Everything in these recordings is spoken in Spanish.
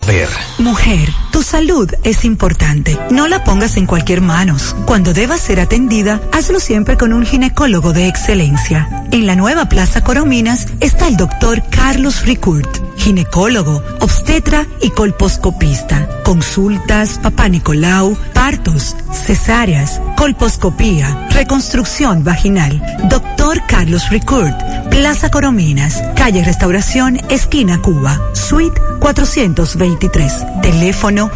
saber. Mujer, tu salud es importante. No la pongas en cualquier manos. Cuando debas ser atendida, hazlo siempre con un ginecólogo de excelencia. En la nueva Plaza Corominas está el doctor Carlos Ricourt, ginecólogo, obstetra y colposcopista. Consultas, papá Nicolau, partos, cesáreas, colposcopía, reconstrucción vaginal. Doctor Carlos Ricourt, Plaza Corominas, calle Restauración, esquina Cuba, suite 423. Teléfono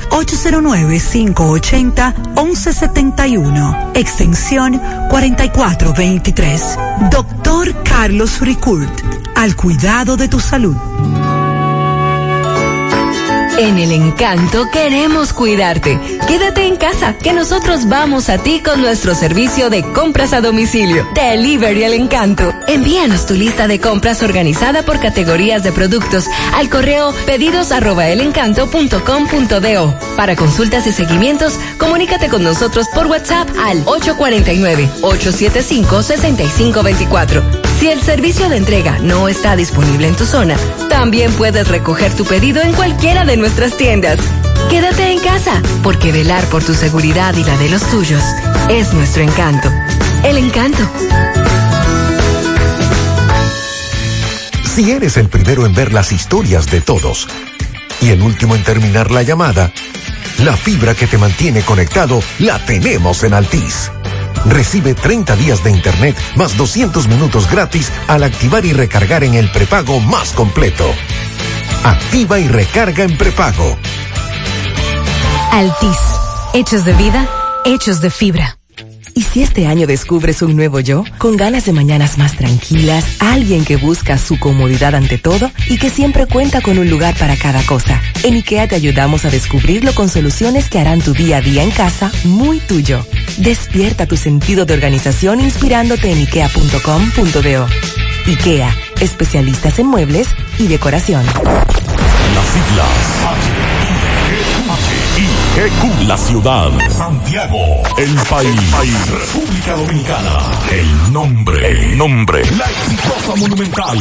809-580-1171. Extensión 4423. Doctor Carlos Ricourt, al cuidado de tu salud. En El Encanto queremos cuidarte. Quédate en casa, que nosotros vamos a ti con nuestro servicio de compras a domicilio. Delivery El Encanto. Envíanos tu lista de compras organizada por categorías de productos al correo pedidos@elencanto.com.do. Para consultas y seguimientos, comunícate con nosotros por WhatsApp al 849-875-6524. Si el servicio de entrega no está disponible en tu zona, también puedes recoger tu pedido en cualquiera de nuestras tiendas. Quédate en casa, porque velar por tu seguridad y la de los tuyos es nuestro encanto. El Encanto. Si eres el primero en ver las historias de todos y el último en terminar la llamada, la fibra que te mantiene conectado la tenemos en Altiz. Recibe 30 días de internet más 200 minutos gratis al activar y recargar en el prepago más completo. Activa y recarga en prepago. Altiz, hechos de vida, hechos de fibra. ¿Y si este año descubres un nuevo yo, con ganas de mañanas más tranquilas, alguien que busca su comodidad ante todo y que siempre cuenta con un lugar para cada cosa? En IKEA te ayudamos a descubrirlo con soluciones que harán tu día a día en casa muy tuyo. Despierta tu sentido de organización inspirándote en ikea.com.do. IKEA, especialistas en muebles y decoración. Las siglas HIGQ, la ciudad, Santiago, el país, República Dominicana, el nombre, la exitosa Monumental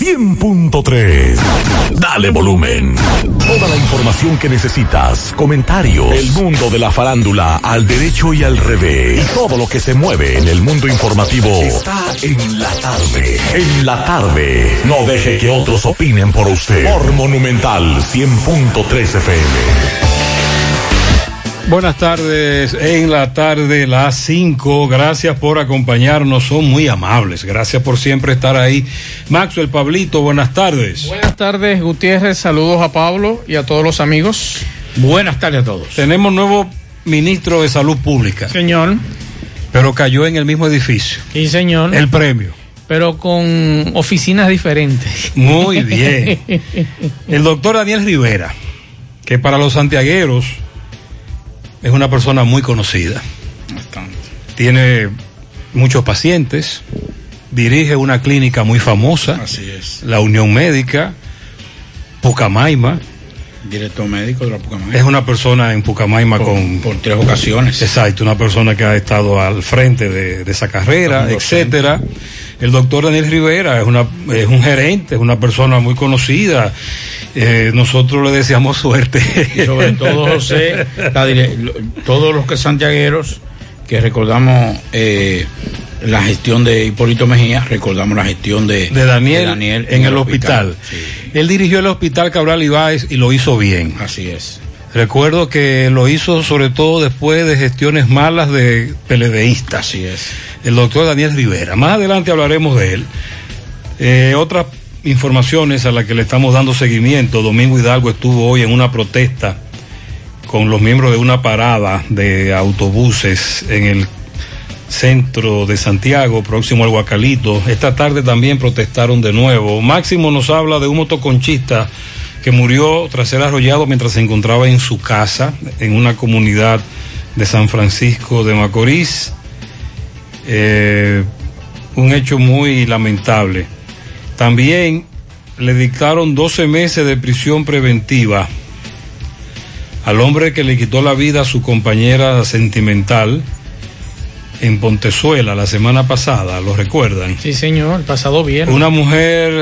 100.3. Dale volumen. Toda la información que necesitas, comentarios, el mundo de la farándula al derecho y al revés, y todo lo que se mueve en el mundo informativo está en la tarde. En la tarde. No deje que otros opinen por usted. Por Monumental 100.3 FM. Buenas tardes, en la tarde, las 5, gracias por acompañarnos, son muy amables, gracias por siempre estar ahí. Maxwell, Pablito, buenas tardes. Buenas tardes, Gutiérrez, saludos a Pablo y a todos los amigos. Buenas tardes a todos. Tenemos nuevo ministro de Salud Pública. Señor. Pero cayó en el mismo edificio. Sí, señor. El premio. Pero con oficinas diferentes. Muy bien. El doctor Daniel Rivera, que para los santiagueros es una persona muy conocida. Bastante. Tiene muchos pacientes, dirige una clínica muy famosa. Así es. La Unión Médica, Pucamaima. Director médico de la Pucamaima. Es una persona en Pucamaima por 3 ocasiones. Exacto, una persona que ha estado al frente de esa carrera, etcétera. El doctor Daniel Rivera es un gerente, es una persona muy conocida. Nosotros le deseamos suerte. Y sobre todo, José, todos los que santiagueros que recordamos la gestión de Hipólito Mejía, recordamos la gestión de Daniel en el hospital. Sí. Él dirigió el hospital Cabral Ibáez y lo hizo bien. Así es. Recuerdo que lo hizo sobre todo después de gestiones malas de PLDistas. Así es. El doctor Daniel Rivera. Más adelante hablaremos de él. Otras informaciones a las que le estamos dando seguimiento. Domingo Hidalgo estuvo hoy en una protesta con los miembros de una parada de autobuses en el centro de Santiago, próximo al Guacalito. Esta tarde también protestaron de nuevo. Máximo nos habla de un motoconchista que murió tras ser arrollado mientras se encontraba en su casa en una comunidad de San Francisco de Macorís. Un hecho muy lamentable. También le dictaron 12 meses de prisión preventiva al hombre que le quitó la vida a su compañera sentimental en Pontezuela la semana pasada, ¿lo recuerdan? Sí, señor, el pasado viernes. Una mujer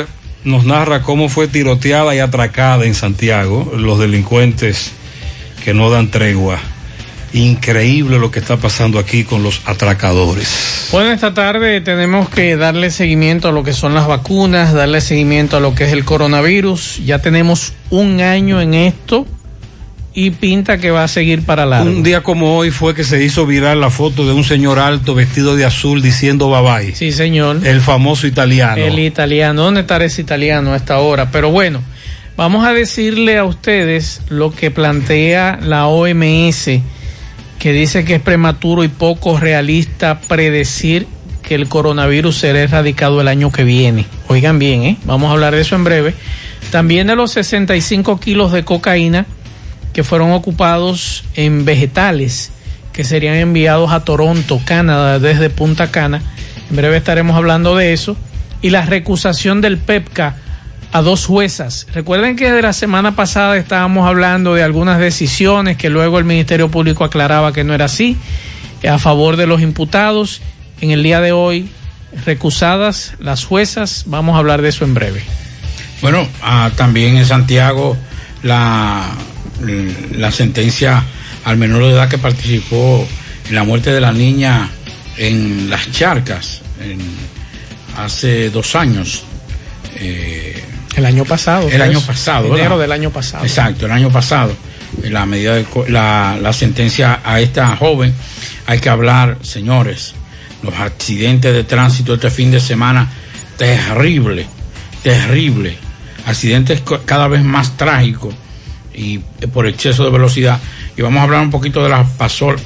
nos narra cómo fue tiroteada y atracada en Santiago, los delincuentes que no dan tregua. Increíble lo que está pasando aquí con los atracadores. Bueno, esta tarde tenemos que darle seguimiento a lo que son las vacunas, darle seguimiento a lo que es el coronavirus. Ya tenemos un año en esto y pinta que va a seguir para largo. Un día como hoy fue que se hizo viral la foto de un señor alto vestido de azul diciendo bye bye. Sí, señor. El famoso italiano. El italiano. ¿Dónde estará ese italiano a esta hora? Pero bueno, vamos a decirle a ustedes lo que plantea la OMS, que dice que es prematuro y poco realista predecir que el coronavirus será erradicado el año que viene. Oigan bien, vamos a hablar de eso en breve. También de los 65 kilos de cocaína que fueron ocupados en vegetales que serían enviados a Toronto, Canadá, desde Punta Cana. En breve estaremos hablando de eso. Y la recusación del PEPCA a 2 juezas. Recuerden que de la semana pasada estábamos hablando de algunas decisiones que luego el Ministerio Público aclaraba que no era así, a favor de los imputados. En el día de hoy, recusadas las juezas. Vamos a hablar de eso en breve. Bueno, también en Santiago la sentencia al menor de edad que participó en la muerte de la niña en Las Charcas hace 2 años. El año pasado. Enero del año pasado. Exacto, el año pasado. La medida de la sentencia a esta joven. Hay que hablar, señores, los accidentes de tránsito este fin de semana, terrible. Accidentes cada vez más trágicos y por exceso de velocidad. Y vamos a hablar un poquito de la pasola,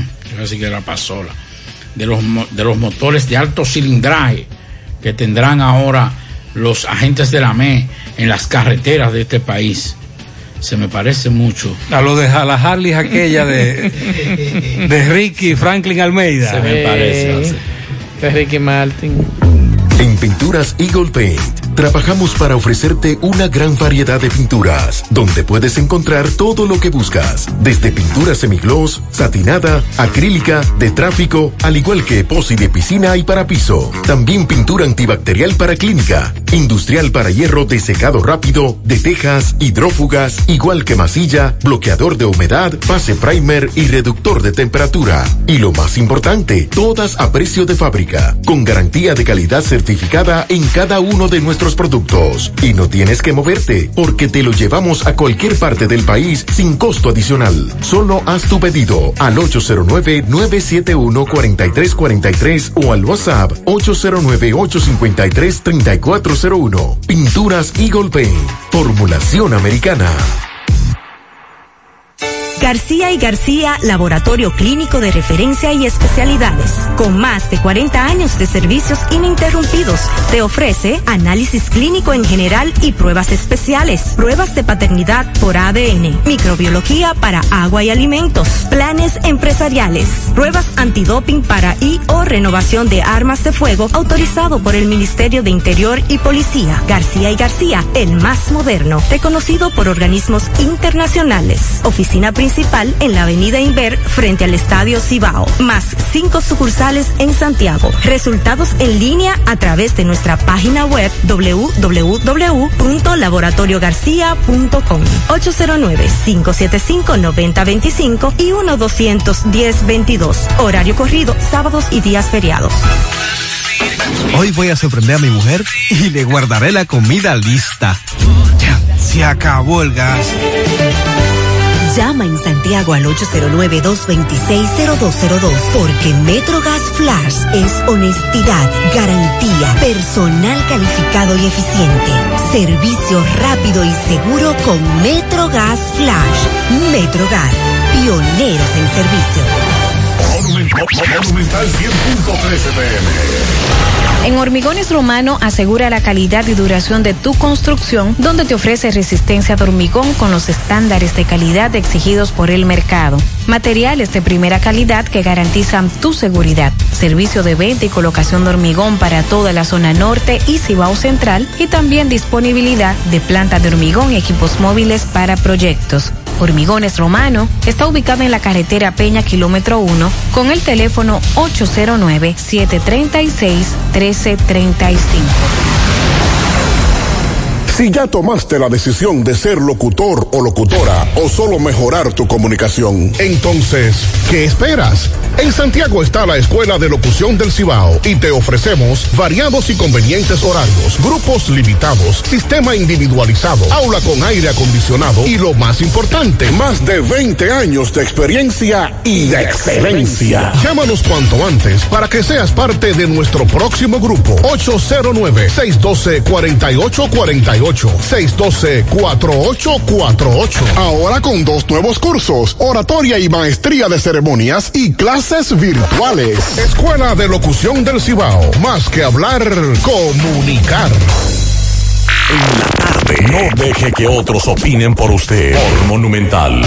de los motores de alto cilindraje que tendrán ahora los agentes de la ME en las carreteras de este país. Se me parece mucho a lo de la Harley aquella de Ricky Franklin Almeida. Se me parece de Ricky Martin. En Pinturas Eagle Paint, trabajamos para ofrecerte una gran variedad de pinturas, donde puedes encontrar todo lo que buscas, desde pintura semigloss, satinada, acrílica, de tráfico, al igual que epoxi de piscina y para piso. También pintura antibacterial para clínica, industrial para hierro de secado rápido, de tejas, hidrófugas, igual que masilla, bloqueador de humedad, base primer y reductor de temperatura. Y lo más importante, todas a precio de fábrica, con garantía de calidad certificada en cada uno de nuestros productos. Y no tienes que moverte, porque te lo llevamos a cualquier parte del país sin costo adicional. Solo haz tu pedido al 809-971-4343 o al WhatsApp 809-853-3401. Pinturas Eagle Paint, formulación americana. García y García, laboratorio clínico de referencia y especialidades. Con más de 40 años de servicios ininterrumpidos, te ofrece análisis clínico en general y pruebas especiales, pruebas de paternidad por ADN, microbiología para agua y alimentos, planes empresariales, pruebas antidoping para y o renovación de armas de fuego autorizado por el Ministerio de Interior y Policía. García y García, el más moderno, reconocido por organismos internacionales. Oficina principal en la avenida Inver frente al Estadio Cibao, más 5 sucursales en Santiago. Resultados en línea a través de nuestra página web www.laboratoriogarcia.com 809-575-9025 y 1-210-22. Horario corrido, sábados y días feriados. Hoy voy a sorprender a mi mujer y le guardaré la comida lista. Ya, se acabó el gas. Llama en Santiago al 809-226-0202, porque MetroGas Flash es honestidad, garantía, personal calificado y eficiente, servicio rápido y seguro con MetroGas Flash. MetroGas, pioneros en servicio. Monumental 100.13 PM. En Hormigones Romano asegura la calidad y duración de tu construcción, donde te ofrece resistencia de hormigón con los estándares de calidad exigidos por el mercado. Materiales de primera calidad que garantizan tu seguridad. Servicio de venta y colocación de hormigón para toda la zona norte y Cibao Central, y también disponibilidad de planta de hormigón y equipos móviles para proyectos. Hormigones Romano está ubicado en la carretera Peña kilómetro 1 con el teléfono 809-736-1335. Si ya tomaste la decisión de ser locutor o locutora o solo mejorar tu comunicación, entonces, ¿qué esperas? En Santiago está la Escuela de Locución del Cibao y te ofrecemos variados y convenientes horarios, grupos limitados, sistema individualizado, aula con aire acondicionado y lo más importante, más de 20 años de experiencia y de excelencia. Llámanos cuanto antes para que seas parte de nuestro próximo grupo. 809-612-4848. 612-4848. Ahora con 2 nuevos cursos, oratoria y maestría de ceremonias y clases virtuales. Escuela de Locución del Cibao. Más que hablar, comunicar. En la tarde, no deje que otros opinen por usted. Por Monumental.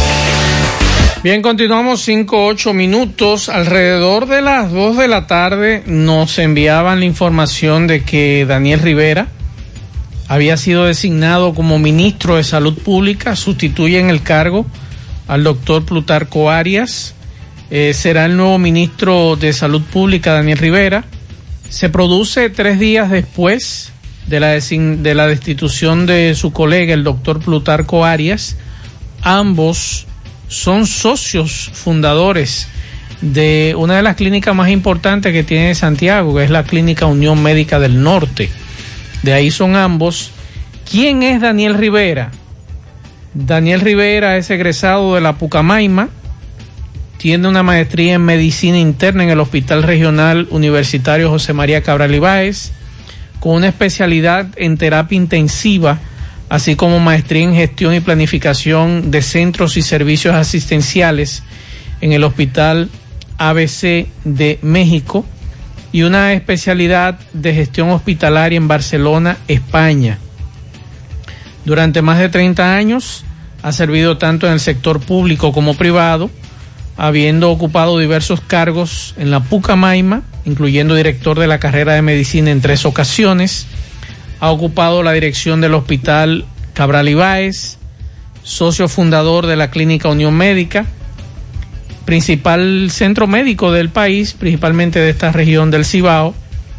Bien, continuamos 5-8 minutos. Alrededor de las 2 de la tarde nos enviaban la información de que Daniel Rivera había sido designado como ministro de Salud Pública, sustituye en el cargo al doctor Plutarco Arias, será el nuevo ministro de Salud Pública, Daniel Rivera. Se produce 3 días después de la destitución de su colega, el doctor Plutarco Arias. Ambos son socios fundadores de una de las clínicas más importantes que tiene Santiago, que es la Clínica Unión Médica del Norte. De ahí son ambos. ¿Quién es Daniel Rivera? Daniel Rivera es egresado de la Pucamaima, tiene una maestría en medicina interna en el Hospital Regional Universitario José María Cabral Ibáez, con una especialidad en terapia intensiva, así como maestría en gestión y planificación de centros y servicios asistenciales en el Hospital ABC de México, y una especialidad de gestión hospitalaria en Barcelona, España. Durante más de 30 años ha servido tanto en el sector público como privado, habiendo ocupado diversos cargos en la Pucamaima, incluyendo director de la carrera de medicina en 3 ocasiones. Ha ocupado la dirección del Hospital Cabral Ibáez, socio fundador de la Clínica Unión Médica, principal centro médico del país, principalmente de esta región del Cibao.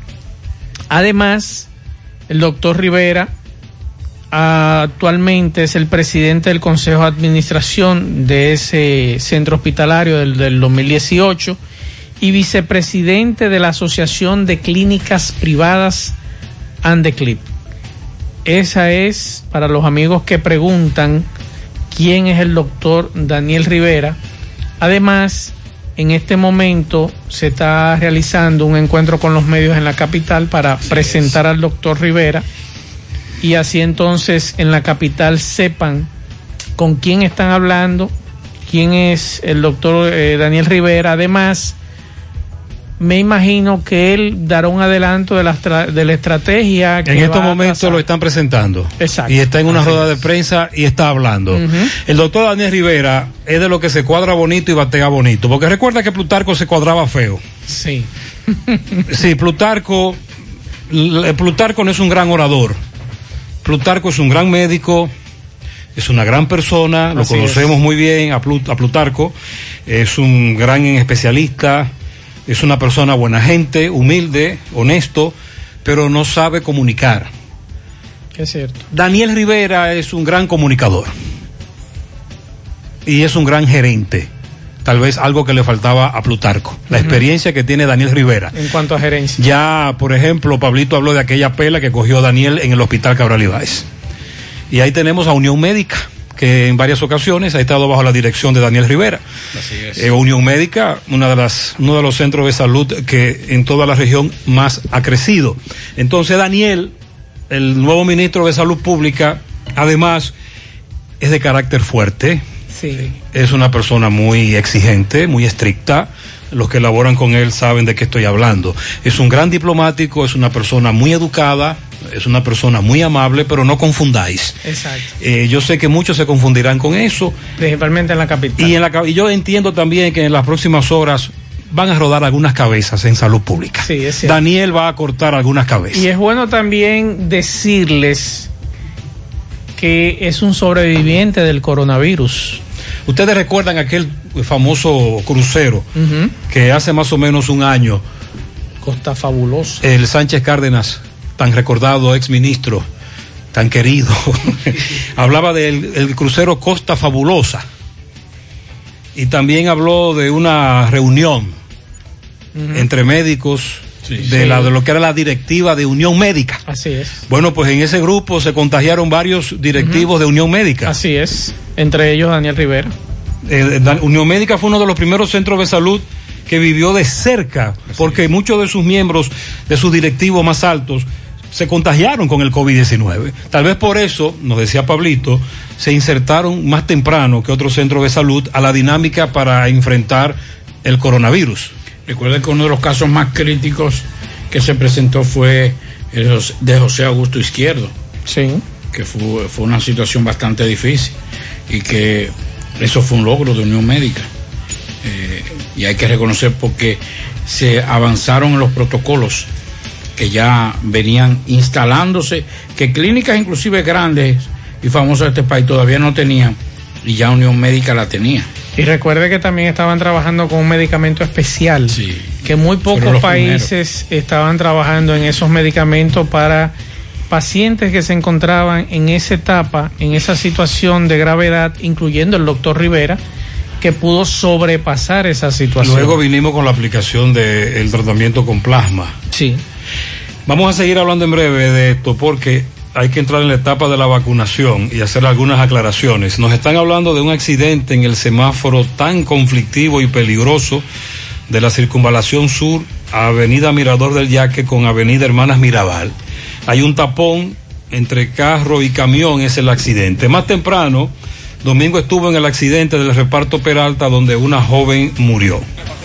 Además, el doctor Rivera actualmente es el presidente del Consejo de Administración de ese centro hospitalario del 2018 y vicepresidente de la Asociación de Clínicas Privadas Andeclip. Esa es, para los amigos que preguntan quién es el doctor Daniel Rivera. Además, en este momento se está realizando un encuentro con los medios en la capital para presentar al doctor Rivera, y así entonces en la capital sepan con quién están hablando, quién es el doctor Daniel Rivera. Además, me imagino que él dará un adelanto de la estrategia que en estos momentos lo están presentando. Exacto. Y está en una rueda de prensa y está hablando. El doctor Daniel Rivera es de lo que se cuadra bonito y batea bonito, porque recuerda que Plutarco se cuadraba feo. Sí. Sí, Plutarco no es un gran orador. Plutarco es un gran médico, es una gran persona, lo conocemos muy bien a Plutarco, es un gran especialista. Es una persona buena gente, humilde, honesto, pero no sabe comunicar. Es cierto. Daniel Rivera es un gran comunicador y es un gran gerente. Tal vez algo que le faltaba a Plutarco, la experiencia que tiene Daniel Rivera. En cuanto a gerencia. Ya, por ejemplo, Pablito habló de aquella pela que cogió Daniel en el Hospital Cabral Ibáez. Y ahí tenemos a Unión Médica, que en varias ocasiones ha estado bajo la dirección de Daniel Rivera. Así es. Unión Médica, uno de los centros de salud que en toda la región más ha crecido. Entonces Daniel, el nuevo ministro de Salud Pública, además es de carácter fuerte. Sí. Es una persona muy exigente, muy estricta. Los que laboran con él saben de qué estoy hablando. Es un gran diplomático, es una persona muy educada, es una persona muy amable, pero no confundáis. Exacto. Yo sé que muchos se confundirán con eso. Principalmente en la capital. Y yo entiendo también que en las próximas horas van a rodar algunas cabezas en salud pública. Sí, es cierto. Daniel va a cortar algunas cabezas. Y es bueno también decirles que es un sobreviviente del coronavirus. Ustedes recuerdan aquel famoso crucero que hace más o menos un año, Costa Fabulosa, el Sánchez Cárdenas, tan recordado exministro, tan querido, hablaba del crucero Costa Fabulosa y también habló de una reunión entre médicos de lo que era la directiva de Unión Médica. Así es. Bueno, pues en ese grupo se contagiaron varios directivos de Unión Médica. Así es, entre ellos Daniel Rivera. Unión Médica fue uno de los primeros centros de salud que vivió de cerca, porque muchos de sus miembros, de sus directivos más altos, se contagiaron con el COVID-19. Tal vez por eso, nos decía Pablito, se insertaron más temprano que otros centros de salud a la dinámica para enfrentar el coronavirus. Recuerden que uno de los casos más críticos que se presentó fue el de José Augusto Izquierdo. Sí. Que fue una situación bastante difícil y que eso fue un logro de Unión Médica. Y hay que reconocer porque se avanzaron en los protocolos que ya venían instalándose, que clínicas inclusive grandes y famosas de este país todavía no tenían, y ya Unión Médica la tenía. Y recuerde que también estaban trabajando con un medicamento especial, que muy pocos países estaban trabajando en esos medicamentos para pacientes que se encontraban en esa etapa, en esa situación de gravedad, incluyendo el doctor Rivera, que pudo sobrepasar esa situación. Luego vinimos con la aplicación del tratamiento con plasma. Sí. Vamos a seguir hablando en breve de esto porque hay que entrar en la etapa de la vacunación y hacer algunas aclaraciones. Nos están hablando de un accidente en el semáforo tan conflictivo y peligroso de la Circunvalación Sur, Avenida Mirador del Yaque con Avenida Hermanas Mirabal. Hay un tapón entre carro y camión, es el accidente. Más temprano, Domingo estuvo en el accidente del reparto Peralta donde una joven murió.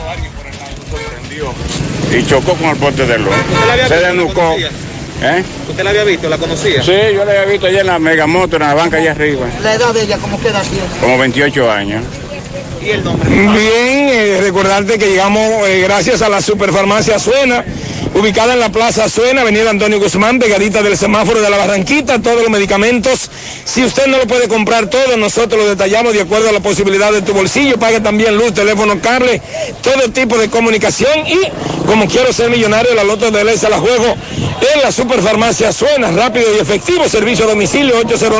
Y chocó con el poste de luz. Se desnucó. ¿Usted la había visto? ¿La conocía? Sí, yo la había visto allá en la Megamoto, en la banca allá arriba. ¿La edad de ella cómo queda aquí? Como 28 años. ¿Y el nombre? Bien, recordarte que llegamos gracias a la Superfarmacia Suena, ubicada en la Plaza Suena, Avenida Antonio Guzmán, pegadita del semáforo de la Barranquita, todos los medicamentos. Si usted no lo puede comprar todo, nosotros lo detallamos de acuerdo a la posibilidad de tu bolsillo. Pague también luz, teléfono, cable, todo tipo de comunicación. Y como quiero ser millonario, la loto de ley se la juego en la Superfarmacia Suena, rápido y efectivo, servicio a domicilio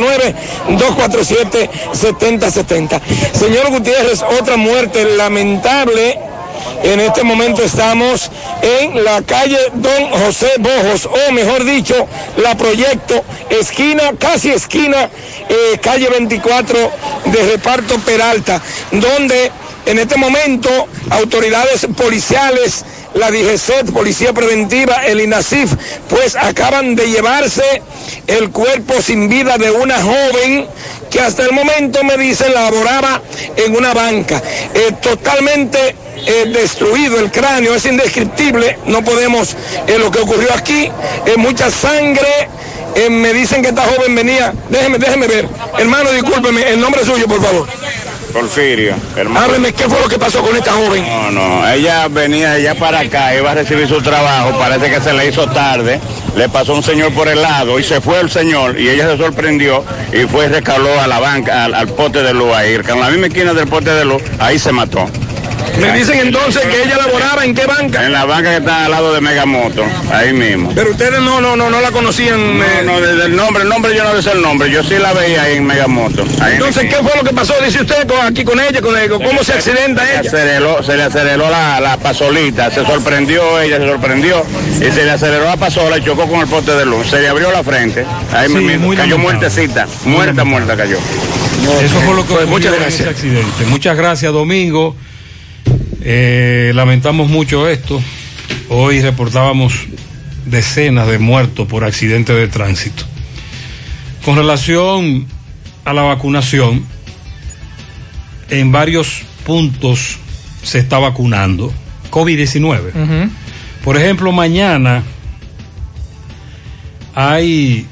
809-247-7070. Señor Gutiérrez, otra muerte lamentable. En este momento estamos en la calle Don José Bojos, o mejor dicho, la Proyecto, casi esquina, calle 24 de reparto Peralta, donde en este momento autoridades policiales, la DGCET, Policía Preventiva, el INASIF, pues acaban de llevarse el cuerpo sin vida de una joven que hasta el momento, me dicen, laboraba en una banca, totalmente destruido el cráneo, es indescriptible, no podemos, lo que ocurrió aquí, mucha sangre. Me dicen que esta joven venía, déjeme ver, hermano, discúlpeme, el nombre suyo, por favor. Porfirio, hermano. Hábleme, ¿qué fue lo que pasó con esta joven? No, ella venía allá para acá, iba a recibir su trabajo, parece que se le hizo tarde, le pasó un señor por el lado y se fue el señor y ella se sorprendió y fue y recaló a la banca, al poste de luz ahí, en la misma esquina del poste de luz, ahí se mató. Me dicen entonces que ella laboraba ¿en qué banca? En la banca que está al lado de Megamoto, ahí mismo. Pero ustedes no la conocían. No, desde el nombre yo no sé el nombre, yo sí la veía ahí en Megamoto. Entonces, ¿qué fue lo que pasó? Dice usted aquí con ella, ¿cómo se accidenta ella? Se le aceleró la pasolita, se sorprendió y se le aceleró la pasola y chocó con el poste de luz, se le abrió la frente, ahí sí, mismo, cayó muertecita, muerta cayó. Eso fue lo que ocurrió en ese accidente. Muchas gracias, Domingo. Lamentamos mucho esto. Hoy reportábamos decenas de muertos por accidentes de tránsito. Con relación a la vacunación, en varios puntos se está vacunando COVID-19. Por ejemplo, mañana hay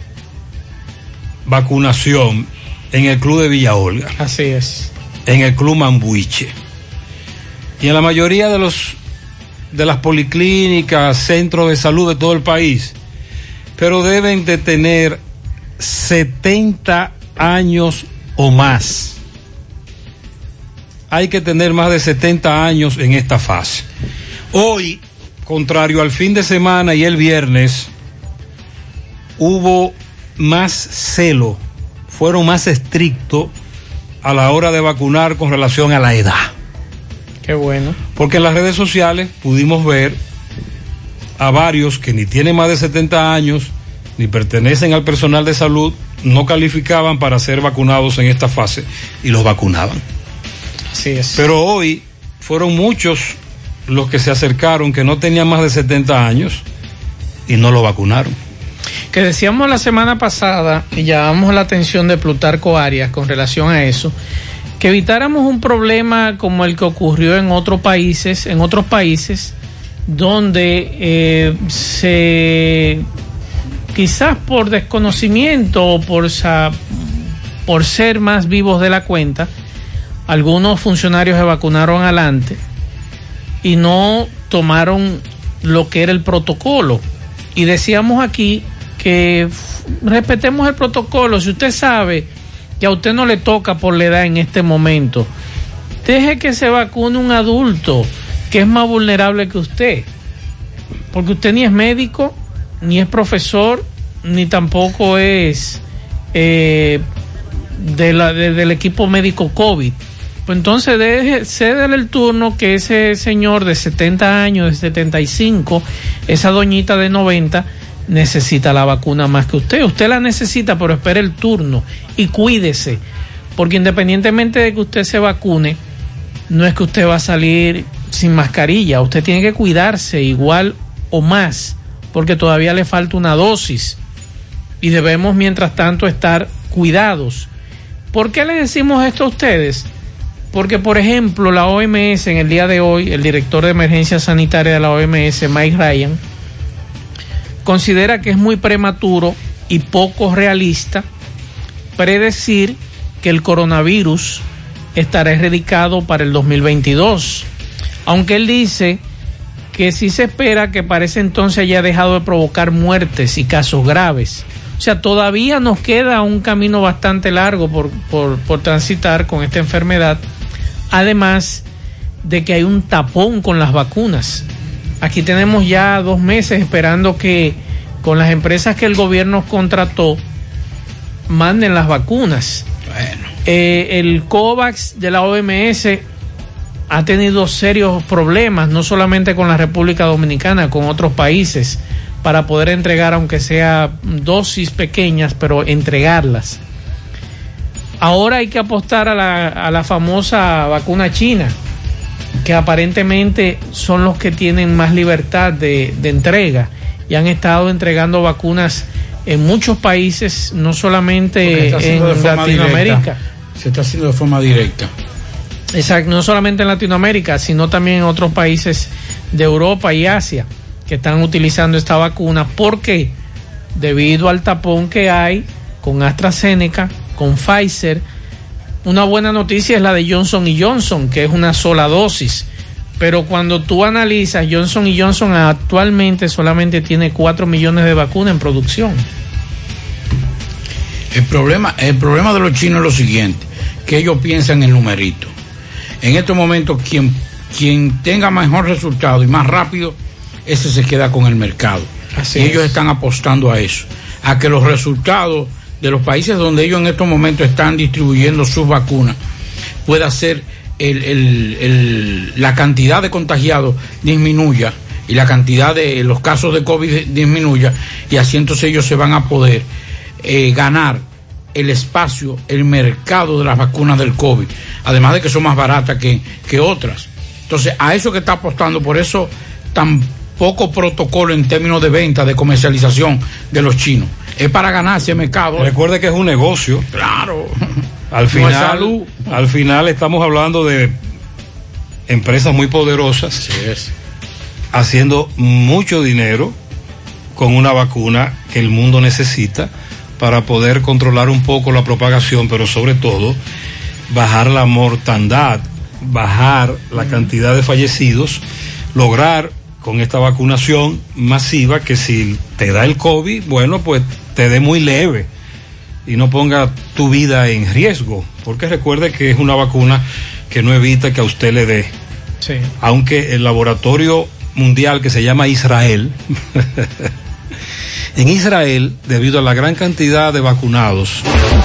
vacunación en el Club de Villa Olga. Así es. En el Club Mambuiche. Y en la mayoría de las policlínicas, centros de salud de todo el país, pero deben de tener 70 años o más. Hay que tener más de 70 años en esta fase. Hoy, contrario al fin de semana y el viernes, hubo más celo, fueron más estrictos a la hora de vacunar con relación a la edad. Qué bueno. Porque en las redes sociales pudimos ver a varios que ni tienen más de 70 años, ni pertenecen al personal de salud, no calificaban para ser vacunados en esta fase y los vacunaban. Así es. Pero hoy fueron muchos los que se acercaron que no tenían más de 70 años y no lo vacunaron. Que decíamos la semana pasada y llamamos la atención de Plutarco Arias con relación a eso, que evitáramos un problema como el que ocurrió en otros países donde quizás por desconocimiento o por ser más vivos de la cuenta, algunos funcionarios se vacunaron adelante y no tomaron lo que era el protocolo. Y decíamos aquí que respetemos el protocolo. Si usted sabe que a usted no le toca por la edad en este momento, deje que se vacune un adulto que es más vulnerable que usted, porque usted ni es médico, ni es profesor, ni tampoco es del equipo médico COVID. Pues entonces cédele el turno que ese señor de 70 años, de 75, esa doñita de 90, necesita la vacuna más que usted. Usted la necesita, pero espere el turno y cuídese, porque independientemente de que usted se vacune, no es que usted va a salir sin mascarilla. Usted tiene que cuidarse igual o más, porque todavía le falta una dosis y debemos mientras tanto estar cuidados. ¿Por qué le decimos esto a ustedes? Porque, por ejemplo, la OMS en el día de hoy, el director de emergencia sanitaria de la OMS, Mike Ryan, considera que es muy prematuro y poco realista predecir que el coronavirus estará erradicado para el 2022, aunque él dice que sí se espera que para ese entonces haya dejado de provocar muertes y casos graves. O sea, todavía nos queda un camino bastante largo por transitar con esta enfermedad, además de que hay un tapón con las vacunas. Aquí tenemos ya 2 meses esperando que con las empresas que el gobierno contrató manden las vacunas. Bueno. El COVAX de la OMS ha tenido serios problemas, no solamente con la República Dominicana, con otros países, para poder entregar, aunque sea dosis pequeñas, pero entregarlas. Ahora hay que apostar a la famosa vacuna china, que aparentemente son los que tienen más libertad de entrega y han estado entregando vacunas en muchos países, no solamente en Latinoamérica. Se está haciendo de forma directa. Exacto, no solamente en Latinoamérica, sino también en otros países de Europa y Asia que están utilizando esta vacuna. ¿Por qué? Debido al tapón que hay con AstraZeneca, con Pfizer. Una buena noticia es la de Johnson & Johnson, que es una sola dosis. Pero cuando tú analizas, Johnson & Johnson actualmente solamente tiene 4 millones de vacunas en producción. El problema de los chinos es lo siguiente, que ellos piensan en numerito. En estos momentos, quien tenga mejor resultado y más rápido, ese se queda con el mercado. Así es. Ellos están apostando a eso, a que los resultados de los países donde ellos en estos momentos están distribuyendo sus vacunas pueda ser la cantidad de contagiados disminuya y la cantidad de los casos de COVID disminuya, y así entonces ellos se van a poder ganar el espacio, el mercado de las vacunas del COVID, además de que son más baratas que otras. Entonces, a eso que está apostando, por eso tan poco protocolo en términos de venta, de comercialización de los chinos. Es para ganarse el mercado. Recuerde que es un negocio. Claro. Al final estamos hablando de empresas muy poderosas. Así es. Haciendo mucho dinero con una vacuna que el mundo necesita para poder controlar un poco la propagación, pero sobre todo bajar la mortandad, bajar la cantidad de fallecidos, lograr con esta vacunación masiva que si te da el COVID, bueno, pues te dé muy leve y no ponga tu vida en riesgo, porque recuerde que es una vacuna que no evita que a usted le dé. Sí. Aunque el laboratorio mundial que se llama Israel En Israel, debido a la gran cantidad de vacunados,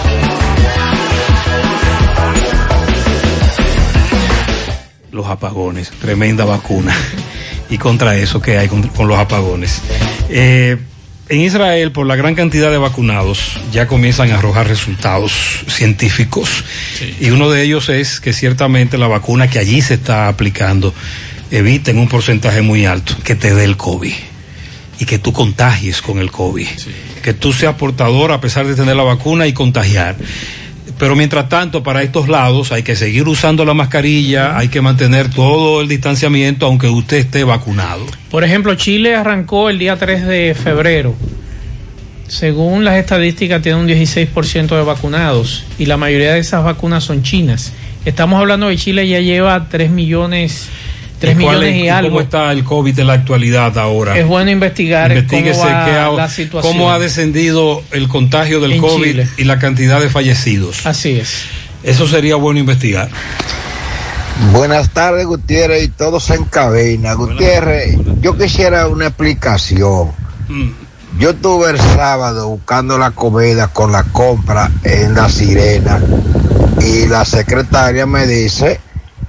los apagones, tremenda vacuna. Y contra eso que hay con los apagones. En Israel, por la gran cantidad de vacunados, ya comienzan a arrojar resultados científicos. Sí. Y uno de ellos es que ciertamente la vacuna que allí se está aplicando evita en un porcentaje muy alto que te dé el COVID y que tú contagies con el COVID. Sí. Que tú seas portador a pesar de tener la vacuna y contagiar. Pero mientras tanto, para estos lados hay que seguir usando la mascarilla, hay que mantener todo el distanciamiento aunque usted esté vacunado. Por ejemplo, Chile arrancó el día 3 de febrero. Según las estadísticas, tiene un 16% de vacunados y la mayoría de esas vacunas son chinas. Estamos hablando de Chile, ya lleva 3 millones y algo. ¿Cómo está el COVID en la actualidad ahora? Es bueno investigar cómo va la situación. Cómo ha descendido el contagio del COVID Chile y la cantidad de fallecidos. Así es. Eso sería bueno investigar. Buenas tardes, Gutiérrez, y todos en cabina. Gutiérrez, yo quisiera una explicación. Yo estuve el sábado buscando la comida con la compra en La Sirena y la secretaria me dice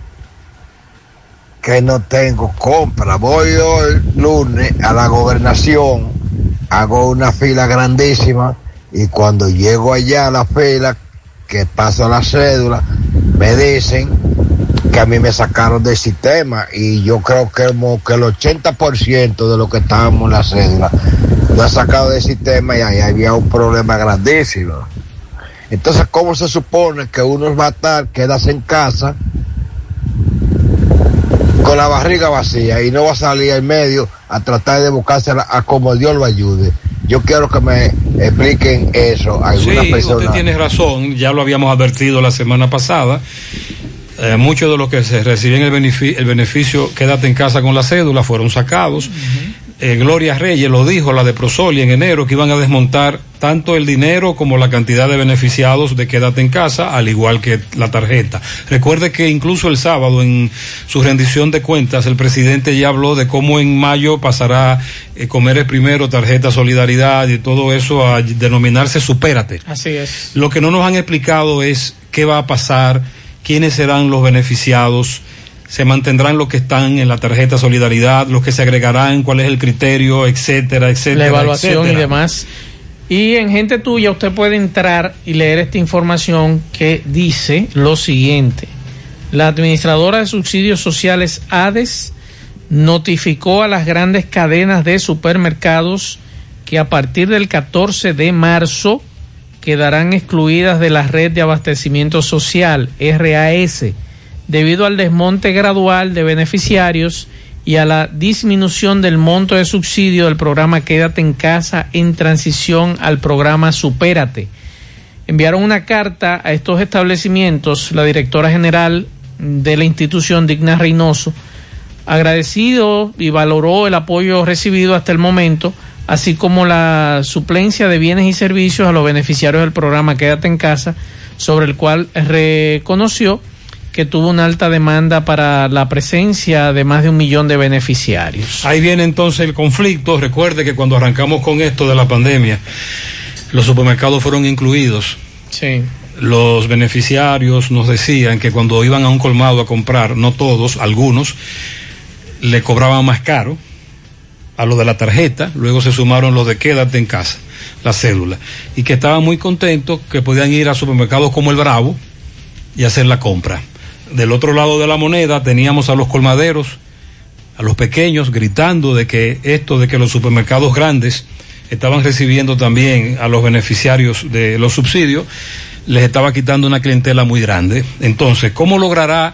que no tengo compra. Voy hoy lunes a la gobernación, hago una fila grandísima y cuando llego allá a la fila, que paso la cédula, me dicen que a mí me sacaron del sistema y yo creo que el 80% de lo que estábamos en la cédula lo ha sacado del sistema y ahí había un problema grandísimo. Entonces, ¿cómo se supone que uno va a estar, quedarse en casa con la barriga vacía y no va a salir al medio a tratar de buscársela a como Dios lo ayude? Yo quiero que me expliquen eso. Sí, usted tiene razón, ya lo habíamos advertido la semana pasada. Muchos de los que se reciben el beneficio quédate en casa con la cédula fueron sacados. Gloria Reyes lo dijo, la de Prosoli en enero, que iban a desmontar tanto el dinero como la cantidad de beneficiados de quédate en casa, al igual que la tarjeta. Recuerde que incluso el sábado en su rendición de cuentas el presidente ya habló de cómo en mayo pasará Comer es Primero, tarjeta Solidaridad y todo eso a denominarse Supérate. Así es. Lo que no nos han explicado es qué va a pasar, quiénes serán los beneficiados. Se mantendrán los que están en la tarjeta Solidaridad, los que se agregarán, cuál es el criterio, etcétera, etcétera. La evaluación etcétera. Y demás. Y en Gente Tuya usted puede entrar y leer esta información que dice lo siguiente. La administradora de subsidios sociales ADES notificó a las grandes cadenas de supermercados que a partir del 14 de marzo quedarán excluidas de la red de abastecimiento social, RAS, debido al desmonte gradual de beneficiarios y a la disminución del monto de subsidio del programa Quédate en Casa en transición al programa Supérate. Enviaron una carta a estos establecimientos, la directora general de la institución, Digna Reynoso, agradecido y valoró el apoyo recibido hasta el momento, así como la suplencia de bienes y servicios a los beneficiarios del programa Quédate en Casa, sobre el cual reconoció que tuvo una alta demanda para la presencia de más de 1 millón de beneficiarios. Ahí viene entonces el conflicto. Recuerde que cuando arrancamos con esto de la pandemia, los supermercados fueron incluidos. Sí. Los beneficiarios nos decían que cuando iban a un colmado a comprar, no todos, algunos, le cobraban más caro a lo de la tarjeta, luego se sumaron los de Quédate en Casa, la cédula, y que estaban muy contentos que podían ir a supermercados como el Bravo y hacer la compra. Del otro lado de la moneda teníamos a los colmaderos, a los pequeños, gritando de que los supermercados grandes estaban recibiendo también a los beneficiarios de los subsidios, les estaba quitando una clientela muy grande. Entonces, ¿cómo logrará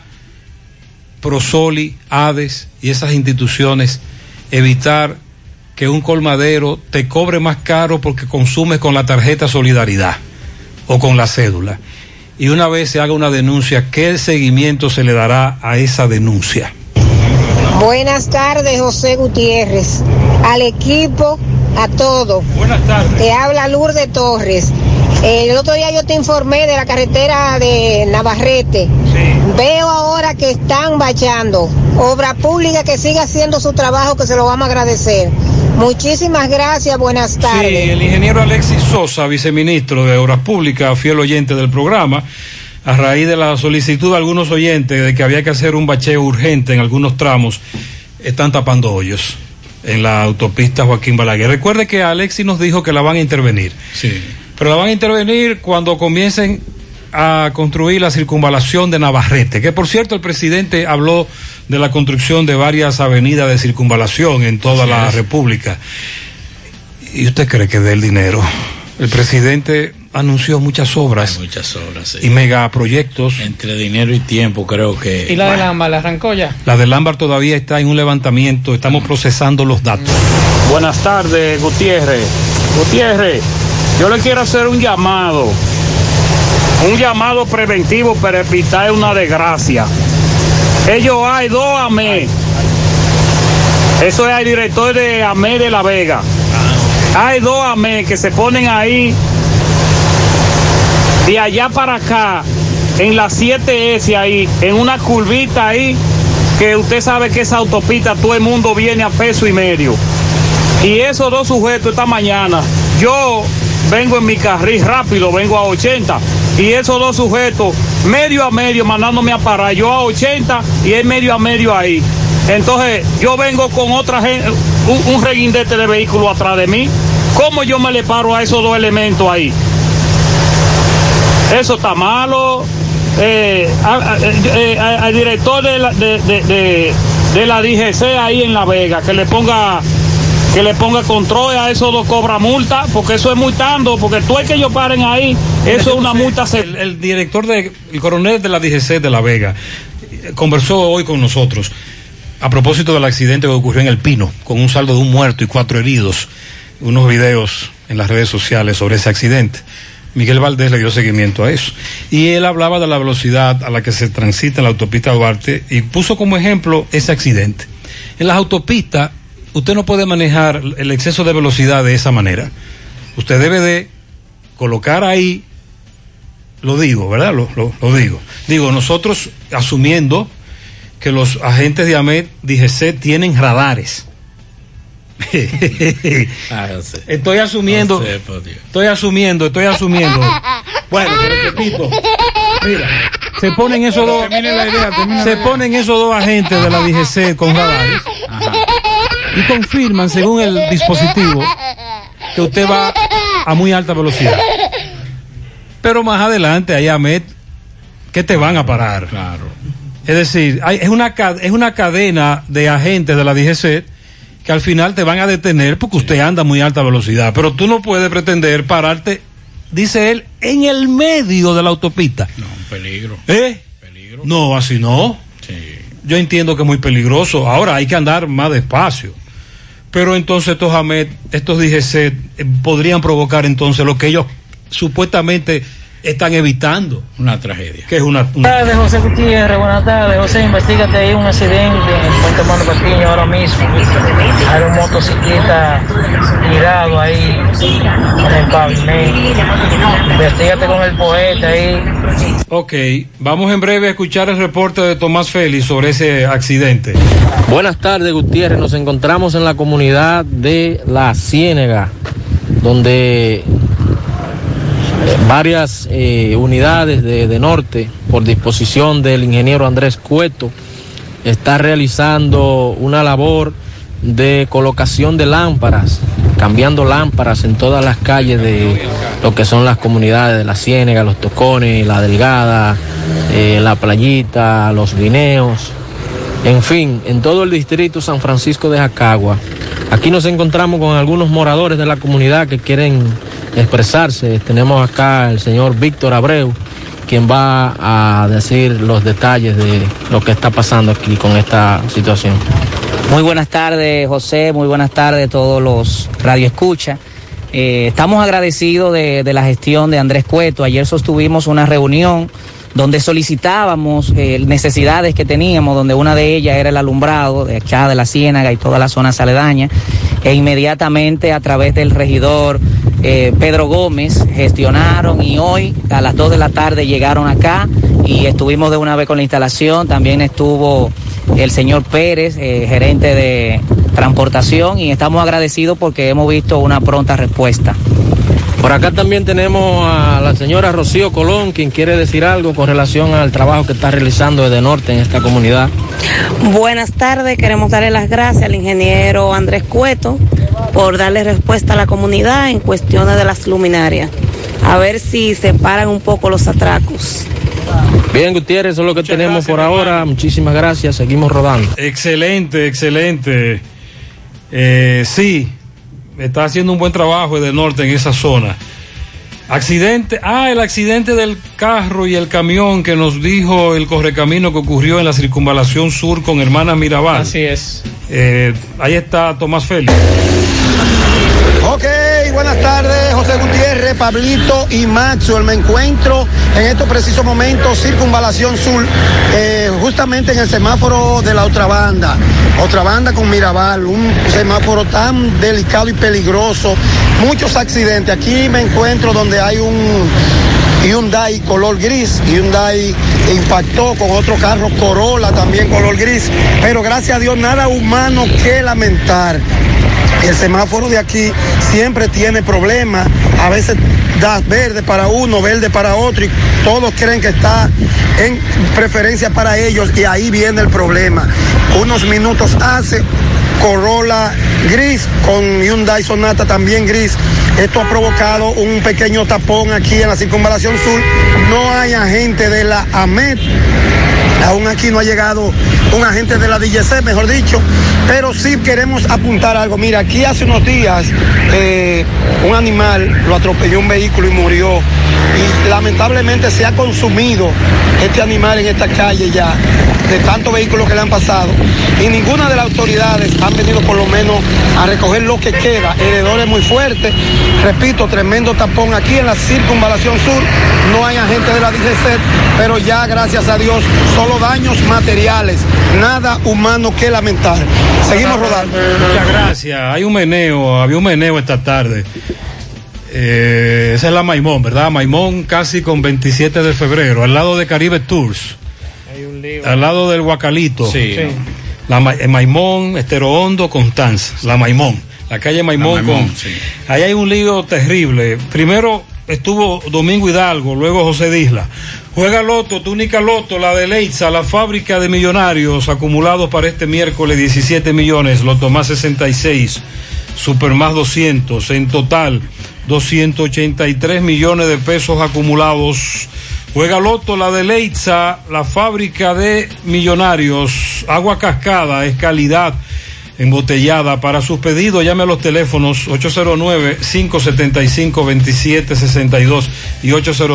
Prosoli, ADES y esas instituciones evitar que un colmadero te cobre más caro porque consumes con la tarjeta Solidaridad o con la cédula? Y una vez se haga una denuncia, ¿qué seguimiento se le dará a esa denuncia? Buenas tardes, José Gutiérrez, al equipo, a todos. Buenas tardes. Te habla Lourdes Torres. El otro día yo te informé de la carretera de Navarrete. Sí. Veo ahora que están bachando. Obra Pública que siga haciendo su trabajo, que se lo vamos a agradecer. Muchísimas gracias, buenas tardes. Sí, el ingeniero Alexis Sosa, viceministro de Obras Públicas, fiel oyente del programa, a raíz de la solicitud de algunos oyentes de que había que hacer un bacheo urgente en algunos tramos, están tapando hoyos en la autopista Joaquín Balaguer. Recuerde que Alexis nos dijo que la van a intervenir. Sí. Pero la van a intervenir cuando comiencen a construir la circunvalación de Navarrete, que por cierto el presidente habló de la construcción de varias avenidas de circunvalación en toda la República. ¿Y usted cree que dé el dinero? El presidente anunció muchas obras. Sí. Y megaproyectos. Entre dinero y tiempo creo que... ¿Y la de Lámbar la arrancó ya? La de Lámbar todavía está en un levantamiento, estamos procesando los datos. Buenas tardes, Gutiérrez. Gutiérrez, yo le quiero hacer un llamado preventivo para evitar una desgracia. Ellos hay dos AME. Eso es el director de AME de La Vega. Hay dos AME que se ponen ahí, de allá para acá, en la 7S ahí, en una curvita ahí, que usted sabe que esa autopista todo el mundo viene a $1.50. Y esos dos sujetos esta mañana, yo vengo en mi carril rápido, vengo a 80, y esos dos sujetos medio a medio mandándome a parar, yo a 80 y él medio a medio ahí. Entonces yo vengo con otra gente, un reguindete de vehículo atrás de mí. ¿Cómo yo me le paro a esos dos elementos ahí? Eso está malo. Al director de la DGC ahí en La Vega, que le ponga control a esos dos, cobra multa, porque eso es multando, porque tú es que ellos paren ahí, eso es una multa. El director el coronel de la DGC de La Vega conversó hoy con nosotros a propósito del accidente que ocurrió en El Pino, con un saldo de un muerto y 4 heridos, unos videos en las redes sociales sobre ese accidente. Miguel Valdés le dio seguimiento a eso. Y él hablaba de la velocidad a la que se transita en la autopista Duarte y puso como ejemplo ese accidente. En las autopistas, usted no puede manejar el exceso de velocidad de esa manera. Usted debe de colocar ahí, lo digo, ¿verdad? Lo digo. Digo, nosotros asumiendo que los agentes de AMET, DGC, tienen radares. Estoy asumiendo. Bueno, pero repito, mira, se ponen esos dos agentes de la DGC con radares. Ajá. Y confirman, según el dispositivo, que usted va a muy alta velocidad. Pero más adelante hay AMET que te van a parar. Claro. Es decir, es una cadena de agentes de la DGC que al final te van a detener porque usted anda a muy alta velocidad. Pero tú no puedes pretender pararte, dice él, en el medio de la autopista. No, un peligro. ¿Peligro? No, así no. Sí. Yo entiendo que es muy peligroso. Ahora hay que andar más despacio. Pero entonces estos AMET, estos DGC, podrían provocar entonces lo que ellos supuestamente están evitando. Una tragedia. Que es Buenas tardes, José Gutiérrez. Buenas tardes, José. Investígate ahí un accidente en el puente Mando Patiño ahora mismo. Hay un motociclista tirado ahí en el pavimento. Investígate con el poeta ahí. Ok, vamos en breve a escuchar el reporte de Tomás Félix sobre ese accidente. Buenas tardes, Gutiérrez. Nos encontramos en la comunidad de La Ciénega, donde varias unidades de norte, por disposición del ingeniero Andrés Cueto, está realizando una labor de colocación de lámparas, cambiando lámparas en todas las calles de lo que son las comunidades de La Ciénega, Los Tocones, La Delgada, La Playita, Los Guineos, en fin, en todo el distrito San Francisco de Jacagua. Aquí nos encontramos con algunos moradores de la comunidad que quieren expresarse. Tenemos acá el señor Víctor Abreu, quien va a decir los detalles de lo que está pasando aquí con esta situación. Muy buenas tardes, José, muy buenas tardes a todos los radioescuchas. Estamos agradecidos de la gestión de Andrés Cueto. Ayer sostuvimos una reunión donde solicitábamos necesidades que teníamos, donde una de ellas era el alumbrado de acá de La Ciénaga y toda la zona aledaña, e inmediatamente a través del regidor Pedro Gómez gestionaron y hoy a las 2 de la tarde llegaron acá y estuvimos de una vez con la instalación. También estuvo el señor Pérez, gerente de transportación, y estamos agradecidos porque hemos visto una pronta respuesta. Por acá también tenemos a la señora Rocío Colón, quien quiere decir algo con relación al trabajo que está realizando desde Norte en esta comunidad. Buenas tardes, queremos darle las gracias al ingeniero Andrés Cueto por darle respuesta a la comunidad en cuestiones de las luminarias. A ver si se paran un poco los atracos. Bien, Gutiérrez, eso es lo que tenemos por ahora. Muchísimas gracias, seguimos rodando. Excelente. Sí, está haciendo un buen trabajo de Norte en esa zona. Accidente, el accidente del carro y el camión que nos dijo el correcamino que ocurrió en la circunvalación sur con Hermanas Mirabal. Así es. Ahí está Tomás Félix. Ok, buenas tardes, José Gutiérrez, Pablito y Maxwell. Me encuentro en estos precisos momentos, circunvalación sur, justamente en el semáforo de la otra banda con Mirabal, un semáforo tan delicado y peligroso, muchos accidentes. Aquí me encuentro donde hay un Hyundai color gris. Hyundai impactó con otro carro Corolla también color gris, pero gracias a Dios nada humano que lamentar. El semáforo de aquí siempre tiene problemas, a veces da verde para uno, verde para otro, y todos creen que está en preferencia para ellos, y ahí viene el problema. Unos minutos hace, Corolla gris con Hyundai Sonata también gris. Esto ha provocado un pequeño tapón aquí en la circunvalación sur. No hay agente de la AMET, aún aquí no ha llegado un agente de la DGC, mejor dicho, pero sí queremos apuntar algo. Mira, aquí hace unos días un animal lo atropelló un vehículo y murió, y lamentablemente se ha consumido este animal en esta calle ya, de tantos vehículos que le han pasado, y ninguna de las autoridades han venido por lo menos a recoger lo que queda. El hedor es muy fuerte, repito, tremendo tapón aquí en la circunvalación sur. No hay agente de la DGC, pero ya gracias a Dios solo daños materiales, nada humano que lamentar. Seguimos rodando. Muchas gracias. Había un meneo esta tarde. Esa es la Maimón, ¿verdad? Maimón casi con 27 de febrero, al lado de Caribe Tours. Hay un lío. Al lado del Guacalito. Sí. Maimón, Estero Hondo, Constanza. La Maimón. La calle Maimón. Sí. Ahí hay un lío terrible. Primero estuvo Domingo Hidalgo, luego José Disla. Juega Loto, túnica Loto, la de Leitza, la fábrica de millonarios acumulados para este miércoles 17 millones, Loto más 66, Super más 200, en total 283 millones de pesos acumulados. Juega Loto, la de Leitza, la fábrica de millonarios, agua cascada, es calidad embotellada. Para sus pedidos llame a los teléfonos 809-575-2762 y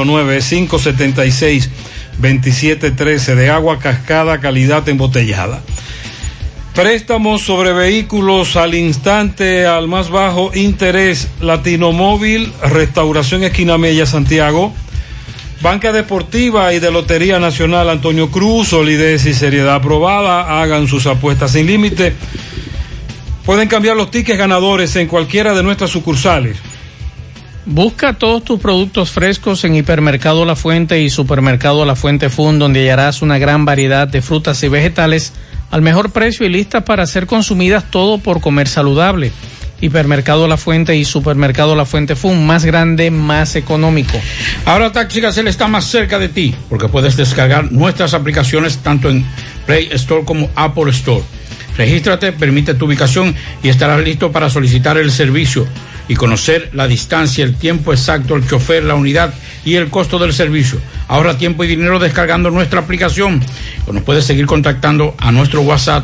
809-576-2713 de agua cascada, calidad embotellada. Préstamos sobre vehículos al instante, al más bajo interés. Latinomóvil, Restauración Esquina Mella, Santiago. Banca Deportiva y de Lotería Nacional Antonio Cruz, solidez y seriedad aprobada. Hagan sus apuestas sin límite. Pueden cambiar los tickets ganadores en cualquiera de nuestras sucursales. Busca todos tus productos frescos en Hipermercado La Fuente y Supermercado La Fuente Fun, donde hallarás una gran variedad de frutas y vegetales al mejor precio y listas para ser consumidas, todo por comer saludable. Hipermercado La Fuente y Supermercado La Fuente Fun, más grande, más económico. Ahora Taxi Gacela está más cerca de ti, porque puedes descargar nuestras aplicaciones tanto en Play Store como Apple Store. Regístrate, permite tu ubicación y estarás listo para solicitar el servicio y conocer la distancia, el tiempo exacto, el chofer, la unidad y el costo del servicio. Ahorra tiempo y dinero descargando nuestra aplicación. O nos puedes seguir contactando a nuestro WhatsApp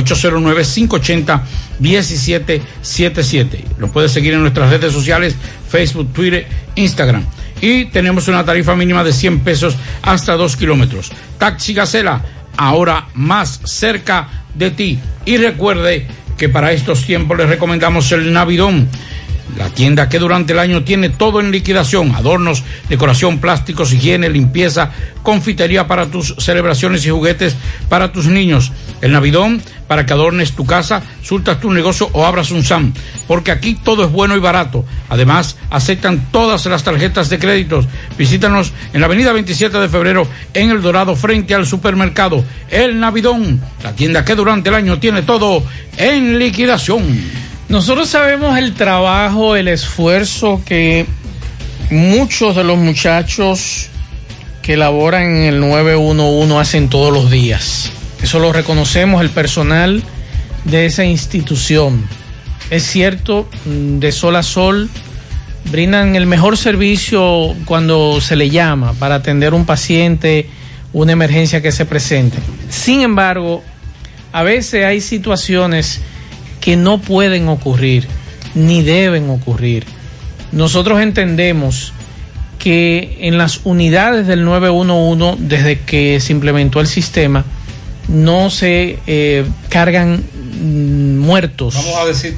809-580-1777. Nos puedes seguir en nuestras redes sociales, Facebook, Twitter, Instagram. Y tenemos una tarifa mínima de 100 pesos hasta 2 kilómetros. Taxi Gacela, ahora más cerca de ti. Y recuerde que para estos tiempos les recomendamos el Navidón. La tienda que durante el año tiene todo en liquidación: adornos, decoración, plásticos, higiene, limpieza, confitería para tus celebraciones y juguetes para tus niños. El Navidón, para que adornes tu casa, surtas tu negocio o abras un SAM, porque aquí todo es bueno y barato. Además, aceptan todas las tarjetas de créditos. Visítanos en la avenida 27 de febrero en El Dorado, frente al supermercado El Navidón, la tienda que durante el año tiene todo en liquidación. Nosotros sabemos el trabajo, el esfuerzo que muchos de los muchachos que laboran en el 911 hacen todos los días. Eso lo reconocemos, el personal de esa institución. Es cierto, de sol a sol, brindan el mejor servicio cuando se le llama para atender un paciente, una emergencia que se presente. Sin embargo, a veces hay situaciones que no pueden ocurrir, ni deben ocurrir. Nosotros entendemos que en las unidades del 911, desde que se implementó el sistema, no se cargan muertos. Vamos a decir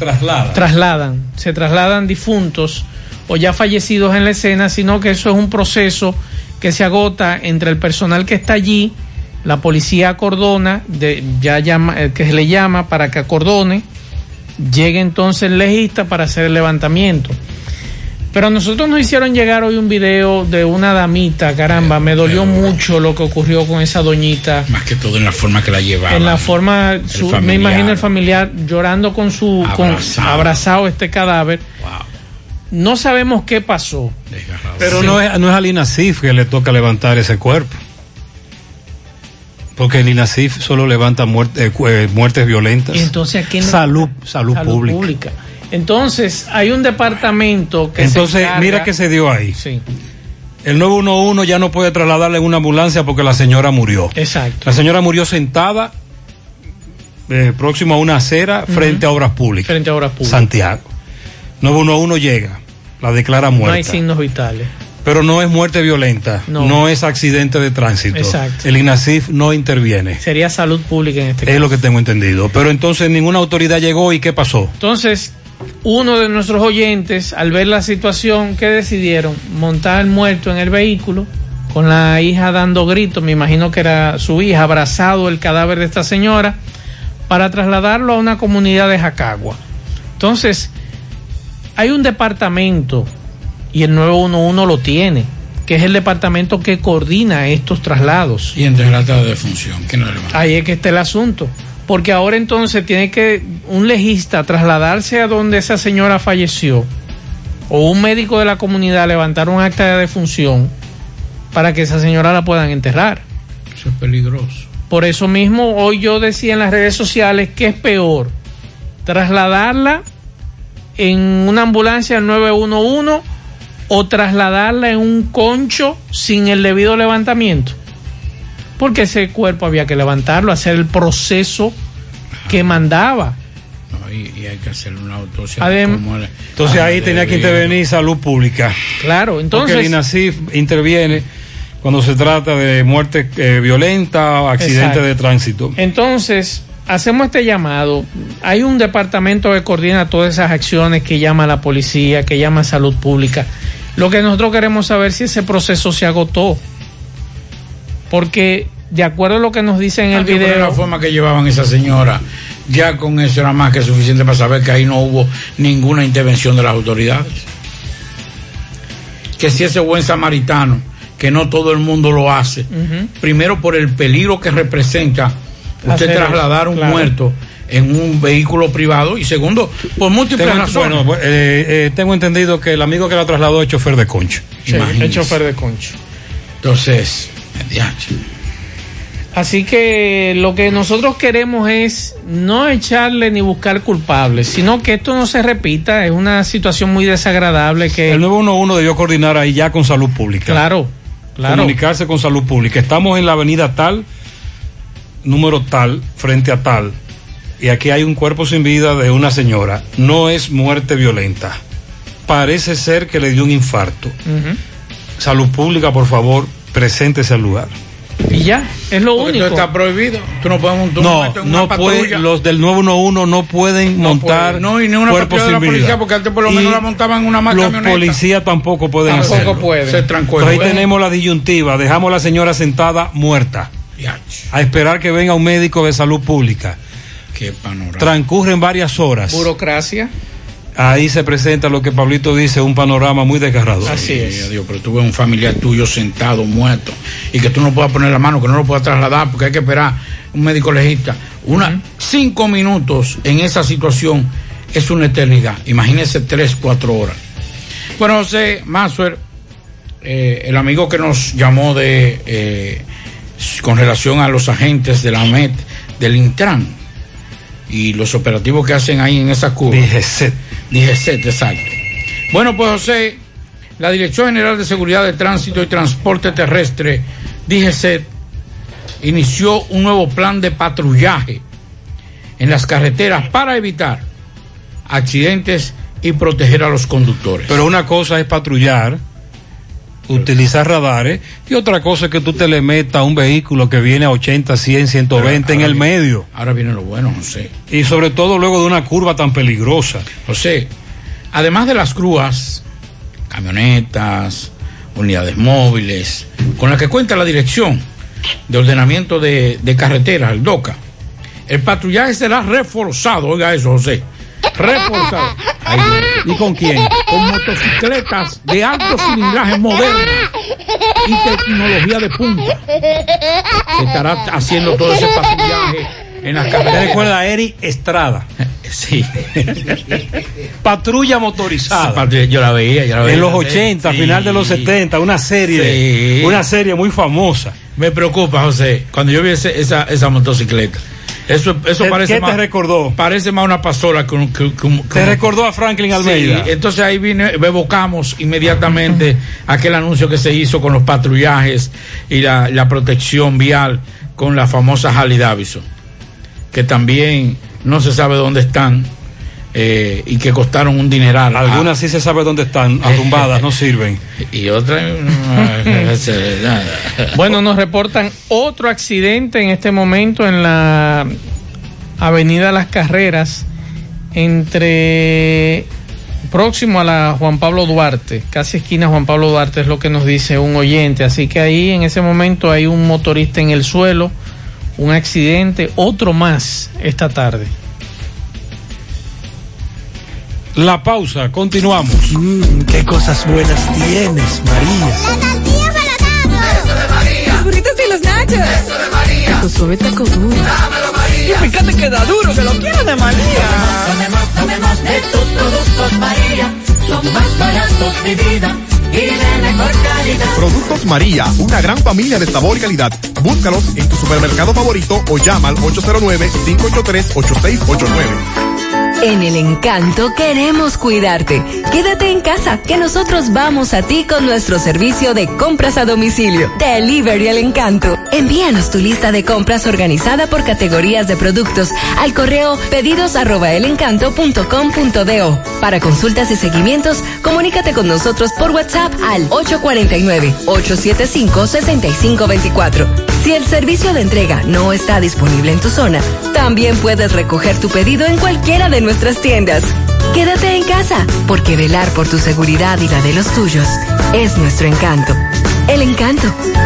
se trasladan difuntos o ya fallecidos en la escena, sino que eso es un proceso que se agota entre el personal que está allí, la policía acordona, que se le llama para que acordone, llega entonces el legista para hacer el levantamiento. Pero a nosotros nos hicieron llegar hoy un video de una damita, caramba, me dolió mucho lo que ocurrió con esa doñita. Más que todo en la forma que la llevaba. En la forma, me imagino el familiar llorando con abrazado este cadáver. Wow. No sabemos qué pasó. Pero sí. no es al INASIF que le toca levantar ese cuerpo. Porque el INASIF solo levanta muertes violentas. ¿Y entonces a quién? Salud pública. Entonces, hay un departamento que entonces, se encarga... mira que se dio ahí. Sí. El 911 ya no puede trasladarle en una ambulancia porque la señora murió. Exacto. La señora murió sentada próximo a una acera frente a Obras Públicas. Frente a Obras Públicas. Santiago. 911 llega, la declara muerta. No hay signos vitales. Pero no es muerte violenta, no es accidente de tránsito. Exacto. El INASIF no interviene. Sería salud pública en este caso. Es lo que tengo entendido. Pero entonces ninguna autoridad llegó y ¿qué pasó? Entonces, uno de nuestros oyentes, al ver la situación, ¿qué decidieron? Montar al muerto en el vehículo, con la hija dando gritos, me imagino que era su hija, abrazado el cadáver de esta señora, para trasladarlo a una comunidad de Jacagua. Entonces, hay un departamento, y el 911 lo tiene, que es el departamento que coordina estos traslados. Y entre la de defunción, ¿quién lo levanta? Ahí es que está el asunto. Porque ahora entonces tiene que un legista trasladarse a donde esa señora falleció, o un médico de la comunidad levantar un acta de defunción para que esa señora la puedan enterrar. Eso es peligroso. Por eso mismo hoy yo decía en las redes sociales que es peor trasladarla en una ambulancia al 911 o trasladarla en un concho sin el debido levantamiento. Porque ese cuerpo había que levantarlo, hacer el proceso que mandaba. No, y hay que hacer una autopsia. Entonces ahí tenía que intervenir salud pública. Claro, entonces. Porque el INASIF interviene cuando se trata de muerte violenta o accidente de tránsito. Entonces, hacemos este llamado. Hay un departamento que coordina todas esas acciones, que llama a la policía, que llama a salud pública. Lo que nosotros queremos saber si ese proceso se agotó. Porque, de acuerdo a lo que nos dicen en el video... la forma que llevaban esa señora, ya con eso era más que suficiente para saber que ahí no hubo ninguna intervención de las autoridades. Que si ese buen samaritano, que no todo el mundo lo hace, primero por el peligro que representa usted trasladar un muerto en un vehículo privado, y segundo, por múltiples razones. Bueno, tengo entendido que el amigo que la trasladó es chofer de concho. Sí, es chofer de concho. Entonces... Así que lo que nosotros queremos es no echarle ni buscar culpables, sino que esto no se repita. Es una situación muy desagradable que... El 911 debió coordinar ahí ya con salud pública. Claro. Comunicarse con salud pública. Estamos en la avenida tal, número tal, frente a tal, y aquí hay un cuerpo sin vida de una señora. No es muerte violenta. Parece ser que le dio un infarto. Salud pública, por favor, preséntese al lugar. Y ya, es lo único. Esto está prohibido. Tú no puedes montar no puede, los del 911 no pueden montar ni una cuerpos sin de la policía, vida. Porque antes por lo menos la montaban en una más camioneta. Los policías tampoco pueden hacerlo. Se trancó. Entonces ahí tenemos la disyuntiva. Dejamos a la señora sentada muerta. A esperar que venga un médico de salud pública. Qué panorama. Transcurren varias horas. Burocracia. Ahí se presenta lo que Pablito dice, un panorama muy desgarrador. Así es. Dios, pero tú ves un familiar tuyo sentado, muerto, y que tú no puedas poner la mano, que no lo puedas trasladar, porque hay que esperar un médico legista. 5 minutos en esa situación es una eternidad. Imagínense 3-4 horas. Bueno, José Maxwell, el amigo que nos llamó con relación a los agentes de la MET, del Intran, y los operativos que hacen ahí en esa curva. DGCET, exacto. Bueno, pues José, la Dirección General de Seguridad de Tránsito y Transporte Terrestre, DGCET, inició un nuevo plan de patrullaje en las carreteras para evitar accidentes y proteger a los conductores. Pero una cosa es patrullar, utilizar radares, y otra cosa es que tú te le metas a un vehículo que viene a 80, 100, 120 en el medio. Ahora viene lo bueno, José. Y sobre todo luego de una curva tan peligrosa. José, además de las grúas, camionetas, unidades móviles, con las que cuenta la Dirección de Ordenamiento de Carreteras, el DOCA, el patrullaje será reforzado, oiga eso, José. Reforzado. ¿Y con quién? Con motocicletas de alto cilindraje modernas y tecnología de punta. Se estará haciendo todo ese patrullaje en las carreteras. ¿Te recuerda a Eri Estrada? Sí. Patrulla motorizada. Yo la veía. En los 80, sí. Final de los 70, una serie muy famosa. Me preocupa, José, cuando yo vi esa motocicleta. Eso parece ¿Qué más, te recordó? Parece más una pasola que ¿Te recordó a Franklin Almeida? Sí, entonces ahí evocamos inmediatamente aquel anuncio que se hizo con los patrullajes y la protección vial con la famosa Harley Davidson, que también no se sabe dónde están y que costaron un dineral. Algunas sí se sabe dónde están, arrumbadas, no sirven. Y otras... Bueno, nos reportan otro accidente en este momento en la avenida Las Carreras, próximo a la Juan Pablo Duarte, casi esquina Juan Pablo Duarte, es lo que nos dice un oyente. Así que ahí en ese momento hay un motorista en el suelo, un accidente, otro más esta tarde. La pausa, continuamos. Qué cosas buenas tienes, María. La tortilla para Eso de María. Los burritos y los nachos. Eso de María. Taco suave, taco duro. Dámelo, María. Y fíjate que da duro, que lo quiero de María. Tomemos de tus productos, María. Son más baratos de vida y de mejor calidad. Productos María, una gran familia de sabor y calidad. Búscalos en tu supermercado favorito o llama al 809-583-8689. En El Encanto queremos cuidarte. Quédate en casa, que nosotros vamos a ti con nuestro servicio de compras a domicilio. Delivery El Encanto. Envíanos tu lista de compras organizada por categorías de productos al correo pedidos@elencanto.com.do. Para consultas y seguimientos, comunícate con nosotros por WhatsApp al 849-875-6524. Si el servicio de entrega no está disponible en tu zona, también puedes recoger tu pedido en cualquiera de nuestras tiendas. Quédate en casa, porque velar por tu seguridad y la de los tuyos es nuestro encanto. El Encanto.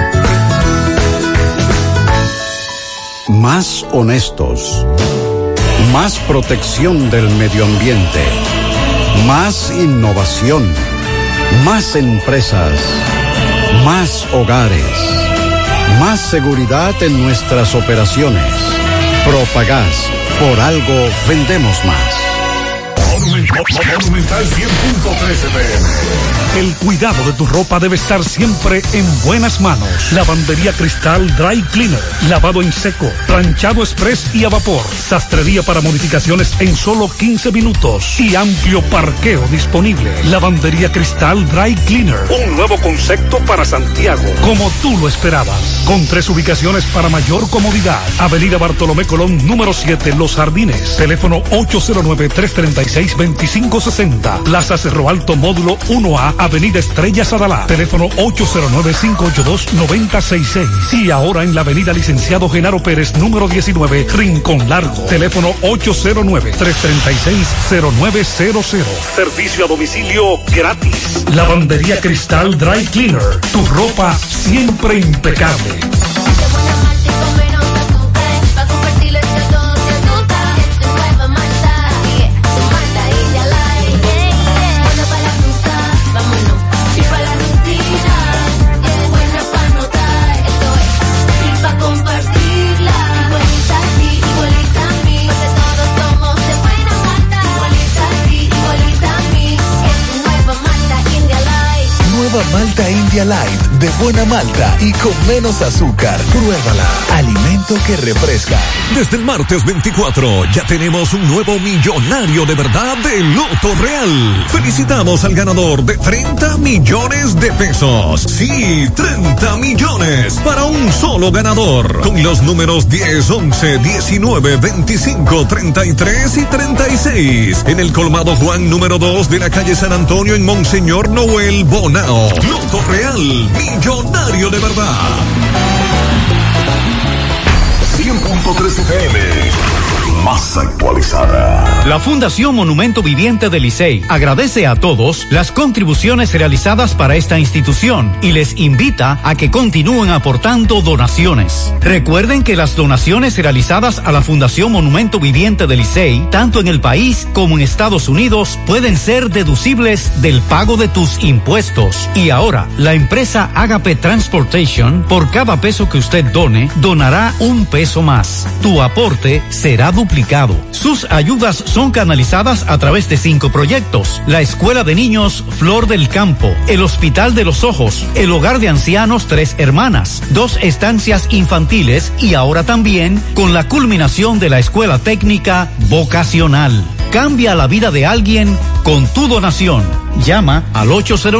Más honestos. Más protección del medio ambiente. Más innovación. Más empresas. Más hogares. Más seguridad en nuestras operaciones. Propagás, por algo vendemos más. Monumental 100.13 PM. El cuidado de tu ropa debe estar siempre en buenas manos. Lavandería Cristal Dry Cleaner. Lavado en seco, planchado express y a vapor. Sastrería para modificaciones en solo 15 minutos. Y amplio parqueo disponible. Lavandería Cristal Dry Cleaner. Un nuevo concepto para Santiago, como tú lo esperabas. Con 3 ubicaciones para mayor comodidad. Avenida Bartolomé Colón, número 7, Los Jardines. Teléfono 809-336-20 2560. Plaza Cerro Alto, módulo 1A, Avenida Estrella Sadalá. Teléfono 809-582-9066. Y ahora en la Avenida Licenciado Genaro Pérez, número 19, Rincón Largo. Teléfono 809-336-0900. Servicio a domicilio gratis. Lavandería Cristal Dry Cleaner. Tu ropa siempre impecable. Malta India Light, de buena malta y con menos azúcar. Pruébala. Alimento que refresca. Desde el martes 24 ya tenemos un nuevo millonario de verdad de Loto Real. Felicitamos al ganador de 30 millones de pesos. Sí, 30 millones para un solo ganador. Con los números 10, 11, 19, 25, 33 y 36. En el colmado Juan número 2 de la calle San Antonio en Monseñor Noel Bonao. Loto Real, millonario de verdad. 100.3 FM, más actualizada. La Fundación Monumento Viviente del Licey agradece a todos las contribuciones realizadas para esta institución y les invita a que continúen aportando donaciones. Recuerden que las donaciones realizadas a la Fundación Monumento Viviente del Licey, tanto en el país como en Estados Unidos, pueden ser deducibles del pago de tus impuestos. Y ahora, la empresa Agape Transportation, por cada peso que usted done, donará un peso más. Tu aporte será duplicado. Sus ayudas son canalizadas a través de 5 proyectos: la Escuela de Niños Flor del Campo, el Hospital de los Ojos, el Hogar de Ancianos Tres Hermanas, 2 estancias infantiles y ahora también con la culminación de la Escuela Técnica Vocacional. Cambia la vida de alguien con tu donación. Llama al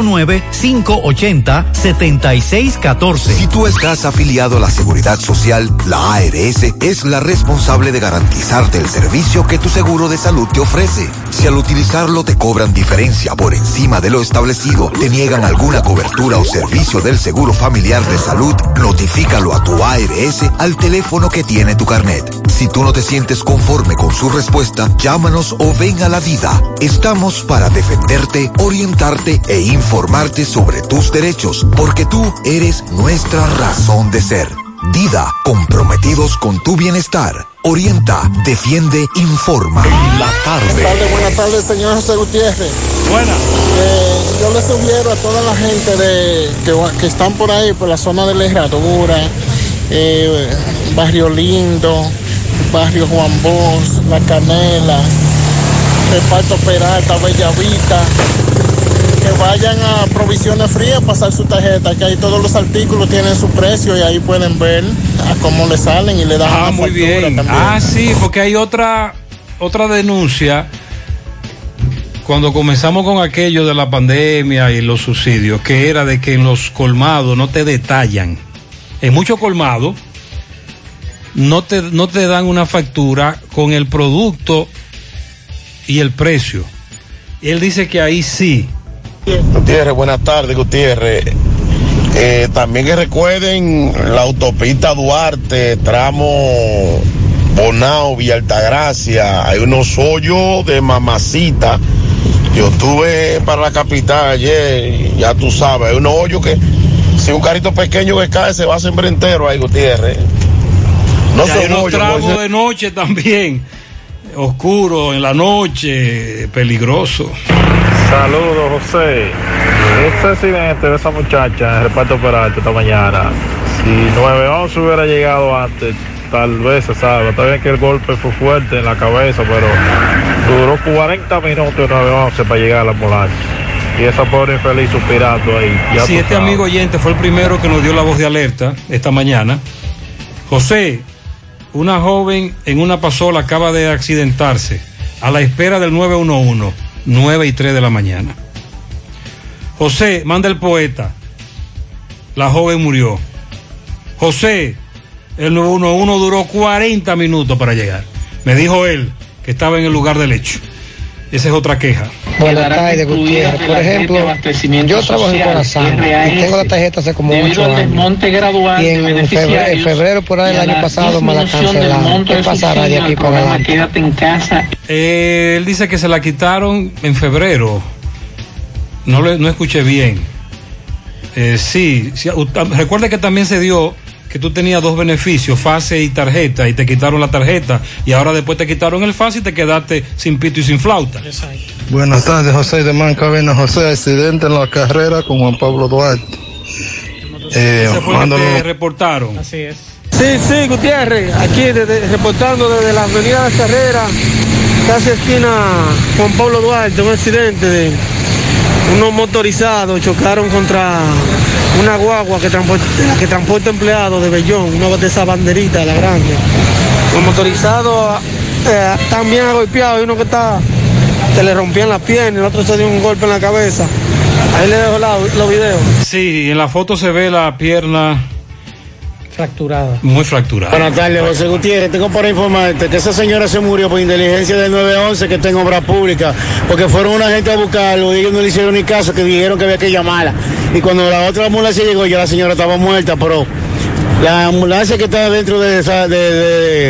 809-580-7614. Si tú estás afiliado a la Seguridad Social, la ARS es la responsable de garantizarte el servicio que tu seguro de salud te ofrece. Si al utilizarlo te cobran diferencia por encima de lo establecido, te niegan alguna cobertura o servicio del seguro familiar de salud, notifícalo a tu ARS al teléfono que tiene tu carnet. Si tú no te sientes conforme con su respuesta, llámanos o ven a la Dida. Estamos para defenderte, orientarte e informarte sobre tus derechos, porque tú eres nuestra razón de ser. Dida, comprometidos con tu bienestar. Orienta, defiende, informa. En la tarde. Buenas tardes, señor José Gutiérrez. Buenas. Yo le sugiero a toda la gente que están por ahí, por la zona de la Herradura, Barrio Lindo, Barrio Juan Bosch, La Canela, Reparto Peralta, Bellavista, que vayan a Provisiones Frías a pasar su tarjeta, que ahí todos los artículos tienen su precio y ahí pueden ver a cómo le salen y le dan una muy factura bien. también. Sí, porque hay otra denuncia cuando comenzamos con aquello de la pandemia y los subsidios, que era de que en los colmados no te detallan. En muchos colmados no te dan una factura con el producto y el precio. Él dice que ahí sí. Gutiérrez, buenas tardes, Gutiérrez. También que recuerden la autopista Duarte, tramo Bonao, Villa Altagracia. Hay unos hoyos de mamacita. Yo estuve para la capital ayer, ya tú sabes, hay unos hoyos que si un carrito pequeño que cae se va a sembrar entero ahí, Gutiérrez. No hay unos tramos de noche también, oscuro en la noche, peligroso. Saludos, José. Ese accidente de esa muchacha en el reparto Peralta esta mañana, si 911 hubiera llegado antes, tal vez se salva. Está bien que el golpe fue fuerte en la cabeza, pero duró 40 minutos el 911 para llegar a la ambulancia. Y esa pobre infeliz suspirando ahí. Sí, este amigo oyente fue el primero que nos dio la voz de alerta esta mañana. José, una joven en una pasola acaba de accidentarse a la espera del 911, 9:03 de la mañana. José, manda el poeta. La joven murió. José, el 911 duró 40 minutos para llegar. Me dijo él que estaba en el lugar del hecho. Esa es otra queja. Buenas tardes, Gutiérrez. Por ejemplo, yo trabajo en Corazán y tengo la tarjeta hace como 8 años. Y en febrero por ahí del año pasado me la cancelaron. ¿Qué pasará de aquí para adelante? Quédate en casa. Él dice que se la quitaron en febrero. No escuché bien. Sí, recuerda que también se dio que tú tenías 2 beneficios, fase y tarjeta, y te quitaron la tarjeta, y ahora después te quitaron el fase y te quedaste sin pito y sin flauta. Buenas tardes, José de Mancabena. José, accidente en la carrera con Juan Pablo Duarte. Ese fue el que te reportaron. Así es. Sí, Gutiérrez, aquí reportando desde la avenida de Carrera, casi esquina Juan Pablo Duarte, un accidente de unos motorizados chocaron contra una guagua que transporta empleados de Bellón, una de esas banderitas de la grande. Los motorizados también golpeados, y uno que le rompían las piernas, y el otro se dio un golpe en la cabeza. Ahí le dejo los videos. Sí, en la foto se ve la pierna fracturada. Muy fracturada. Buenas tardes, José Gutiérrez. Tengo para informarte que esa señora se murió por inteligencia del 911 que está en obra pública, porque fueron una gente a buscarlo y ellos no le hicieron ni caso, que dijeron que había que llamarla. Y cuando la otra ambulancia llegó, ya la señora estaba muerta, pero la ambulancia que estaba dentro de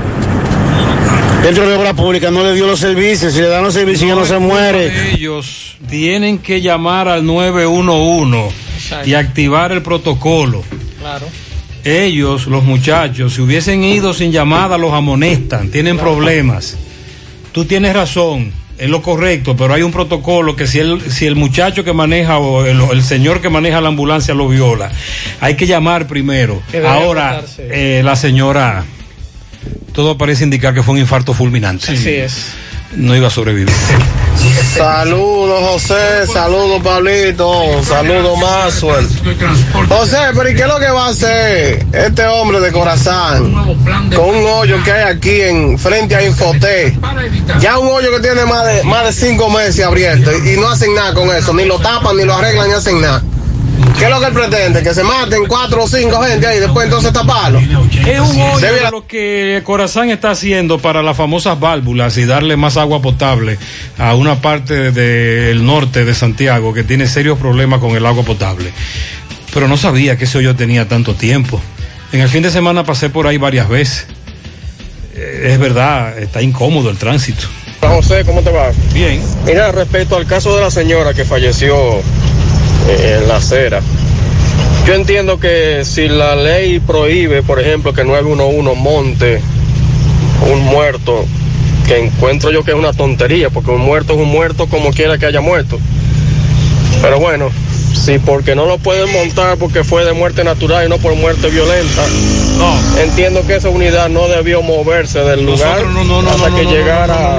obra pública no le dio los servicios. Si le dan los servicios, ya no se muere. Ellos tienen que llamar al 911 y activar el protocolo. Claro. Ellos, los muchachos, si hubiesen ido sin llamada, los amonestan, tienen problemas. Tú tienes razón, es lo correcto, pero hay un protocolo que si el muchacho que maneja o el señor que maneja la ambulancia lo viola, hay que llamar primero. Ahora, la señora, todo parece indicar que fue un infarto fulminante. Así es. No iba a sobrevivir. Saludos, José, saludos, Pablito, saludos, Maxwell. José, pero ¿y qué es lo que va a hacer este hombre de Corazán con un hoyo que hay aquí en frente a Infotec? Ya un hoyo que tiene más de 5 meses abierto y no hacen nada con eso, ni lo tapan, ni lo arreglan, ni hacen nada. ¿Qué es lo que él pretende? Que se maten 4 o 5 gente ahí y después entonces taparlo. Es un hoyo de lo que Corazán está haciendo para las famosas válvulas y darle más agua potable a una parte del norte de Santiago que tiene serios problemas con el agua potable. Pero no sabía que ese hoyo tenía tanto tiempo. En el fin de semana pasé por ahí varias veces. Es verdad, está incómodo el tránsito. José, ¿cómo te va? Bien. Mira, respecto al caso de la señora que falleció en la acera, yo entiendo que si la ley prohíbe, por ejemplo, que 911 monte un muerto, que encuentro yo que es una tontería, porque un muerto es un muerto como quiera que haya muerto. Pero bueno, si porque no lo pueden montar porque fue de muerte natural y no por muerte violenta, entiendo que esa unidad no debió moverse del lugar hasta que llegara.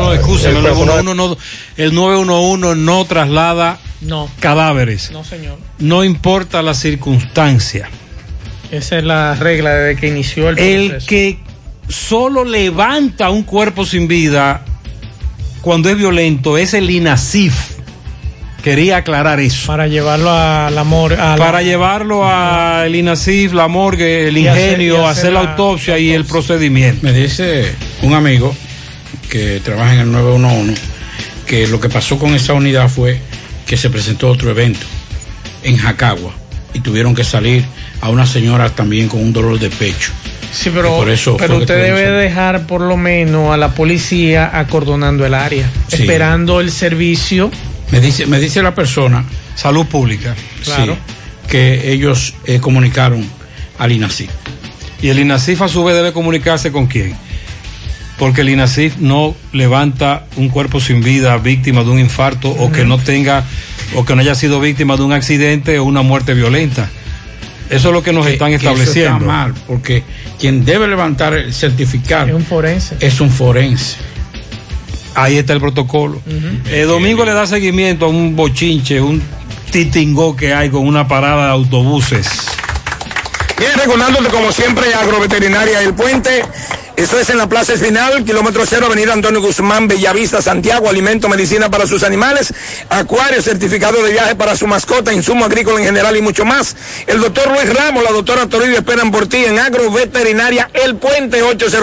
El 911 no traslada cadáveres. No, señor. No importa la circunstancia. Esa es la regla desde que inició el proceso. El que solo levanta un cuerpo sin vida cuando es violento es el INASIF. Quería aclarar eso. Para llevarlo a la morgue. Para llevarlo al INASIF, la morgue, el ingenio, hacer la autopsia y el procedimiento. Me dice un amigo que trabaja en el 911 que lo que pasó con esa unidad fue que se presentó otro evento en Jacagua y tuvieron que salir a una señora también con un dolor de pecho. Sí, pero usted debe dejar por lo menos a la policía acordonando el área, esperando el servicio. Me dice la persona, Salud Pública, claro, que ellos comunicaron al INASIF. Y el INASIF a su vez debe comunicarse con quién, porque el INASIF no levanta un cuerpo sin vida víctima de un infarto o que no tenga o que no haya sido víctima de un accidente o una muerte violenta. Eso es lo que nos están estableciendo. Eso está mal, porque quien debe levantar el certificado es un forense. Ahí está el protocolo. Domingo le da seguimiento a un bochinche, un titingó que hay con una parada de autobuses. Bien, recordándote como siempre, Agroveterinaria El Puente, Esto es en la Plaza Espinal, kilómetro 0, avenida Antonio Guzmán, Bellavista, Santiago. Alimento, medicina para sus animales, acuario, certificado de viaje para su mascota, insumo agrícola en general y mucho más. El doctor Luis Ramos, la doctora Toribio esperan por ti en Agroveterinaria El Puente,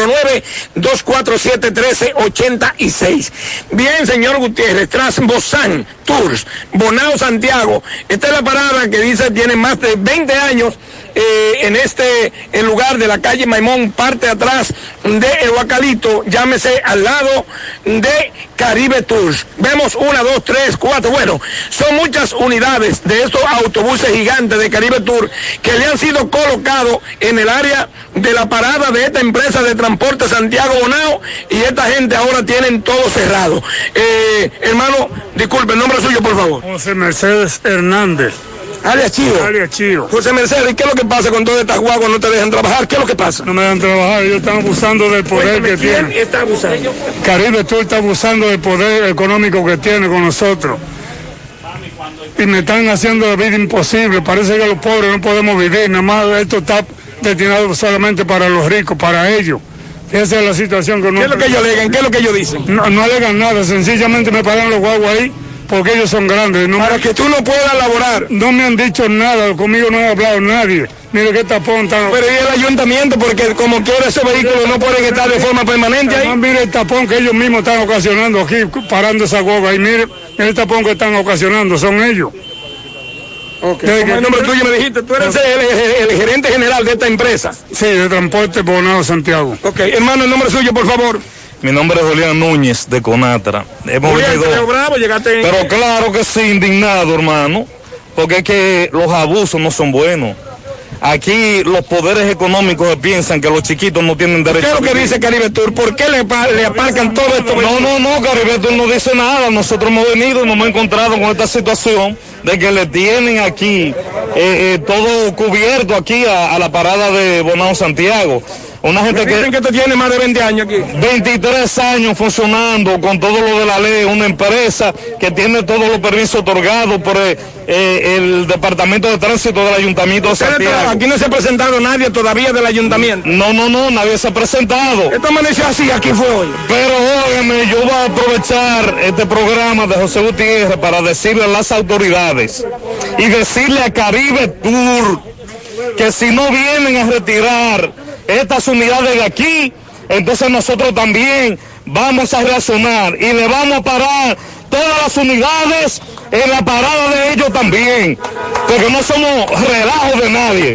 809-247-1386. Bien, señor Gutiérrez, Transbosan Tours, Bonao, Santiago. Esta es la parada que dice tiene más de 20 años en el lugar de la calle Maimón, parte atrás de Huacalito, llámese al lado de Caribe Tours. Vemos 1, 2, 3, 4, bueno, son muchas unidades de estos autobuses gigantes de Caribe Tours que le han sido colocados en el área de la parada de esta empresa de transporte Santiago Bonao, y esta gente ahora tienen todo cerrado. Hermano, disculpe, el nombre suyo, por favor. José Mercedes Hernández. Alias Chío. Alias Chío. José Mercedes, ¿y qué es lo que pasa con todas estas guaguas? ¿No te dejan trabajar? ¿Qué es lo que pasa? No me dejan trabajar, ellos están abusando del poder que tienen. ¿Quién está abusando? Caribe Tour está abusando del poder económico que tiene con nosotros. Y me están haciendo la vida imposible. Parece que los pobres no podemos vivir. Nada más esto está destinado solamente para los ricos, para ellos. Esa es la situación que no. ¿Qué es lo que ellos alegan? ¿Qué es lo que ellos dicen? No alegan nada, sencillamente me paran los guaguas ahí porque ellos son grandes. Para que tú no puedas laborar. No me han dicho nada, conmigo no ha hablado nadie. Mire qué tapón tan... Pero y el ayuntamiento, porque como quiera esos vehículos no pueden estar de forma permanente ahí. Mire el tapón que ellos mismos están ocasionando aquí, parando esa guagua. Y mire el tapón que están ocasionando, son ellos. Okay. ¿Cómo el nombre tuyo me dijiste? Tú eres el gerente general de esta empresa. Sí, de Transporte Bonao, Santiago. Ok, hermano, el nombre suyo, por favor. Mi nombre es Julián Núñez, de Conatra. Bravo, llegaste... Pero claro que sí, indignado, hermano, porque es que los abusos no son buenos. Aquí los poderes económicos piensan que los chiquitos no tienen derecho. ¿Qué es lo que dice Caribe Tour? ¿Por qué le aparcan todo esto? No, Caribe Tour no dice nada. Nosotros hemos venido y nos hemos encontrado con esta situación de que le tienen aquí todo cubierto aquí a la parada de Bonao, Santiago. Una gente dicen que te tiene más de 20 años aquí. 23 años funcionando con todo lo de la ley, una empresa que tiene todos los permisos otorgados por el Departamento de Tránsito del Ayuntamiento de Santiago. Aquí no se ha presentado nadie todavía del Ayuntamiento. No, nadie se ha presentado. Esto amaneció así, aquí fue hoy. Pero óigame, yo voy a aprovechar este programa de José Gutiérrez para decirle a las autoridades y decirle a Caribe Tour que si no vienen a retirar estas unidades de aquí, entonces nosotros también vamos a reaccionar y le vamos a parar todas las unidades en la parada de ellos también, porque no somos relajos de nadie.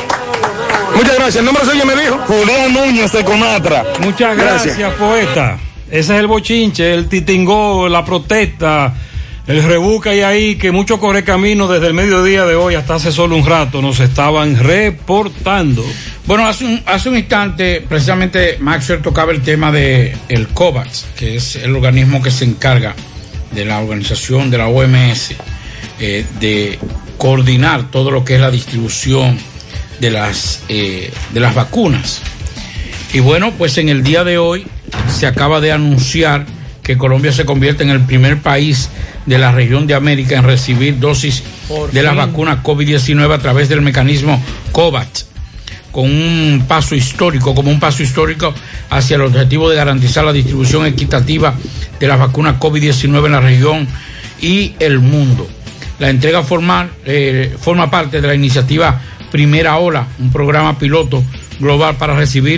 Muchas gracias. ¿El nombre suyo me dijo? Julián Núñez, de Conatra. Muchas gracias, poeta. Ese es el bochinche, el titingó, la protesta, el rebuca y ahí que muchos correcaminos desde el mediodía de hoy hasta hace solo un rato nos estaban reportando. Bueno, hace un instante, precisamente Maxwell tocaba el tema de el COVAX, que es el organismo que se encarga de la organización de la OMS, de coordinar todo lo que es la distribución de las vacunas. Y bueno, pues en el día de hoy se acaba de anunciar que Colombia se convierte en el primer país de la región de América en recibir dosis de la vacuna COVID-19 a través del mecanismo COVAX, como un paso histórico hacia el objetivo de garantizar la distribución equitativa de las vacunas COVID-19 en la región y el mundo. La entrega forma parte de la iniciativa Primera Ola, un programa piloto global para recibir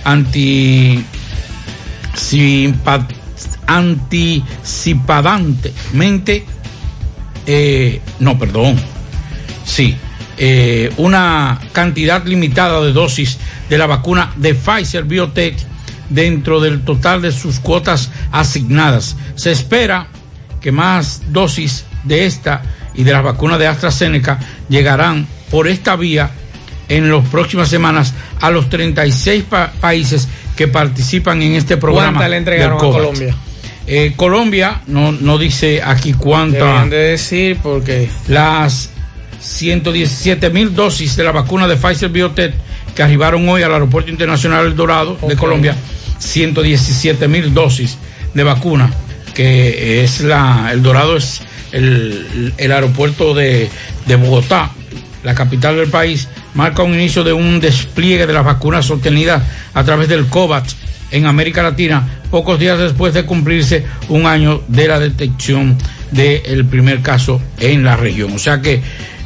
una cantidad limitada de dosis de la vacuna de Pfizer Biotech dentro del total de sus cuotas asignadas. Se espera que más dosis de esta y de las vacunas de AstraZeneca llegarán por esta vía en las próximas semanas a los 36 países que participan en este programa. ¿Cuántas le entregaron a Colombia? Colombia no dice aquí cuántas. Deberían de decir porque las 117,000 dosis de la vacuna de Pfizer Biotech que arribaron hoy al Aeropuerto Internacional El Dorado de Colombia, 117,000 dosis de vacuna, que es El Dorado es el aeropuerto de Bogotá, la capital del país, marca un inicio de un despliegue de las vacunas obtenidas a través del COVAX en América Latina, pocos días después de cumplirse un año de la detección del primer caso en la región. O sea que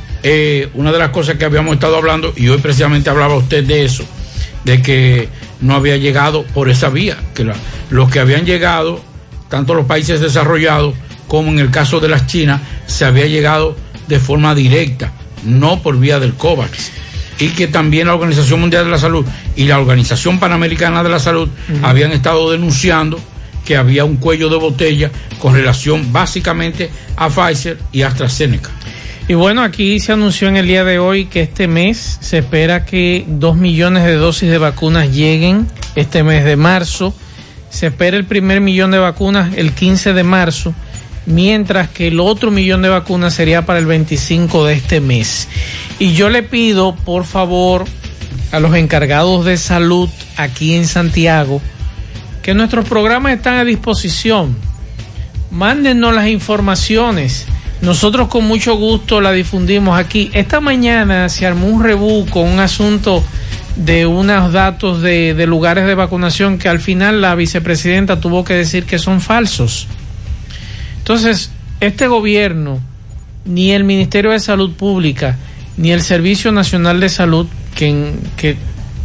una de las cosas que habíamos estado hablando, y hoy precisamente hablaba usted de eso, de que no había llegado por esa vía, que los que habían llegado, tanto los países desarrollados como en el caso de las Chinas, se había llegado de forma directa, no por vía del COVAX, y que también la Organización Mundial de la Salud y la Organización Panamericana de la Salud habían estado denunciando que había un cuello de botella con relación básicamente a Pfizer y AstraZeneca. Y bueno, aquí se anunció en el día de hoy que este mes se espera que 2 millones de dosis de vacunas lleguen este mes de marzo. Se espera el primer millón de vacunas el 15 de marzo, mientras que el otro millón de vacunas sería para el 25 de este mes. Y yo le pido, por favor, a los encargados de salud aquí en Santiago, que nuestros programas están a disposición. Mándennos las informaciones. Nosotros con mucho gusto la difundimos aquí. Esta mañana se armó un rebú con un asunto de unos datos de lugares de vacunación que al final la vicepresidenta tuvo que decir que son falsos. Entonces, este gobierno, ni el Ministerio de Salud Pública, ni el Servicio Nacional de Salud, que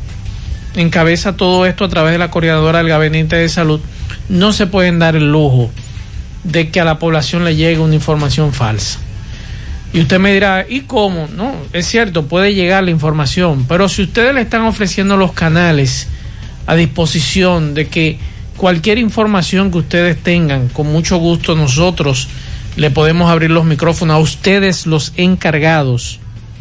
encabeza todo esto a través de la coordinadora del Gabinete de Salud, no se pueden dar el lujo de que a la población le llegue una información falsa. Y usted me dirá, ¿y cómo? No, es cierto, puede llegar la información, pero si ustedes le están ofreciendo los canales a disposición de que cualquier información que ustedes tengan, con mucho gusto nosotros le podemos abrir los micrófonos a ustedes, los encargados.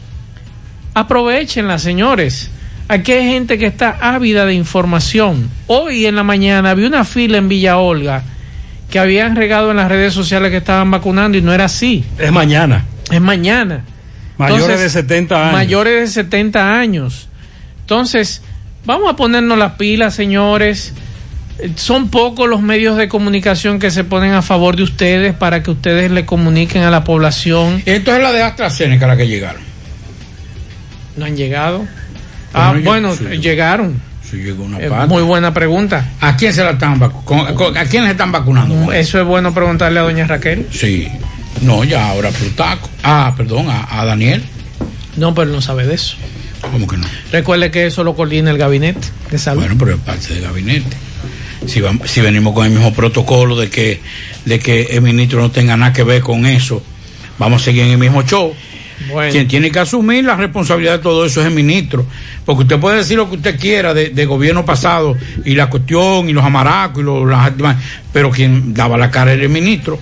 Aprovechenla, señores. Aquí hay gente que está ávida de información. Hoy en la mañana había una fila en Villa Olga que habían regado en las redes sociales que estaban vacunando y no era así. Es mañana. Es mañana. Mayores Entonces, de 70 años. Mayores de 70 años. Entonces, vamos a ponernos las pilas, señores. Son pocos los medios de comunicación que se ponen a favor de ustedes para que ustedes le comuniquen a la población. Esto es la de AstraZeneca la que llegaron. ¿No han llegado? Sí, llegaron. Sí, llegó una parte. Muy buena pregunta. ¿A quién se la están ¿A quién le están vacunando? Eso es bueno preguntarle a doña Raquel. Sí. No, ya ahora Plutarco. Perdón, a Daniel. No, pero él no sabe de eso. ¿Cómo que no? Recuerde que eso lo coordina el gabinete de salud. Bueno, pero es parte del gabinete. Si venimos con el mismo protocolo de que el ministro no tenga nada que ver con eso, vamos a seguir en el mismo show. Bueno. Quien tiene que asumir la responsabilidad de todo eso es el ministro, porque usted puede decir lo que usted quiera de gobierno pasado y la cuestión y los amaracos y pero quien daba la cara era el ministro.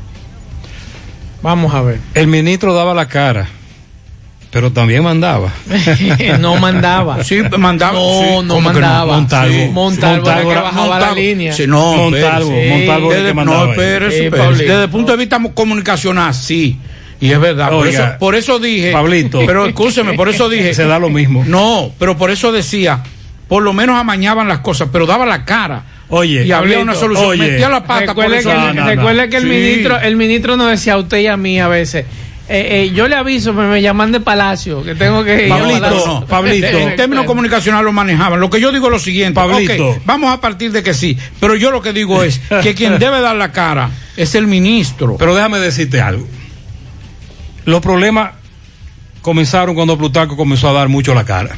Vamos a ver. El ministro daba la cara, pero también mandaba. No mandaba. Sí, mandaba. No mandaba. No? Montalvo. Sí. Montalvo era que bajaba la línea. Sí, no, Montalvo era que mandaba. No, espérese. Desde el punto de vista comunicacional, sí. Y es verdad, por eso dije, Pablito, pero escúcheme, por eso dije, se da lo mismo. No, pero por eso decía, por lo menos amañaban las cosas, pero daba la cara. Oye, y había una solución. Metía la pata. Recuerde que el ministro nos decía a usted y a mí a veces, yo le aviso, me llaman de Palacio, que tengo que ir. Pablito, en términos comunicacionales lo manejaban. Lo que yo digo es lo siguiente, Pablito, okay, vamos a partir de que sí, pero yo lo que digo es que quien debe dar la cara es el ministro. Pero déjame decirte algo. Los problemas comenzaron cuando Plutarco comenzó a dar mucho la cara.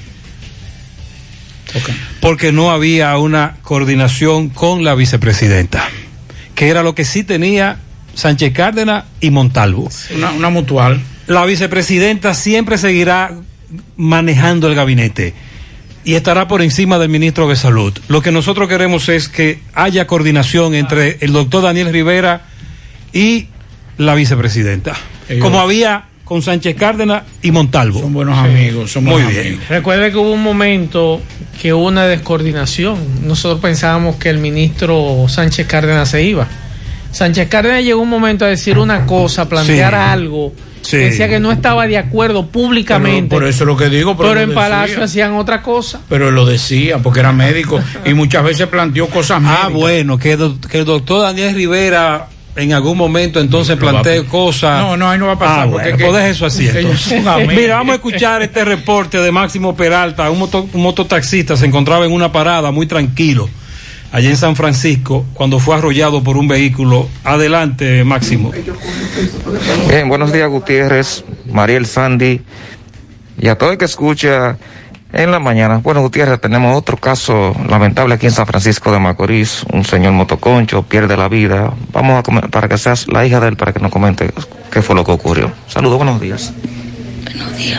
Porque no había una coordinación con la vicepresidenta, que era lo que sí tenía Sánchez Cárdenas y Montalvo. Una mutual. La vicepresidenta siempre seguirá manejando el gabinete y estará por encima del ministro de Salud. Lo que nosotros queremos es que haya coordinación entre el doctor Daniel Rivera y la vicepresidenta, como había con Sánchez Cárdenas y Montalvo. Son buenos amigos, son muy bien. Recuerde que hubo un momento que hubo una descoordinación. Nosotros pensábamos que el ministro Sánchez Cárdenas se iba. Sánchez Cárdenas llegó un momento a decir una cosa, a plantear algo. Sí. Decía que no estaba de acuerdo públicamente. Por eso es lo que digo. Pero en Palacio hacían otra cosa. Pero él lo decía porque era médico y muchas veces planteó cosas médicas. Bueno, que el doctor Daniel Rivera en algún momento entonces plantee cosas. No, ahí no va a pasar. Porque deje eso así. Mira, vamos a escuchar este reporte de Máximo Peralta. Un mototaxista se encontraba en una parada muy tranquilo allá en San Francisco cuando fue arrollado por un vehículo. Adelante, Máximo. Bien, buenos días, Gutiérrez, Mariel, Sandy y a todo el que escucha en la mañana. Bueno, Gutiérrez, tenemos otro caso lamentable aquí en San Francisco de Macorís. Un señor motoconcho pierde la vida. Vamos a para que seas la hija de él, para que nos comente qué fue lo que ocurrió. Saludos, buenos días. Buenos días.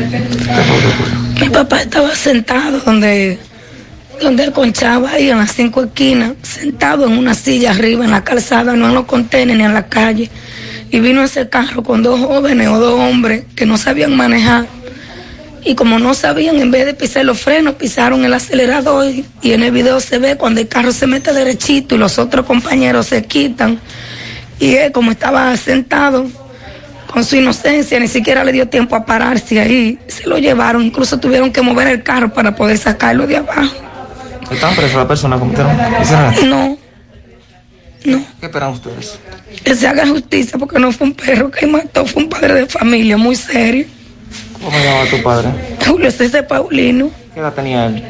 Mi papá estaba sentado donde él conchaba, ahí en las 5 esquinas, sentado en una silla arriba en la calzada, no en los contenedores ni en la calle. Y vino ese carro con 2 jóvenes o 2 hombres que no sabían manejar. Y como no sabían, en vez de pisar los frenos, pisaron el acelerador y en el video se ve cuando el carro se mete derechito y los otros compañeros se quitan. Y él, como estaba sentado con su inocencia, ni siquiera le dio tiempo a pararse ahí. Se lo llevaron, incluso tuvieron que mover el carro para poder sacarlo de abajo. ¿Están presos la persona? No. ¿Qué esperan ustedes? Que se haga justicia porque no fue un perro que mató, fue un padre de familia muy serio. ¿Cómo se llama tu padre? Julio César Paulino. ¿Qué edad tenía él?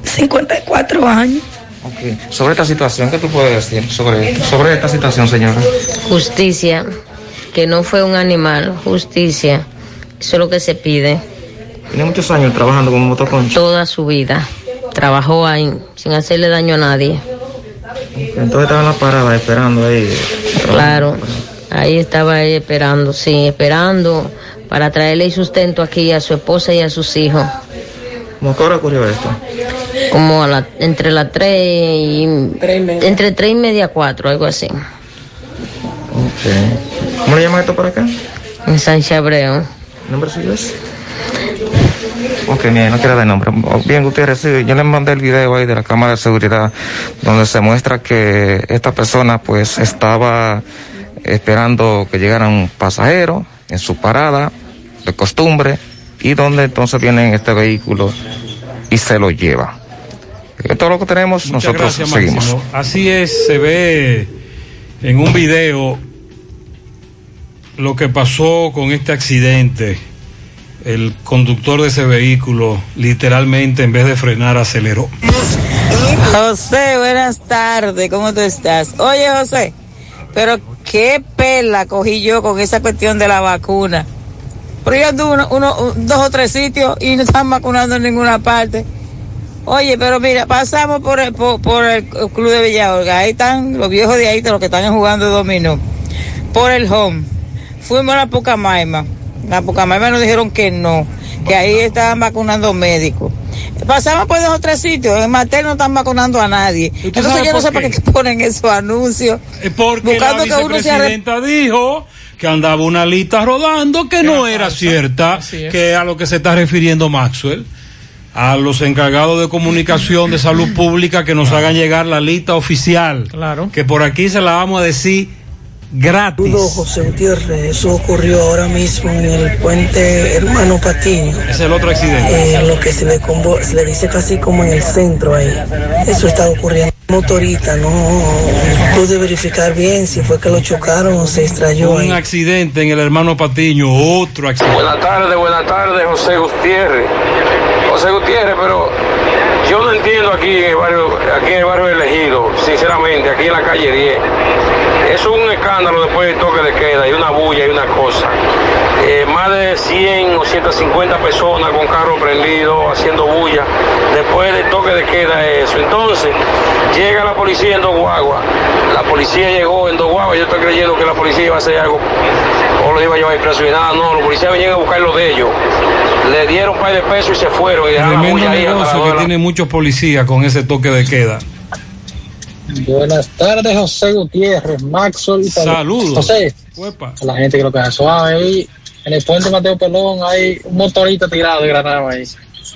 54 años. Okay. Sobre esta situación, ¿qué tú puedes decir sobre esta situación, señora? Justicia, que no fue un animal, justicia. Eso es lo que se pide. Tiene muchos años trabajando como motoconcho. Toda su vida. Trabajó ahí, sin hacerle daño a nadie. Entonces estaba en la parada esperando ahí. Claro, ahí estaba él esperando, esperando para traerle sustento aquí a su esposa y a sus hijos. ¿Cómo qué hora ocurrió esto? Como entre las 3 y... entre 3 y media, 4, algo así. Okay. ¿Cómo le llaman esto por acá? En San Chabreo. ¿El nombre suyo es? Ok, bien, no quiero dar nombre. Bien, Gutiérrez, sí, yo le mandé el video ahí de la cámara de seguridad donde se muestra que esta persona pues estaba esperando que llegara un pasajero en su parada de costumbre y donde entonces viene este vehículo y se lo lleva. Todo lo que tenemos. Muchas nosotros gracias, seguimos. Máximo. Así es, se ve en un video lo que pasó con este accidente. El conductor de ese vehículo literalmente en vez de frenar aceleró. José, buenas tardes, ¿cómo tú estás? Oye, José, pero qué pela cogí yo con esa cuestión de la vacuna. Pero yo anduve 2 o 3 sitios y no están vacunando en ninguna parte. Oye, pero mira, pasamos por el club de Villa Olga, ahí están los viejos de ahí, los que están jugando dominó. Por el home, fuimos a la Pucamaima. La Pucamaima nos dijeron que no, que ahí estaban vacunando médicos. Pasamos por 2 o 3 sitios, en Matel no están vacunando a nadie. Entonces yo no sé para qué ponen esos anuncios. Porque buscando la vicepresidenta dijo que andaba una lista rodando que no era cierta, que a lo que se está refiriendo Maxwell, a los encargados de comunicación de salud pública que nos hagan llegar la lista oficial. Claro. Que por aquí se la vamos a decir gratis. José Gutiérrez, eso ocurrió ahora mismo en el puente Hermano Patiño. Es el otro accidente. Lo que se le dice casi como en el centro ahí. Eso está ocurriendo. Motorista, no pude verificar bien si fue que lo chocaron o se estrelló. Un accidente en el Hermano Patiño, otro accidente. Buenas tardes, José Gutiérrez. José Gutiérrez, pero yo no entiendo aquí en el barrio Elegido, sinceramente, aquí en la calle 10. Es un escándalo después del toque de queda, y una bulla y una cosa. Más de 100 o 150 personas con carro prendido, haciendo bulla. Después del toque de queda eso. Entonces, llega la policía en 2 guaguas. La policía llegó en 2 guaguas. Yo estoy creyendo que la policía iba a hacer algo, o lo iba a llevar preso y nada. No, los policías venían a buscar lo de ellos. Le dieron un par de pesos y se fueron. Y tremendo negocio que tiene muchos policías con ese toque de queda. Buenas tardes, José Gutiérrez, Maxwell. Saludos. José, a la gente que lo que hace suave ahí, en el puente Mateo Pelón hay un motorista tirado de granada ahí.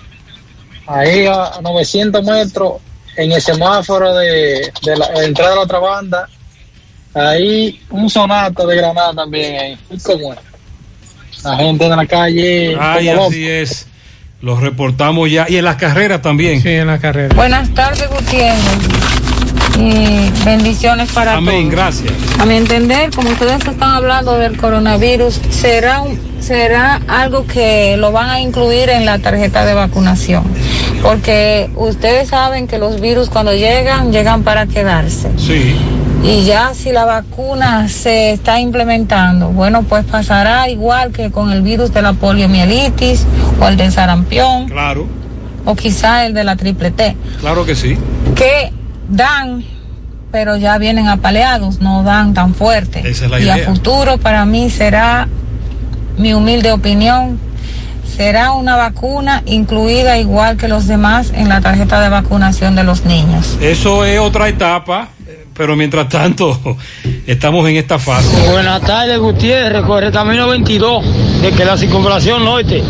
Ahí a 900 metros, en el semáforo de la entrada de la otra banda, ahí un Sonata de granada también ahí. ¿Y cómo es? La gente en la calle. Ay, así es. Los reportamos ya. Y en las carreras también. Sí, en las carreras. Buenas tardes, Gutiérrez. y bendiciones para todos. Amén, gracias. A mi entender, como ustedes están hablando del coronavirus, será algo que lo van a incluir en la tarjeta de vacunación, porque ustedes saben que los virus cuando llegan para quedarse. Sí. Y ya si la vacuna se está implementando, bueno, pues pasará igual que con el virus de la poliomielitis o el del sarampión. Claro. O quizá el de la triple T. Claro que sí. Que dan, pero ya vienen apaleados, no dan tan fuerte. Esa es la y idea. a futuro para mí será, mi humilde opinión, será una vacuna incluida igual que los demás en la tarjeta de vacunación de los niños. Eso es otra etapa, pero mientras tanto estamos en esta fase. Buenas tardes, Gutiérrez, corre camino 22, de que la circunvalación norte.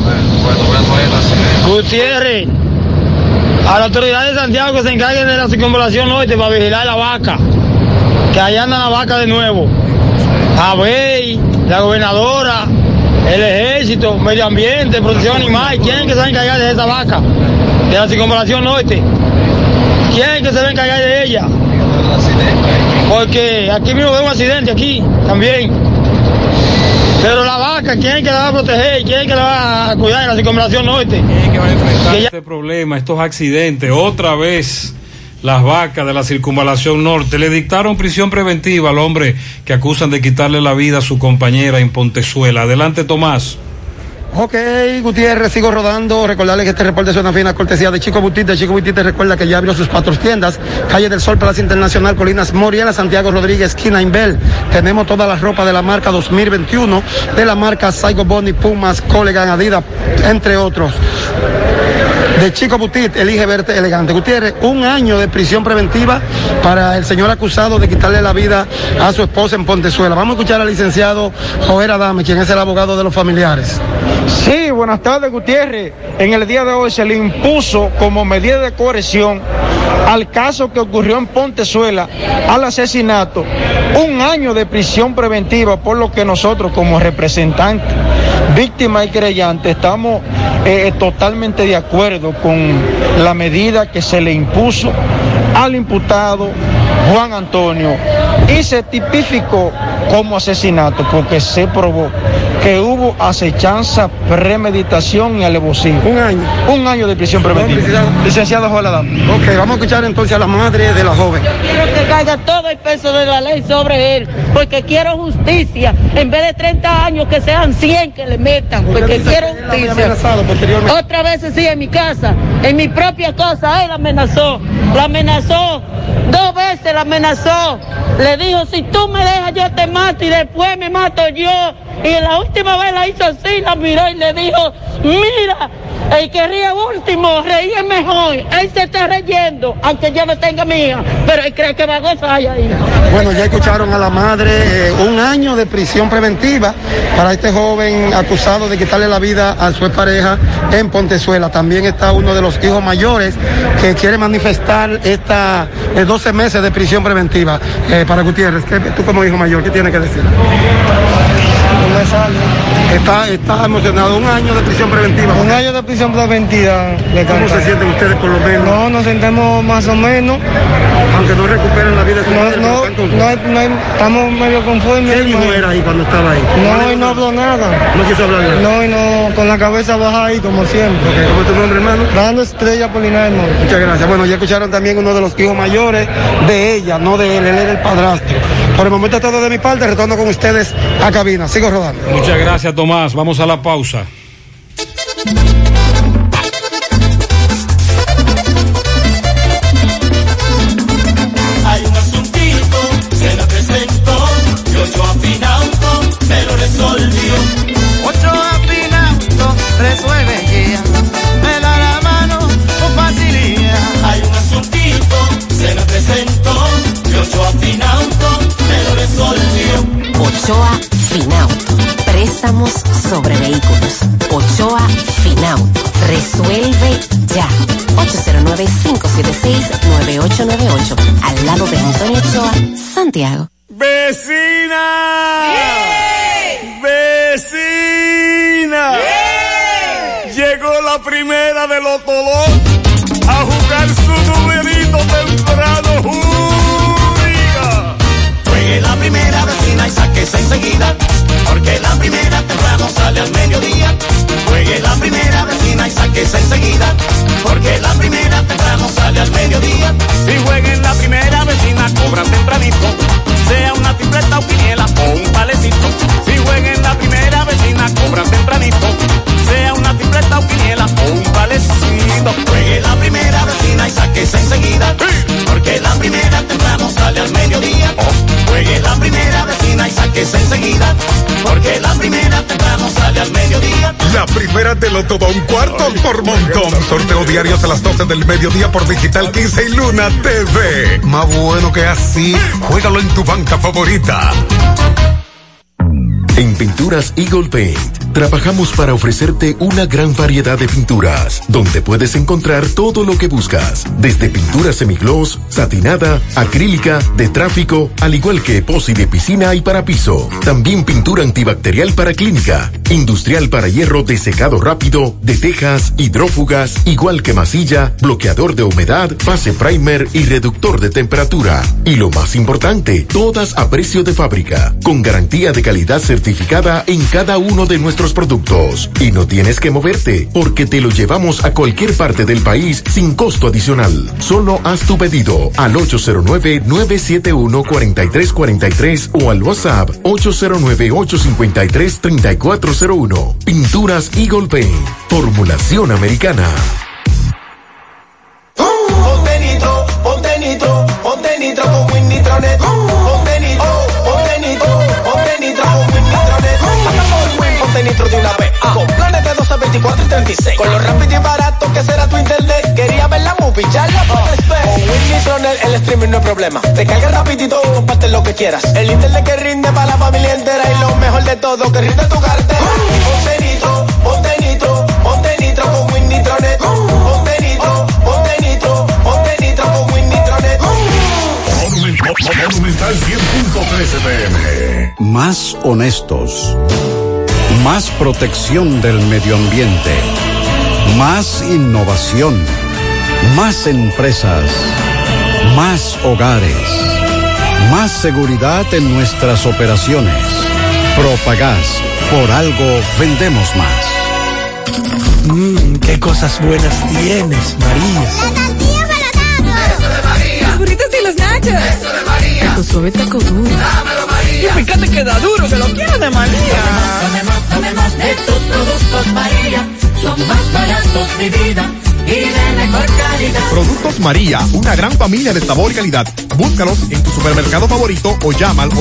Gutiérrez, a la autoridad de Santiago que se encarguen de la circunvalación norte para vigilar la vaca, que allá anda la vaca de nuevo. Abey, la gobernadora, el ejército, medio ambiente, protección animal, ¿quién es que se va a encargar de esa vaca? De la circunvalación norte. ¿Quién es que se va a encargar de ella? Porque aquí mismo veo un accidente aquí también. Pero la vaca, ¿quién es que la va a proteger? ¿Quién es que la va a cuidar en la circunvalación norte? ¿Quién es que va a enfrentar este problema, estos accidentes? Otra vez las vacas de la circunvalación norte. Le dictaron prisión preventiva al hombre que acusan de quitarle la vida a su compañera en Pontezuela. Adelante, Tomás. Ok, Gutiérrez, sigo rodando. Recordarles que este reporte es una fina cortesía de Chico Butit. De Chico Butit te recuerda que ya abrió sus 4 tiendas. Calle del Sol, Plaza Internacional, Colinas Moriana, Santiago Rodríguez, esquina Inbel. Tenemos toda la ropa de la marca 2021, de la marca Saigo Boni, Pumas, Colegan, Adidas, entre otros. De Chico Butit, elige verte elegante. Gutiérrez, 1 año de prisión preventiva para el señor acusado de quitarle la vida a su esposa en Pontezuela. Vamos a escuchar al licenciado Joel Adame, quien es el abogado de los familiares. Sí, buenas tardes, Gutiérrez. En el día de hoy se le impuso como medida de coerción al caso que ocurrió en Pontezuela, al asesinato, 1 año de prisión preventiva, por lo que nosotros como representantes, víctimas y creyentes, estamos totalmente de acuerdo con la medida que se le impuso al imputado Juan Antonio y se tipificó como asesinato porque se probó que hubo acechanza, premeditación y alevosía. 1 año. 1 año de prisión preventiva. Licenciado Joel Adame. Ok, vamos a escuchar entonces a la madre de la joven. Quiero que caiga todo el peso de la ley sobre él, porque quiero justicia. En vez de 30 años, que sean 100 que le metan, porque quiero justicia. Otra vez sí, en mi casa, en mi propia casa, él amenazó. La amenazó 2 veces, la amenazó. Le dijo, si tú me dejas, yo te mato y después me mato yo. Y la última vez la hizo así, la miró y le dijo, mira, el que ríe último, reír mejor. Él se está reyendo, aunque yo no tenga mía, pero él cree que va a gozar ahí. Bueno, ya escucharon a la madre, 1 año de prisión preventiva para este joven acusado de quitarle la vida a su expareja en Pontezuela. También está uno de los hijos mayores que quiere manifestar 12 meses de prisión preventiva. Para Gutiérrez, tú como hijo mayor, ¿qué tienes que decir? Está emocionado. 1 año de prisión preventiva. 1 año de prisión preventiva. ¿Cómo se sienten ustedes por lo menos? No, nos sentimos más o menos. Aunque no recuperen la vida. No, estamos medio conformes. ¿Qué hijo era ahí cuando estaba ahí? No, y no habló nada. ¿No quiso hablar nada? No, y no, con la cabeza baja ahí como siempre. Okay. ¿Cómo es tu nombre, hermano? Dando Estrella Polinario. Muchas gracias. Bueno, ya escucharon también uno de los hijos mayores de ella, no de él era el padrastro. Por el momento todo de mi parte, retorno con ustedes a cabina. Sigo rodando. Muchas gracias, Tomás. Vamos a la pausa. Hay un asuntito, se lo presentó, y Ochoa Finauto me lo resolvió. Ochoa Finauto resuelve ya, me da la mano con facilidad. Hay un asuntito, se lo presentó, y Ochoa Finauto me lo resolvió. Ochoa Finauto, préstamos sobre vehículos. Ochoa Finauto, resuelve ya. 809-576-9898, al lado de Antonio Ochoa, Santiago. ¡Vecina! ¡Vecina! Llegó la primera de los Tolón a jugar su numerito temprano. sáquese enseguida, porque la primera temprano sale al mediodía. Juegue la primera vecina y sáquese enseguida, porque la primera temprano sale al mediodía. Si juegue en la primera vecina, cobra tempranito, sea una tripleta o quiniela o un palecito. Si juegue en la primera vecina, cobra tempranito, sea una tripleta o quiniela o un palecito. Juegue la primera vecina y sáquese enseguida, porque la primera temprano sale al mediodía. Juegue la primera vecina y sáquese enseguida, porque la primera temprano sale al mediodía. La primera te lo todo un cuarto por montón. Sorteo diarios a las 12 del mediodía por Digital 15 y Luna TV. Más bueno que así, juégalo en tu banca favorita. En Pinturas Eagle Paint, trabajamos para ofrecerte una gran variedad de pinturas, donde puedes encontrar todo lo que buscas, desde pintura semigloss, satinada, acrílica, de tráfico, al igual que epoxi de piscina y para piso. También pintura antibacterial para clínica, industrial para hierro de secado rápido, de tejas, hidrófugas, igual que masilla, bloqueador de humedad, base primer y reductor de temperatura. Y lo más importante, todas a precio de fábrica, con garantía de calidad certificada en cada uno de nuestros productos. Y no tienes que moverte, porque te lo llevamos a cualquier parte del país sin costo adicional. Solo haz tu pedido al 809-971-4343 o al WhatsApp 809-853-3401. Pinturas Eagle Paint, formulación americana. Ponte nitro, ponte nitro, ponte nitro con Win Nitronet. Ponte nitro, ponte nitro, ponte nitro con Win Nitronet. Pasa por Win, ponte nitro de una vez. Con planes de 12, 24 y 36. Con lo rápido y barato que será tu internet. Quería ver la movie, ya la puedes ver. Con Win Nitronet el streaming no es problema. Te carga rapidito y comparte lo que quieras. El internet que rinde para la familia entera. Y lo mejor de todo, que rinde tu cartera. Ponte nitro, ponte nitro, ponte nitro con Win Nitronet. Ponte nitro, ponte nitro, ponte nitro con Win Nitronet. Monumental 100.13 PM. Más honestos. Más protección del medio ambiente. Más innovación. Más empresas. Más hogares. Más seguridad en nuestras operaciones. Propagás. Por algo vendemos más. Qué cosas buenas tienes, María. La tortilla para tacos. Eso de María. Los burritos y los nachos. Eso de María. Tu suave taco duro. Dámelo, María. Y fíjate que da duro, que lo quiero de María. Tomemos de tus productos, María. Son más baratos, mi vida. Y de mejor calidad. Productos María, una gran familia de sabor y calidad. Búscalos en tu supermercado favorito o llama al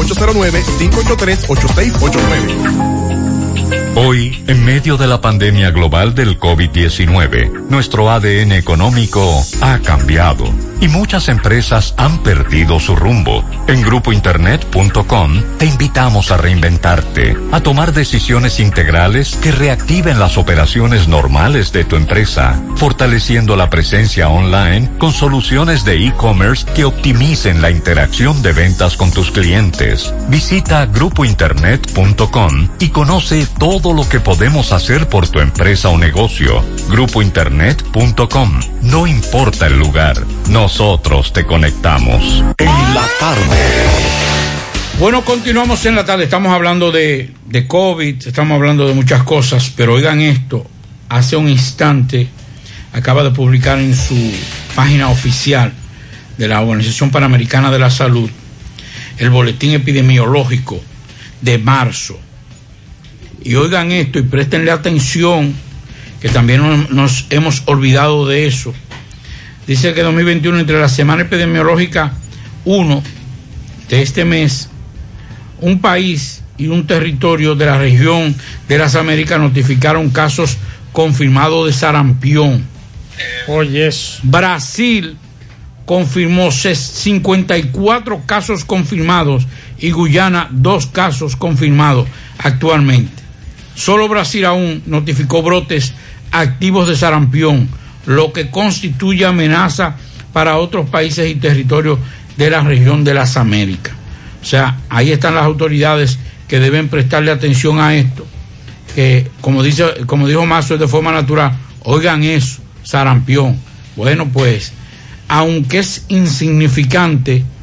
809-583-8689. Hoy, en medio de la pandemia global del COVID-19, nuestro ADN económico ha cambiado y muchas empresas han perdido su rumbo. En grupointernet.com te invitamos a reinventarte, a tomar decisiones integrales que reactiven las operaciones normales de tu empresa, fortaleciendo la presencia online con soluciones de e-commerce que optimicen la interacción de ventas con tus clientes. Visita grupointernet.com y conoce todo lo que podemos hacer por tu empresa o negocio. Grupointernet.com. No importa el lugar, nosotros te conectamos. En la tarde. Bueno, continuamos en la tarde. Estamos hablando de COVID, estamos hablando de muchas cosas, pero oigan esto. Hace un instante acaba de publicar en su página oficial de la Organización Panamericana de la Salud el boletín epidemiológico de marzo. Y oigan esto y préstenle atención, que también nos hemos olvidado de eso. Dice que 2021, entre la semana epidemiológica 1 de este mes, un país y un territorio de la región de las Américas notificaron casos confirmados de sarampión. Oye, Brasil confirmó 54 casos confirmados y Guyana 2 casos confirmados actualmente. Solo Brasil aún notificó brotes activos de sarampión, lo que constituye amenaza para otros países y territorios de la región de las Américas. O sea, ahí están las autoridades que deben prestarle atención a esto, que como dijo Mazo, es de forma natural. Oigan eso, sarampión. Bueno, pues, aunque es insignificante,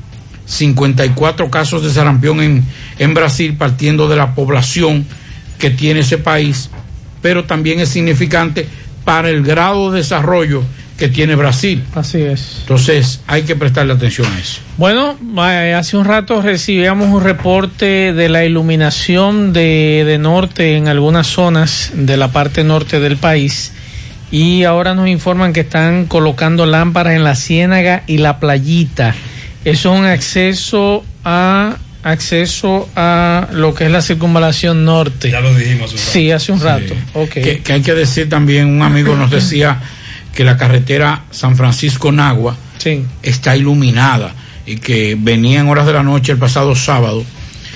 54 casos de sarampión en Brasil, partiendo de la población que tiene ese país, pero también es significante para el grado de desarrollo que tiene Brasil. Así es. Entonces hay que prestarle atención a eso. Bueno, hace un rato recibíamos un reporte de la iluminación de norte en algunas zonas de la parte norte del país, y ahora nos informan que están colocando lámparas en la Ciénaga y la Playita. Eso es un acceso a lo que es la circunvalación norte. Ya lo dijimos hace un rato. Sí, hace un rato. Sí. Okay. Que hay que decir también, un amigo nos decía que la carretera San Francisco-Nagua está iluminada, y que venía en horas de la noche el pasado sábado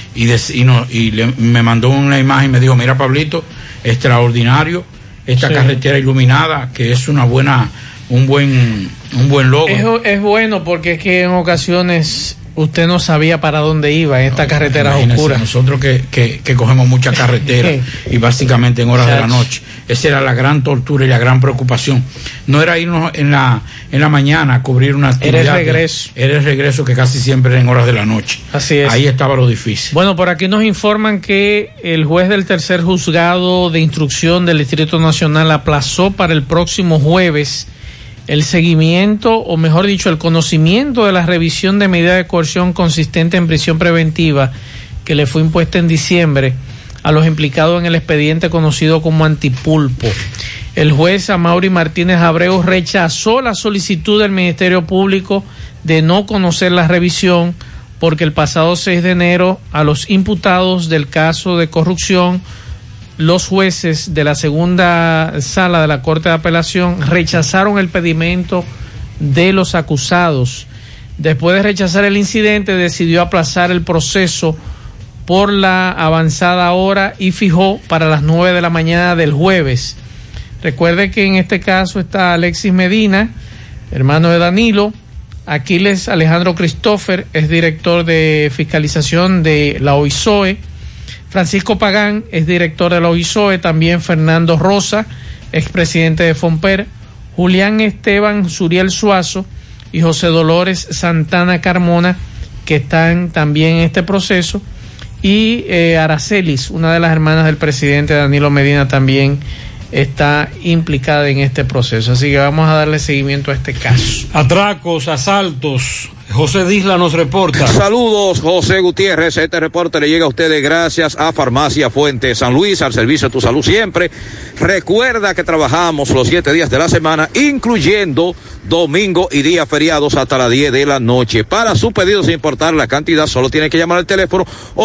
me mandó una imagen y me dijo: mira, Pablito, extraordinario esta carretera iluminada, que es un buen logro. Es bueno, porque es que en ocasiones usted no sabía para dónde iba en esta carretera oscura. Nosotros que cogemos mucha carretera y básicamente en horas de la noche, esa era la gran tortura y la gran preocupación. No era irnos en la mañana a cubrir una actividad. Era el regreso, que casi siempre era en horas de la noche. Así es. Ahí estaba lo difícil. Bueno, por aquí nos informan que el juez del tercer juzgado de instrucción del Distrito Nacional aplazó para el próximo jueves el seguimiento, o mejor dicho, el conocimiento de la revisión de medida de coerción consistente en prisión preventiva que le fue impuesta en diciembre a los implicados en el expediente conocido como Antipulpo. El juez Amaury Martínez Abreu rechazó la solicitud del Ministerio Público de no conocer la revisión, porque el pasado 6 de enero a los imputados del caso de corrupción, los jueces de la segunda sala de la Corte de Apelación rechazaron el pedimento de los acusados. Después de rechazar el incidente, decidió aplazar el proceso por la avanzada hora y fijó para las 9 de la mañana del jueves. Recuerde que en este caso está Alexis Medina, hermano de Danilo. Aquiles Alejandro Christopher es director de fiscalización de la OISOE. Francisco Pagán es director de la OISOE, también Fernando Rosa, expresidente de FOMPER, Julián Esteban Suriel Suazo y José Dolores Santana Carmona, que están también en este proceso, y Aracelis, una de las hermanas del presidente Danilo Medina, también está implicada en este proceso. Así que vamos a darle seguimiento a este caso. Atracos, asaltos. José Disla nos reporta. Saludos, José Gutiérrez. Este reporte le llega a ustedes gracias a Farmacia Fuente San Luis, al servicio de tu salud siempre. Recuerda que trabajamos los 7 días de la semana, incluyendo domingo y días feriados hasta las 10 de la noche. Para su pedido, sin importar la cantidad, solo tiene que llamar al teléfono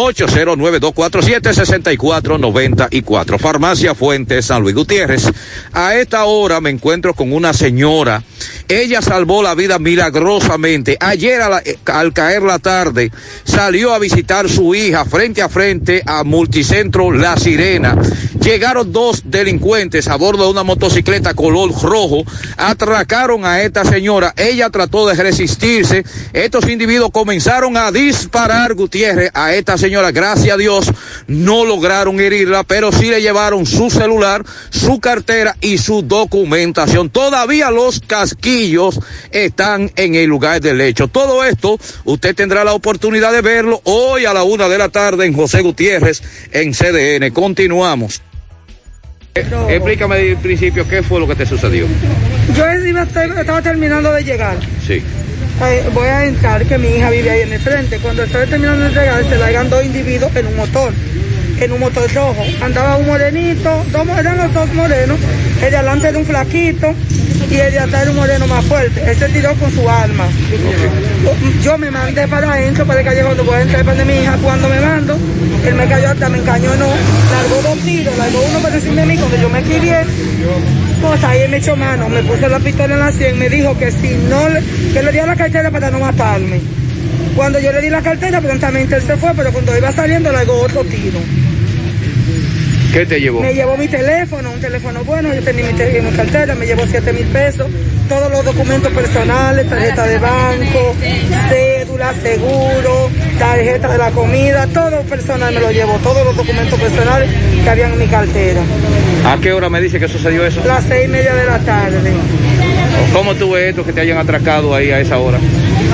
809-247-6494. Farmacia Fuente San Luis. Gutiérrez, a esta hora me encuentro con una señora. Ella salvó la vida milagrosamente. Ayer al caer la tarde salió a visitar su hija frente a frente a Multicentro La Sirena. Llegaron 2 delincuentes a bordo de una motocicleta color rojo, atracaron a esta señora. Ella trató de resistirse. Estos individuos comenzaron a disparar, Gutiérrez, a esta señora. Gracias a Dios no lograron herirla, pero sí le llevaron su celular, su cartera y su documentación. Todavía los casquillos están en el lugar del hecho. Todo esto usted tendrá la oportunidad de verlo hoy a la 1 de la tarde en José Gutiérrez en CDN. Continuamos. Explícame de principio qué fue lo que te sucedió. Yo estaba terminando de llegar. Sí. Voy a entrar, que mi hija vive ahí en el frente. Cuando estoy terminando de llegar, se largan 2 individuos en un motor rojo. Andaba un morenito, eran los 2 morenos, el de adelante era un flaquito y el de atrás era un moreno más fuerte. Él se tiró con su arma. Yo me mandé para adentro, para el callejón donde voy a entrar para de mi hija. Cuando me mando, él me cayó hasta, me encañonó, largó 2 tiros, largó uno para encima de mí cuando yo me escribié. Pues ahí él me echó mano, me puso la pistola en la 100, me dijo que si no, que le diera la cartera para no matarme. Cuando yo le di la cartera, prontamente él se fue, pero cuando iba saliendo, largó otro tiro. ¿Qué te llevó? Me llevó mi teléfono, un teléfono bueno, yo tenía mi cartera, me llevó 7,000 pesos, todos los documentos personales, tarjeta de banco, cédula, seguro, tarjeta de la comida, todo personal me lo llevó, todos los documentos personales que habían en mi cartera. ¿A qué hora me dice que sucedió eso? Las 6:30 de la tarde. ¿Cómo tú ves esto que te hayan atracado ahí a esa hora?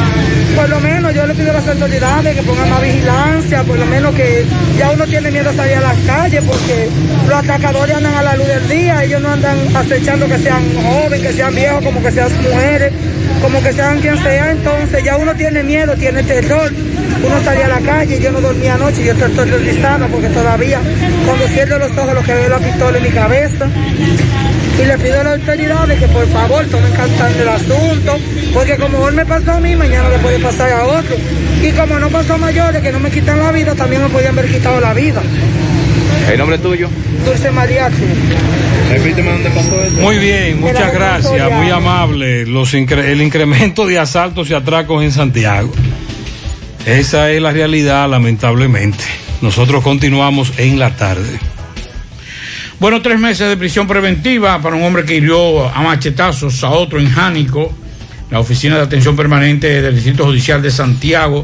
Por lo menos yo le pido a las autoridades que pongan más vigilancia, por lo menos que ya uno tiene miedo a salir a las calles porque los atracadores andan a la luz del día, ellos no andan acechando que sean jóvenes, que sean viejos, como que sean mujeres, como que sean quien sea, entonces ya uno tiene miedo, tiene terror. Uno salía a la calle, yo no dormía anoche, yo estoy terrorizada porque todavía cuando cierro los ojos lo que veo es la pistola en mi cabeza. Y le pido a las autoridades que por favor tomen cartas en el asunto, porque como hoy me pasó a mí, mañana le puede pasar a otro. Y como no pasó a mayores que no me quitan la vida, también me podían haber quitado la vida. ¿El nombre tuyo? Dulce Mariachi. Repíteme dónde pasó esto. Muy bien, muchas gracias, muy amable. El incremento de asaltos y atracos en Santiago. Esa es la realidad, lamentablemente. Nosotros continuamos en la tarde. Bueno, 3 meses de prisión preventiva para un hombre que hirió a machetazos a otro en Jánico. La Oficina de Atención Permanente del Distrito Judicial de Santiago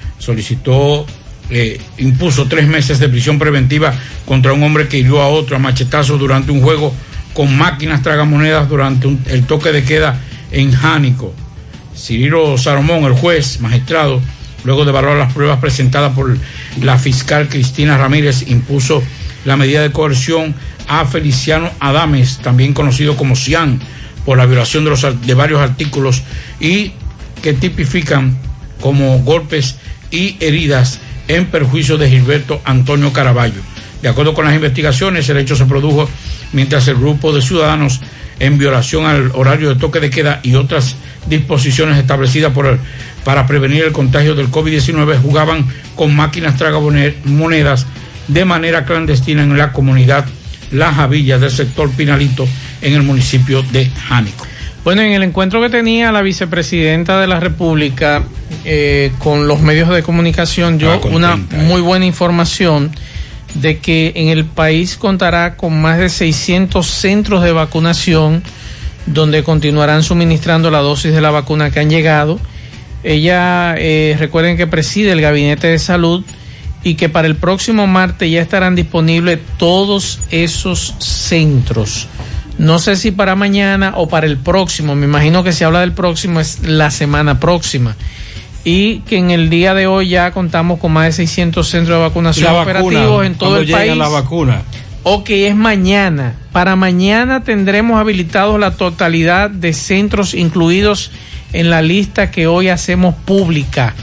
impuso 3 meses de prisión preventiva contra un hombre que hirió a otro a machetazos durante un juego con máquinas tragamonedas durante el toque de queda en Jánico. Cirilo Salomón, el juez magistrado, luego de evaluar las pruebas presentadas por la fiscal Cristina Ramírez, impuso la medida de coerción a Feliciano Adames, también conocido como Cian, por la violación de varios artículos y que tipifican como golpes y heridas en perjuicio de Gilberto Antonio Caraballo. De acuerdo con las investigaciones, el hecho se produjo mientras el grupo de ciudadanos, en violación al horario de toque de queda y otras disposiciones establecidas para prevenir el contagio del COVID-19, jugaban con máquinas tragamonedas de manera clandestina en la comunidad Las Javillas del sector Pinalito, en el municipio de Jánico. Bueno, en el encuentro que tenía la vicepresidenta de la República con los medios de comunicación, una muy buena información de que en el país contará con más de 600 centros de vacunación donde continuarán suministrando la dosis de la vacuna que han llegado. Ella, recuerden que preside el Gabinete de Salud y que para el próximo martes ya estarán disponibles todos esos centros. No sé si para mañana o para el próximo, me imagino que si habla del próximo es la semana próxima. Y que en el día de hoy ya contamos con más de 600 centros de vacunación operativos en todo el país. La vacuna. Ok, es mañana. Para mañana tendremos habilitados la totalidad de centros incluidos en la lista que hoy hacemos pública.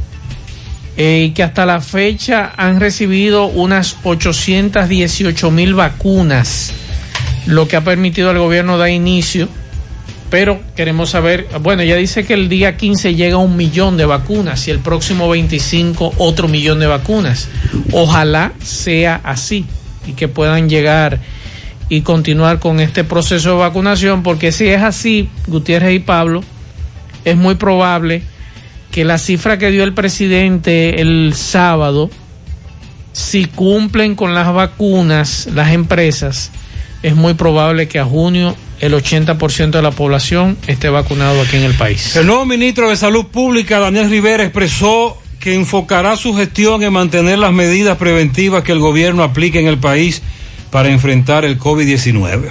Y que hasta la fecha han recibido unas 818,000 vacunas, lo que ha permitido al gobierno dar inicio. Pero queremos saber, bueno, ella dice que el día 15 llega 1 millón de vacunas y el próximo 25 otro 1 millón de vacunas. Ojalá sea así y que puedan llegar y continuar con este proceso de vacunación, porque si es así, Gutiérrez y Pablo, es muy probable que la cifra que dio el presidente el sábado, si cumplen con las vacunas, las empresas, es muy probable que a junio el 80% de la población esté vacunado aquí en el país. El nuevo ministro de Salud Pública, Daniel Rivera, expresó que enfocará su gestión en mantener las medidas preventivas que el gobierno aplique en el país para enfrentar el COVID-19.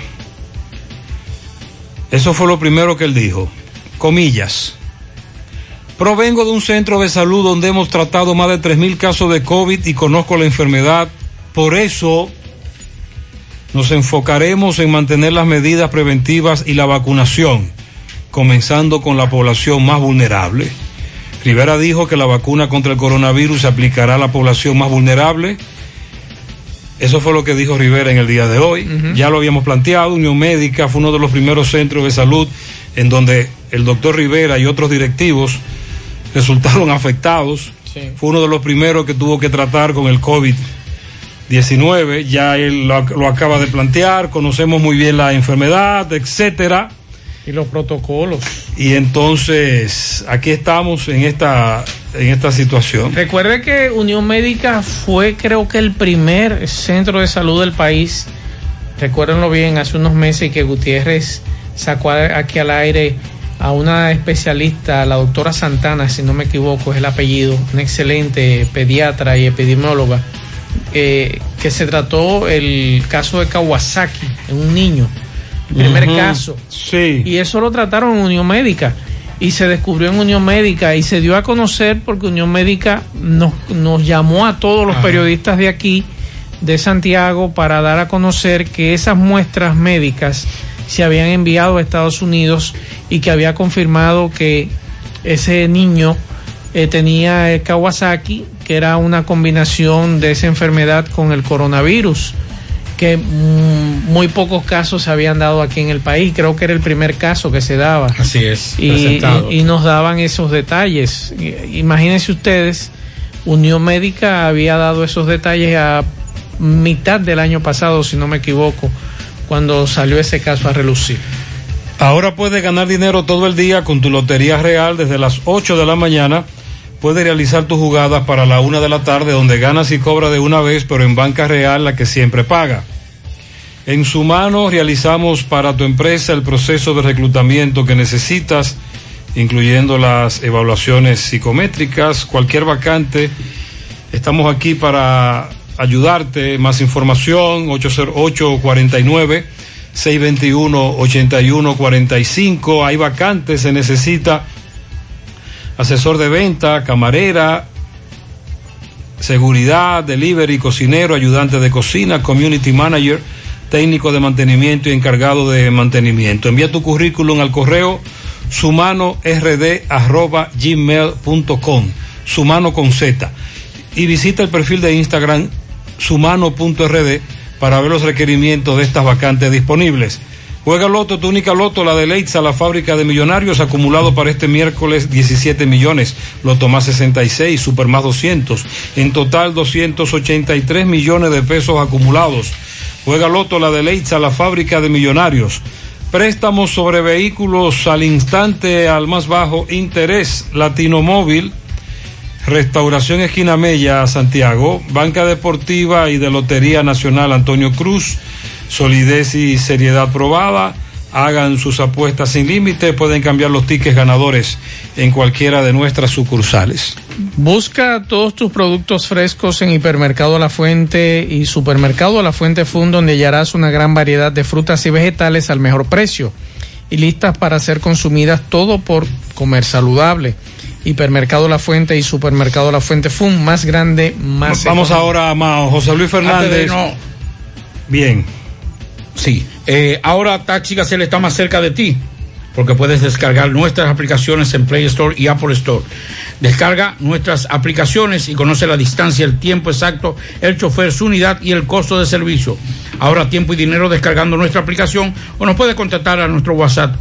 Eso fue lo primero que él dijo. Comillas. Provengo de un centro de salud donde hemos tratado más de 3,000 casos de COVID y conozco la enfermedad. Por eso nos enfocaremos en mantener las medidas preventivas y la vacunación, comenzando con la población más vulnerable. Rivera dijo que la vacuna contra el coronavirus se aplicará a la población más vulnerable. Eso fue lo que dijo Rivera en el día de hoy. Ya lo habíamos planteado. Unión Médica fue uno de los primeros centros de salud en donde el doctor Rivera y otros directivos resultaron afectados. Sí. Fue uno de los primeros que tuvo que tratar con el COVID-19. Ya él lo acaba de plantear. Conocemos muy bien la enfermedad, etcétera. Y los protocolos. Y entonces aquí estamos en esta situación. Recuerde que Unión Médica fue, creo que, el primer centro de salud del país. Recuérdenlo bien, hace unos meses, que Gutiérrez sacó aquí al aire a una especialista, la doctora Santana, si no me equivoco es el apellido, una excelente pediatra y epidemióloga, que se trató el caso de Kawasaki en un niño, el primer caso. Sí. Y eso lo trataron en Unión Médica. y se descubrió en Unión Médica y se dio a conocer porque Unión Médica nos llamó a todos los periodistas de aquí, de Santiago, para dar a conocer que esas muestras médicas se habían enviado a Estados Unidos y que había confirmado que ese niño tenía el Kawasaki, que era una combinación de esa enfermedad con el coronavirus, que muy pocos casos se habían dado aquí en el país. Creo que era el primer caso que se daba. Así es. Y nos daban esos detalles. Imagínense ustedes, Unión Médica había dado esos detalles a mitad del año pasado, si no me equivoco, cuando salió ese caso a relucir. Ahora puedes ganar dinero todo el día con tu Lotería Real. Desde las 8 de la mañana puedes realizar tus jugadas para la 1 de la tarde, donde ganas y cobras de una vez, pero en Banca Real, la que siempre paga. En Sumano realizamos para tu empresa el proceso de reclutamiento que necesitas, incluyendo las evaluaciones psicométricas, cualquier vacante. Estamos aquí para ayudarte. Más información, 809-621-8145. Hay vacantes, se necesita asesor de venta, camarera, seguridad, delivery, cocinero, ayudante de cocina, community manager, técnico de mantenimiento y encargado de mantenimiento. Envía tu currículum al correo sumanord@gmail.com, Sumano con Z, y visita el perfil de Instagram sumano.rd para ver los requerimientos de estas vacantes disponibles. Juega Loto, tu única Loto, la de Leitza, la fábrica de millonarios, acumulado para este miércoles 17 millones, Loto más 66, Super más 200, en total 283 millones de pesos acumulados. Juega Loto, la de Leitza, la fábrica de millonarios. Préstamos sobre vehículos al instante, al más bajo interés. Latino Móvil, Restauración Esquina Mella, Santiago, Banca Deportiva y de Lotería Nacional Antonio Cruz. Solidez y seriedad probada. Hagan sus apuestas sin límite. Pueden cambiar los tickets ganadores en cualquiera de nuestras sucursales. Busca todos tus productos frescos en Hipermercado La Fuente y Supermercado La Fuente Fund, donde hallarás una gran variedad de frutas y vegetales al mejor precio y listas para ser consumidas, todo por comer saludable. Hipermercado La Fuente y Supermercado La Fuente Fund, más grande, más... Vamos ahora a Mao. José Luis Fernández. Bien. Sí, ahora Taxi Gacela está más cerca de ti, porque puedes descargar nuestras aplicaciones en Play Store y Apple Store. Descarga nuestras aplicaciones y conoce la distancia, el tiempo exacto, el chofer, su unidad y el costo de servicio. Ahorra tiempo y dinero descargando nuestra aplicación, o nos puede contactar a nuestro WhatsApp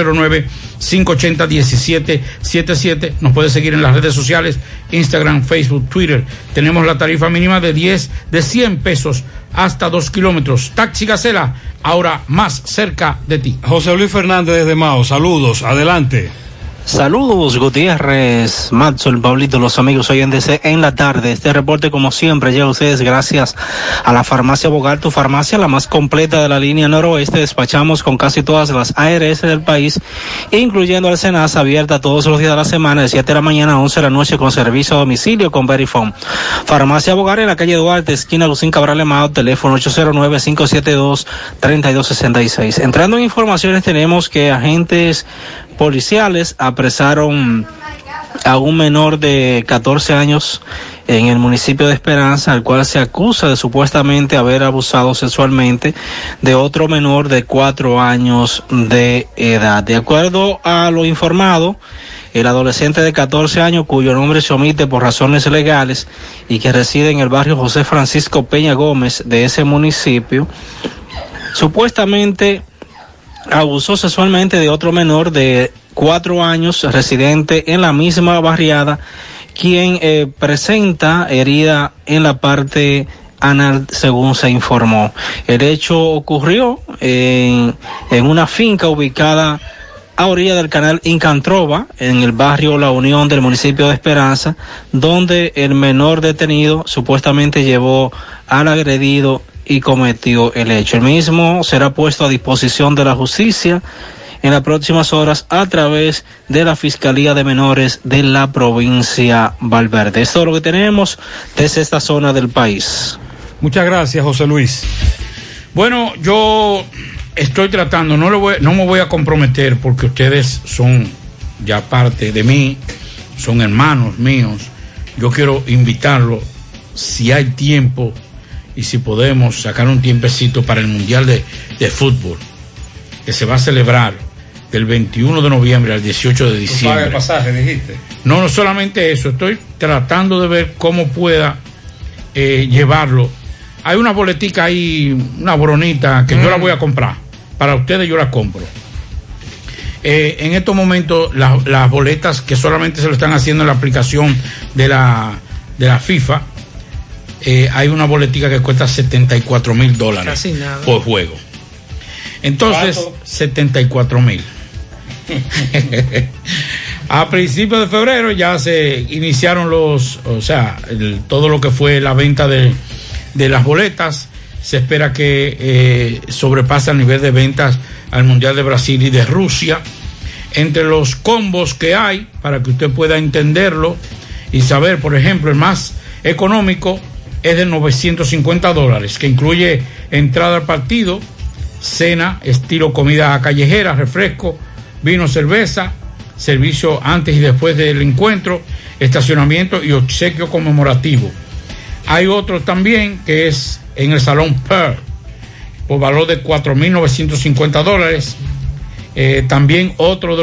809-580-1777. Nos puede seguir en las redes sociales, Instagram, Facebook, Twitter. Tenemos la tarifa mínima de 100 pesos hasta 2 kilómetros. Taxi Gacela, ahora más cerca de ti. José Luis Fernández desde Mao, saludos, adelante. Saludos, Gutiérrez, Matson, Pablito, los amigos oyentes en la tarde. Este reporte, como siempre, llega a ustedes gracias a la Farmacia Bogar, tu farmacia, la más completa de la línea noroeste. Despachamos con casi todas las ARS del país, incluyendo al Senasa, abierta todos los días de la semana, de 7 de la mañana a 11 de la noche, con servicio a domicilio con Verifone. Farmacia Bogar en la calle Duarte, esquina Lucín Cabral Emao, teléfono 809-572-3266. Entrando en informaciones, tenemos que agentes policiales apresaron a un menor de 14 años en el municipio de Esperanza, al cual se acusa de supuestamente haber abusado sexualmente de otro menor de 4 años de edad. De acuerdo a lo informado, el adolescente de 14 años, cuyo nombre se omite por razones legales y que reside en el barrio José Francisco Peña Gómez de ese municipio, supuestamente abusó sexualmente de otro menor de 4 años, residente en la misma barriada, quien presenta herida en la parte anal, según se informó. El hecho ocurrió en una finca ubicada a orilla del canal Incantrova, en el barrio La Unión del municipio de Esperanza, donde el menor detenido supuestamente llevó al agredido y cometió el hecho. El mismo será puesto a disposición de la justicia en las próximas horas a través de la Fiscalía de Menores de la provincia Valverde. Esto es lo que tenemos desde esta zona del país. Muchas gracias, José Luis. Bueno, yo estoy tratando, no me voy a comprometer porque ustedes son ya parte de mí, son hermanos míos. Yo quiero invitarlo, si hay tiempo y si podemos sacar un tiempecito para el Mundial de Fútbol, que se va a celebrar del 21 de noviembre al 18 de diciembre. ¿Paga el pasaje, dijiste? No, no solamente eso, estoy tratando de ver cómo pueda llevarlo. Hay una boletica ahí, una boronita, que yo la voy a comprar. Para ustedes yo la compro. En estos momentos, las boletas que solamente se lo están haciendo en la aplicación de la FIFA, hay una boletica que cuesta $74,000 Casi nada. por juego. Entonces, ¿cuánto? 74,000. A principios de febrero ya se iniciaron todo lo que fue la venta de las boletas. Se espera que sobrepase el nivel de ventas al Mundial de Brasil y de Rusia. Entre los combos que hay, para que usted pueda entenderlo y saber, por ejemplo, el más económico es de $950, que incluye entrada al partido, cena, estilo comida callejera, refresco, vino, cerveza, servicio antes y después del encuentro, estacionamiento y obsequio conmemorativo. Hay otro también que es en el Salón Pearl, por valor de $4,950. También otro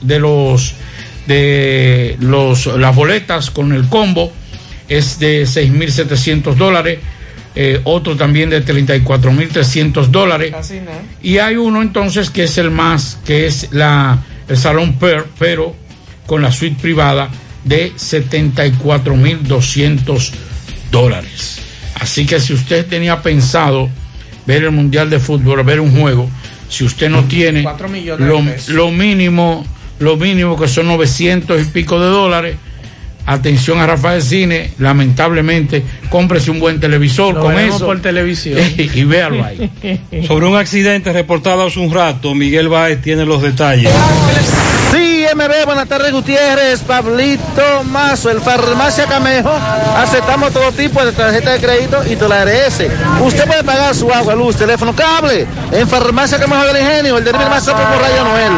de las boletas con el combo es de $6,700. Otro también de $34,300. Y hay uno entonces que es el más, que es el Salón Pearl, pero con la suite privada de $74,200. Así que si usted tenía pensado ver el Mundial de Fútbol, ver un juego, si usted no tiene lo mínimo que son $900 y pico de dólares, atención a Rafael Cine, lamentablemente, cómprese un buen televisor Lo con vemos eso por televisión. y véalo ahí. Sobre un accidente reportado hace un rato, Miguel Báez tiene los detalles. Sí, MB, buenas tardes, Gutiérrez, Pablito Mazo, el Farmacia Camejo. Aceptamos todo tipo de tarjeta de crédito y toda la ARS. Usted puede pagar su agua, luz, teléfono, cable en Farmacia Camejo del Ingenio, el delivery más rápido por Rayo Noel,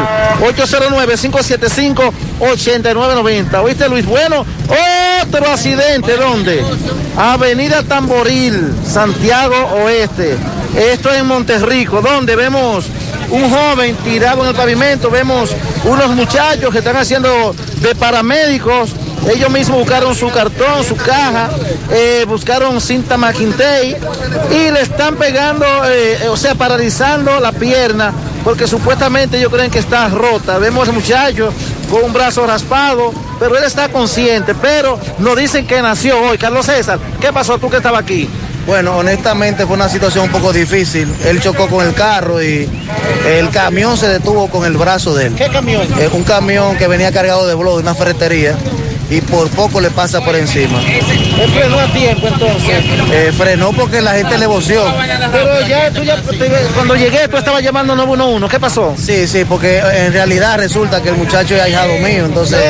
809-575-8990. ¿Oíste, Luis? Bueno, otro accidente, ¿dónde? Avenida Tamboril, Santiago Oeste. Esto en Monterrico, donde vemos un joven tirado en el pavimento, vemos unos muchachos que están haciendo de paramédicos. Ellos mismos buscaron su cartón, su caja, buscaron cinta McIntay y le están pegando, paralizando la pierna, porque supuestamente ellos creen que está rota. Vemos al muchacho con un brazo raspado, pero él está consciente, pero nos dicen que nació hoy. Carlos César, ¿qué pasó tú que estabas aquí? Bueno, honestamente fue una situación un poco difícil. Él chocó con el carro y el camión se detuvo con el brazo de él. ¿Qué camión? Un camión que venía cargado de blow de una ferretería y por poco le pasa por encima. Él frenó a tiempo entonces. Frenó porque la gente le voció. Pero cuando llegué tú estabas llamando 911, ¿qué pasó? Sí, porque en realidad resulta que el muchacho es ahijado mío, entonces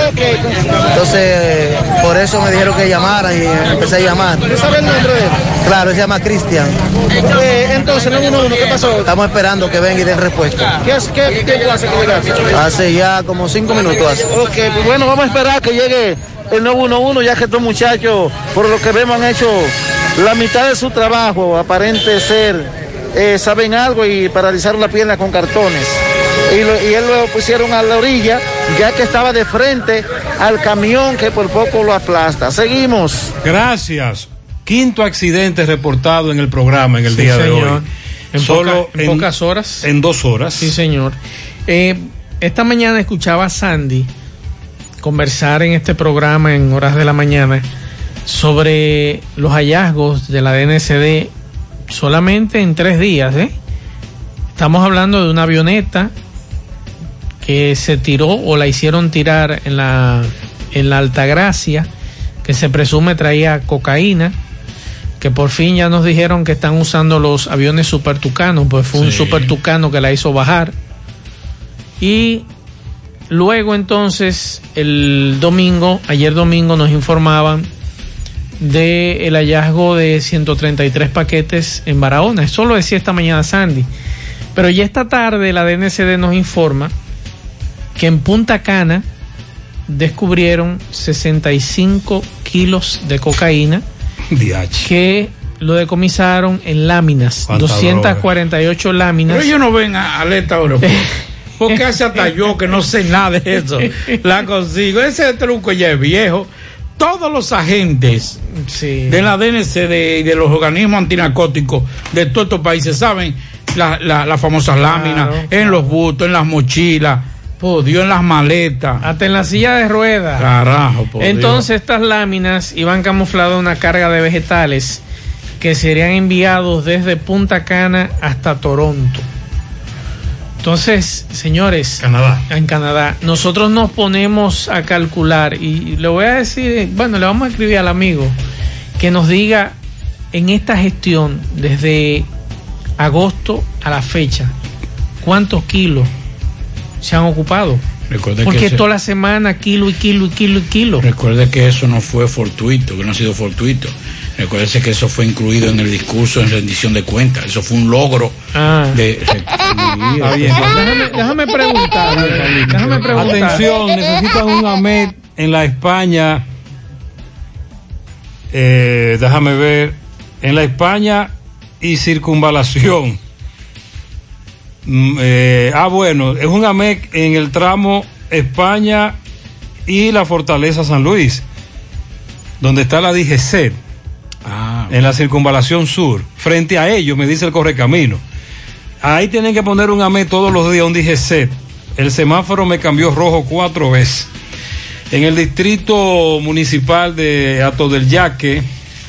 por eso me dijeron que llamara y empecé a llamar. ¿Tú sabes el nombre de él? Claro, se llama Cristian. Entonces, 911, ¿qué pasó? Estamos esperando que venga y den respuesta. ¿Qué tiempo hace que llegaste? Hace ya como 5 minutos hace. Ok, pues bueno, vamos a esperar que llegue el 911, ya que estos muchachos, por lo que vemos, han hecho la mitad de su trabajo, aparente ser, saben algo y paralizaron la pierna con cartones. Y él lo pusieron a la orilla, ya que estaba de frente al camión que por poco lo aplasta. Seguimos. Gracias. Quinto accidente reportado en el programa en el día de hoy. En pocas horas. En 2 horas. Sí, señor. Esta mañana escuchaba a Sandy conversar en este programa en horas de la mañana sobre los hallazgos de la DNCD solamente en 3 días. Estamos hablando de una avioneta que se tiró o la hicieron tirar en la Altagracia, que se presume traía cocaína, que por fin ya nos dijeron que están usando los aviones Super Tucano, pues fue un Super Tucano que la hizo bajar. Y luego entonces ayer domingo nos informaban de el hallazgo de 133 paquetes en Barahona. Eso lo decía esta mañana Sandy. Pero ya esta tarde la DNCD nos informa que en Punta Cana descubrieron 65 kilos de cocaína que lo decomisaron en láminas, 248 láminas. Pero ellos no ven a Aleta Aeropuerto. Porque hace hasta yo que no sé nada de eso la consigo. Ese truco ya es viejo. Todos los agentes de la DNC y de los organismos antinarcóticos de todos estos países saben las famosas láminas en los bustos, en las mochilas, por Dios, en las maletas, hasta en la silla de ruedas. Carajo, por Entonces Dios. Estas láminas iban camufladas en una carga de vegetales que serían enviados desde Punta Cana hasta Toronto. Entonces, señores, en Canadá, nosotros nos ponemos a calcular y le voy a decir, bueno, le vamos a escribir al amigo que nos diga en esta gestión desde agosto a la fecha cuántos kilos se han ocupado. Porque toda la semana kilo. Recuerde que eso no fue fortuito, que no ha sido fortuito. Recuérdese que eso fue incluido en el discurso en rendición de cuentas. Eso fue un logro. Está bien. Déjame preguntar. Atención, necesitan un AMET en la España. Déjame ver. En la España y circunvalación. Bueno, es un AMEC en el tramo España y la Fortaleza San Luis, donde está la DGC, en la circunvalación sur. Frente a ellos, me dice el Correcamino. Ahí tienen que poner un AMEC todos los días, un DGC. El semáforo me cambió rojo 4 veces. En el distrito municipal de Hato del Yaque,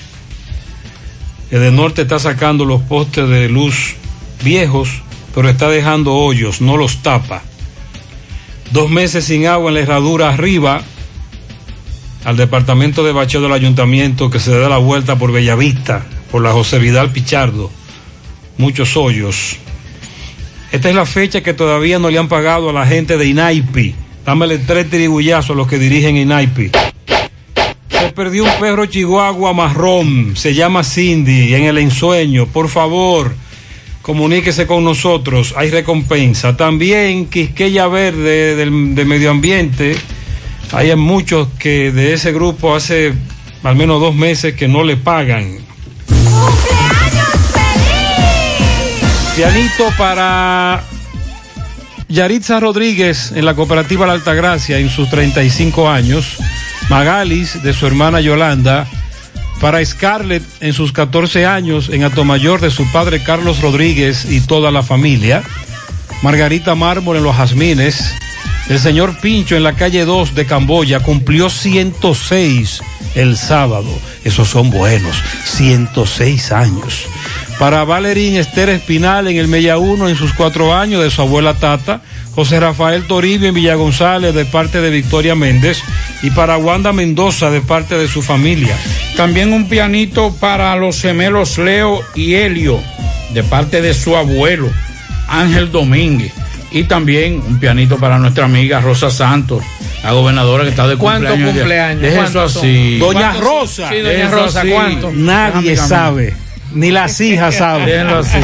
el de norte está sacando los postes de luz viejos, pero está dejando hoyos, no los tapa. 2 meses sin agua en la herradura arriba, al departamento de bacheo del ayuntamiento que se da la vuelta por Bellavista, por la José Vidal Pichardo. Muchos hoyos. Esta es la fecha que todavía no le han pagado a la gente de INAIPI. Dámele 3 tirigullazos a los que dirigen INAIPI. Se perdió un perro chihuahua marrón, se llama Cindy, en el ensueño. Por favor, comuníquese con nosotros, hay recompensa. También Quisqueya Verde de Medio Ambiente, hay muchos que de ese grupo hace al menos 2 meses que no le pagan. ¡Cumpleaños feliz! Pianito para Yaritza Rodríguez en la cooperativa La Altagracia en sus 35 años, Magalis de su hermana Yolanda, para Scarlett en sus 14 años en Atomayor de su padre Carlos Rodríguez y toda la familia, Margarita Mármol en Los Jazmines, el señor Pincho en la calle 2 de Camboya, cumplió 106 el sábado, esos son buenos, 106 años. Para Valerín Esther Espinal en el Mella 1 en sus 4 años de su abuela Tata, José Rafael Toribio en Villa González de parte de Victoria Méndez, y para Wanda Mendoza de parte de su familia. También un pianito para los gemelos Leo y Helio de parte de su abuelo Ángel Domínguez, y también un pianito para nuestra amiga Rosa Santos, la gobernadora que está de cumpleaños. ¿Cuántos cumpleaños? Deje eso así. Doña Rosa. Sí, doña Rosa, ¿cuánto? Nadie sabe, ni las hijas saben. Déjenlo así.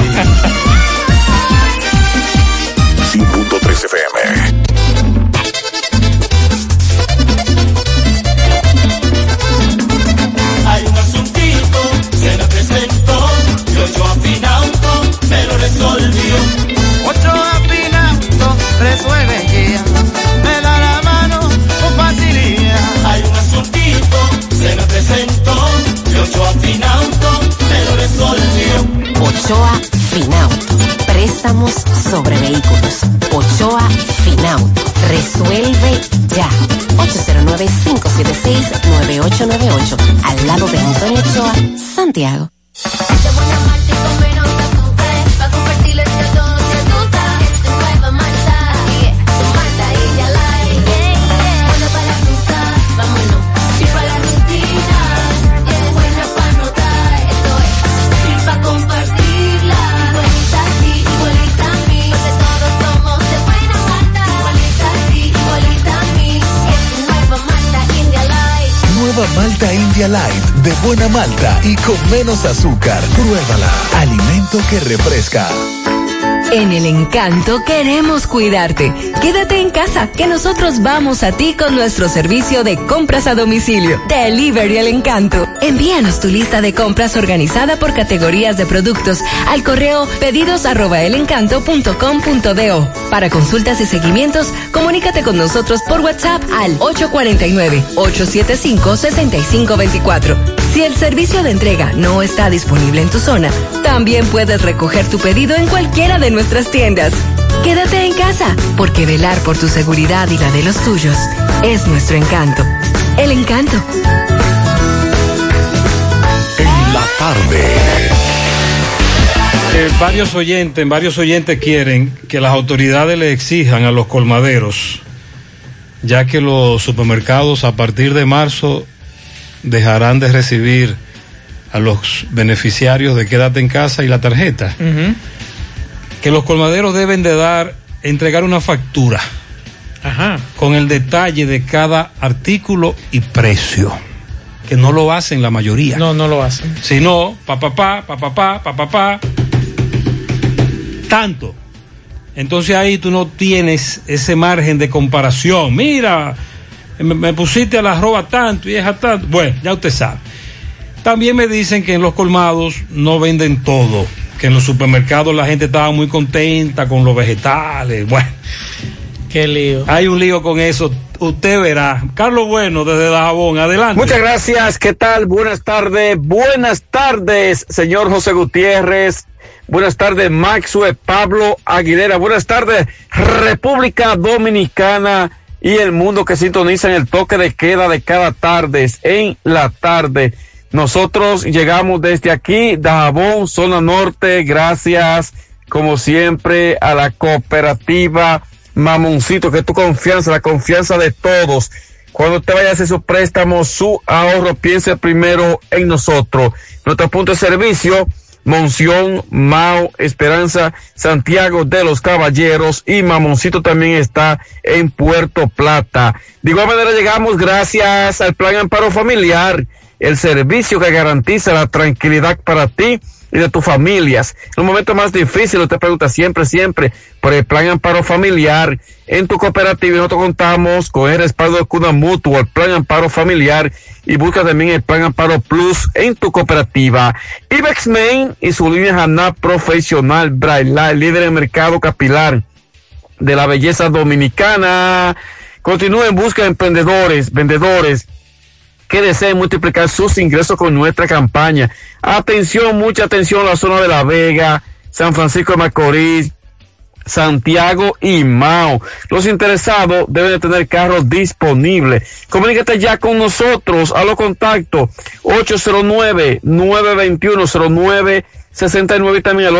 100.3 FM. Hay un asuntito, se me presentó, yo afinauto, me lo resolvió. Ochoa Finauto resuelve ya, me da la mano con facilidad. Hay un asuntito, se me presentó, yo afinauto, me lo resolvió. Ochoa Finauto. Préstamos sobre vehículos. Ochoa Finauto. Resuelve ya. 809-576-9898. Al lado de Antonio Ochoa, Santiago. Nueva Malta India Light, de buena malta y con menos azúcar. Pruébala. Alimento que refresca. En El Encanto queremos cuidarte. Quédate en casa, que nosotros vamos a ti con nuestro servicio de compras a domicilio. Delivery El Encanto. Envíanos tu lista de compras organizada por categorías de productos al correo pedidos@elencanto.com.do. Para consultas y seguimientos, comunícate con nosotros por WhatsApp al 849-875-6524. Si el servicio de entrega no está disponible en tu zona, también puedes recoger tu pedido en cualquiera de nuestras tiendas. Quédate en casa, porque velar por tu seguridad y la de los tuyos es nuestro encanto. El Encanto. En la tarde. Varios oyentes quieren que las autoridades le exijan a los colmaderos, ya que los supermercados a partir de marzo dejarán de recibir a los beneficiarios de Quédate en Casa y la tarjeta. Uh-huh. Que los colmaderos deben de entregar una factura. Ajá. Con el detalle de cada artículo y precio, que no lo hacen la mayoría. No lo hacen. Si no, tanto. Entonces ahí tú no tienes ese margen de comparación. Mira, me pusiste a la arroba tanto y es a tanto. Bueno, ya usted sabe. También me dicen que en los colmados no venden todo, que en los supermercados la gente estaba muy contenta con los vegetales. Bueno, qué lío. Hay un lío con eso, usted verá. Carlos Bueno, desde Dajabón, adelante. Muchas gracias, ¿qué tal? Buenas tardes, señor José Gutiérrez. Buenas tardes, Maxwell Pablo Aguilera. Buenas tardes, República Dominicana y el mundo que sintoniza en el toque de queda de cada tarde, en la tarde. Nosotros llegamos desde aquí, Dajabón, zona norte, gracias, como siempre, a la cooperativa Mamoncito, que es tu confianza, la confianza de todos. Cuando te vayas a hacer su préstamo, su ahorro, piense primero en nosotros. Nuestro punto de servicio, Monción, Mao, Esperanza, Santiago de los Caballeros, y Mamoncito también está en Puerto Plata. De igual manera llegamos gracias al Plan Amparo Familiar, el servicio que garantiza la tranquilidad para ti y de tus familias. En un momento más difícil, usted pregunta siempre por el Plan Amparo Familiar. En tu cooperativa nosotros contamos con el respaldo de Cuna Mutua, el Plan Amparo Familiar, y busca también el Plan Amparo Plus en tu cooperativa. Ibex Main y su línea Haná Profesional Braille, líder en mercado capilar de la belleza dominicana. Continúa en busca de vendedores que deseen multiplicar sus ingresos con nuestra campaña. Atención, mucha atención a la zona de La Vega, San Francisco de Macorís, Santiago y Mao. Los interesados deben de tener carros disponibles. Comunícate ya con nosotros a los contactos 809-921-0969 y también al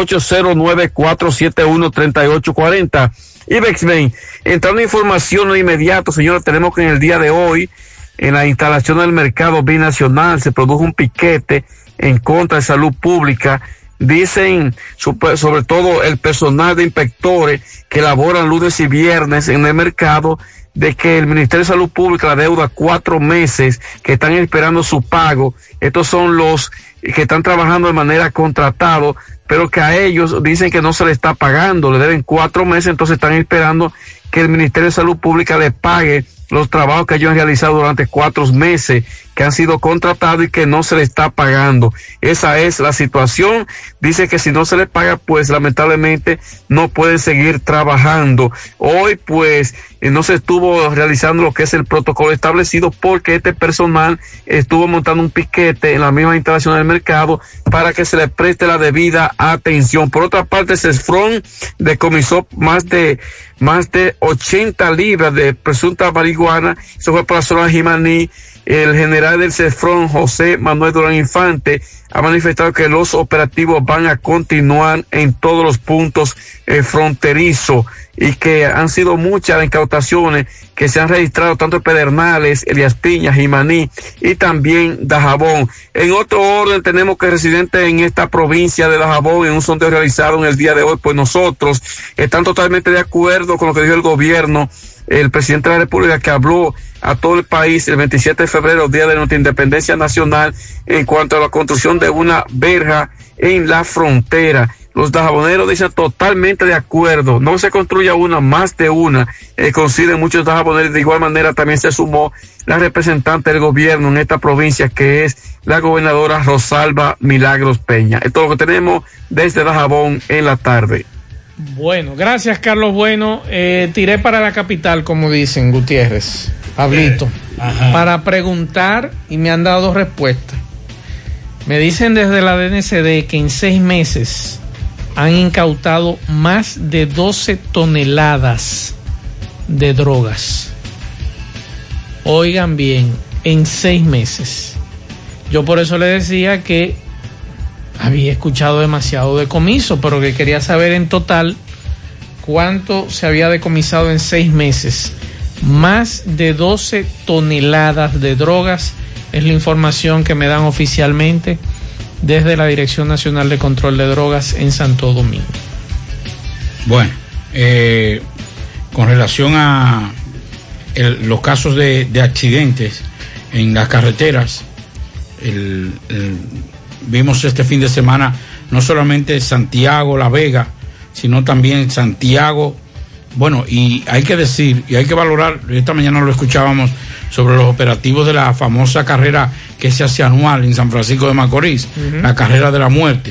809-471-3840. Ibexmen, entrando información de inmediato, señores, tenemos que en el día de hoy, en la instalación del mercado binacional, se produjo un piquete en contra de salud pública. Dicen, sobre todo el personal de inspectores que laboran lunes y viernes en el mercado, de que el Ministerio de Salud Pública la deuda 4 meses, que están esperando su pago. Estos son los que están trabajando de manera contratado, pero que a ellos dicen que no se le está pagando, le deben 4 meses, entonces están esperando que el Ministerio de Salud Pública le pague los trabajos que ellos han realizado durante 4 meses, que han sido contratados y que no se le está pagando. Esa es la situación. Dice que si no se le paga, pues lamentablemente no pueden seguir trabajando. Hoy, pues, no se estuvo realizando lo que es el protocolo establecido, porque este personal estuvo montando un piquete en la misma instalación del mercado para que se le preste la debida atención. Por otra parte, Cesfron decomisó más de 80 libras de presunta marihuana. Eso fue por la zona de Jimaní. El general del Cesfron, José Manuel Durán Infante, ha manifestado que los operativos van a continuar en todos los puntos fronterizos, y que han sido muchas las incautaciones que se han registrado tanto en Pedernales, Elías Piña, Jimaní y también Dajabón. En otro orden, tenemos que residentes en esta provincia de Dajabón, en un sondeo realizado en el día de hoy, pues nosotros están totalmente de acuerdo con lo que dijo el gobierno, el presidente de la República, que habló a todo el país el 27 de febrero, día de nuestra independencia nacional, en cuanto a la construcción de una verja en la frontera. Los dajaboneros dicen totalmente de acuerdo, no se construya una, más de una, coinciden muchos dajaboneros. De igual manera también se sumó la representante del gobierno en esta provincia, que es la gobernadora Rosalba Milagros Peña. Esto es lo que tenemos desde Dajabón en la tarde. Bueno, gracias Carlos Bueno. Tiré para la capital, como dicen, Gutiérrez, Pablito, para preguntar, y me han dado respuesta. Me dicen desde la DNCD que en 6 meses han incautado más de 12 toneladas de drogas. Oigan bien, en 6 meses. Yo por eso le decía que había escuchado demasiado decomiso, pero que quería saber en total cuánto se había decomisado en 6 meses. Más de 12 toneladas de drogas es la información que me dan oficialmente desde la Dirección Nacional de Control de Drogas en Santo Domingo. Bueno, con relación a los casos de accidentes en las carreteras, vimos este fin de semana no solamente Santiago, La Vega, sino también Santiago. Bueno, y hay que decir, y hay que valorar, esta mañana lo escuchábamos sobre los operativos de la famosa carrera que se hace anual en San Francisco de Macorís, la carrera de la muerte,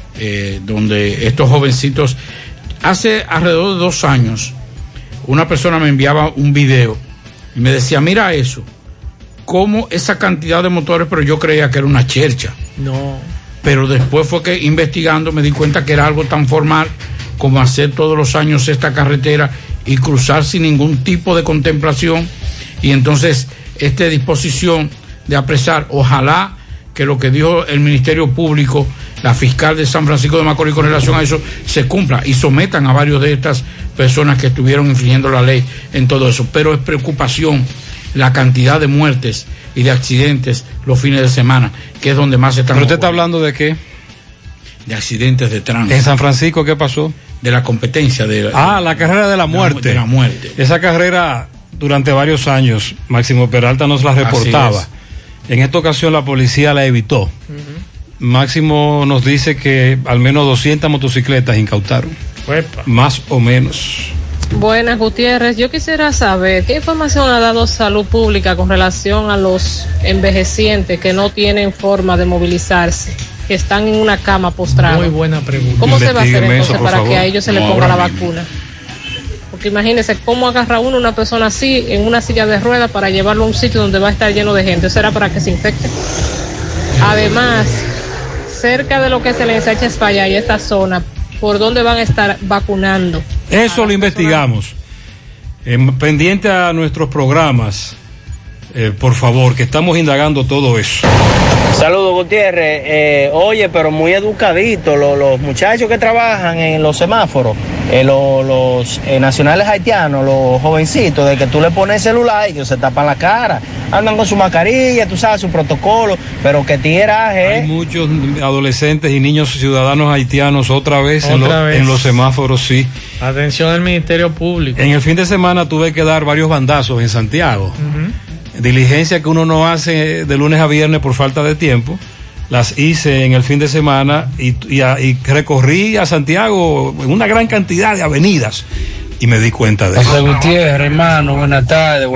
donde estos jovencitos, hace alrededor de 2 años, una persona me enviaba un video y me decía, mira eso, cómo esa cantidad de motores, pero yo creía que era una chercha. No. Pero después fue que investigando me di cuenta que era algo tan formal como hacer todos los años esta carretera y cruzar sin ningún tipo de contemplación. Y entonces esta disposición de apresar, ojalá que lo que dijo el Ministerio Público, la fiscal de San Francisco de Macorís con relación a eso, se cumpla y sometan a varios de estas personas que estuvieron infringiendo la ley en todo eso. Pero es preocupación la cantidad de muertes y de accidentes los fines de semana, que es donde más se están. ¿Pero usted está hablando de qué? De accidentes de tránsito. ¿En San Francisco qué pasó? De la competencia de la carrera de la muerte. De la muerte. Esa carrera durante varios años Máximo Peralta nos la reportaba. En esta ocasión la policía la evitó. Máximo nos dice que al menos 200 motocicletas incautaron. Uepa. Más o menos. Buenas, Gutiérrez. Yo quisiera saber qué información ha dado Salud Pública con relación a los envejecientes que no tienen forma de movilizarse, que están en una cama postrada. Muy buena pregunta. ¿Cómo se va a hacer entonces eso, para favor, que a ellos se les ponga la vacuna? Porque imagínense cómo agarra una persona así en una silla de ruedas para llevarlo a un sitio donde va a estar lleno de gente. ¿Eso era para que se infecte? Además, cerca de lo que es el Ensanche España y esta zona, ¿por dónde van a estar vacunando? Eso lo investigamos. Pendiente a nuestros programas, por favor, que estamos indagando todo eso. Saludos, Gutiérrez. Oye, pero muy educadito los muchachos que trabajan en los semáforos, los nacionales haitianos, los jovencitos, de que tú le pones celular y ellos se tapan la cara, andan con su mascarilla, tú sabes, su protocolo, pero que tiraje. Hay muchos adolescentes y niños ciudadanos haitianos otra vez en los semáforos, sí. Atención al Ministerio Público. En el fin de semana tuve que dar varios bandazos en Santiago. Diligencia que uno no hace de lunes a viernes por falta de tiempo, las hice en el fin de semana y recorrí a Santiago en una gran cantidad de avenidas y me di cuenta de eso. José Gutiérrez, hermano, buenas tardes.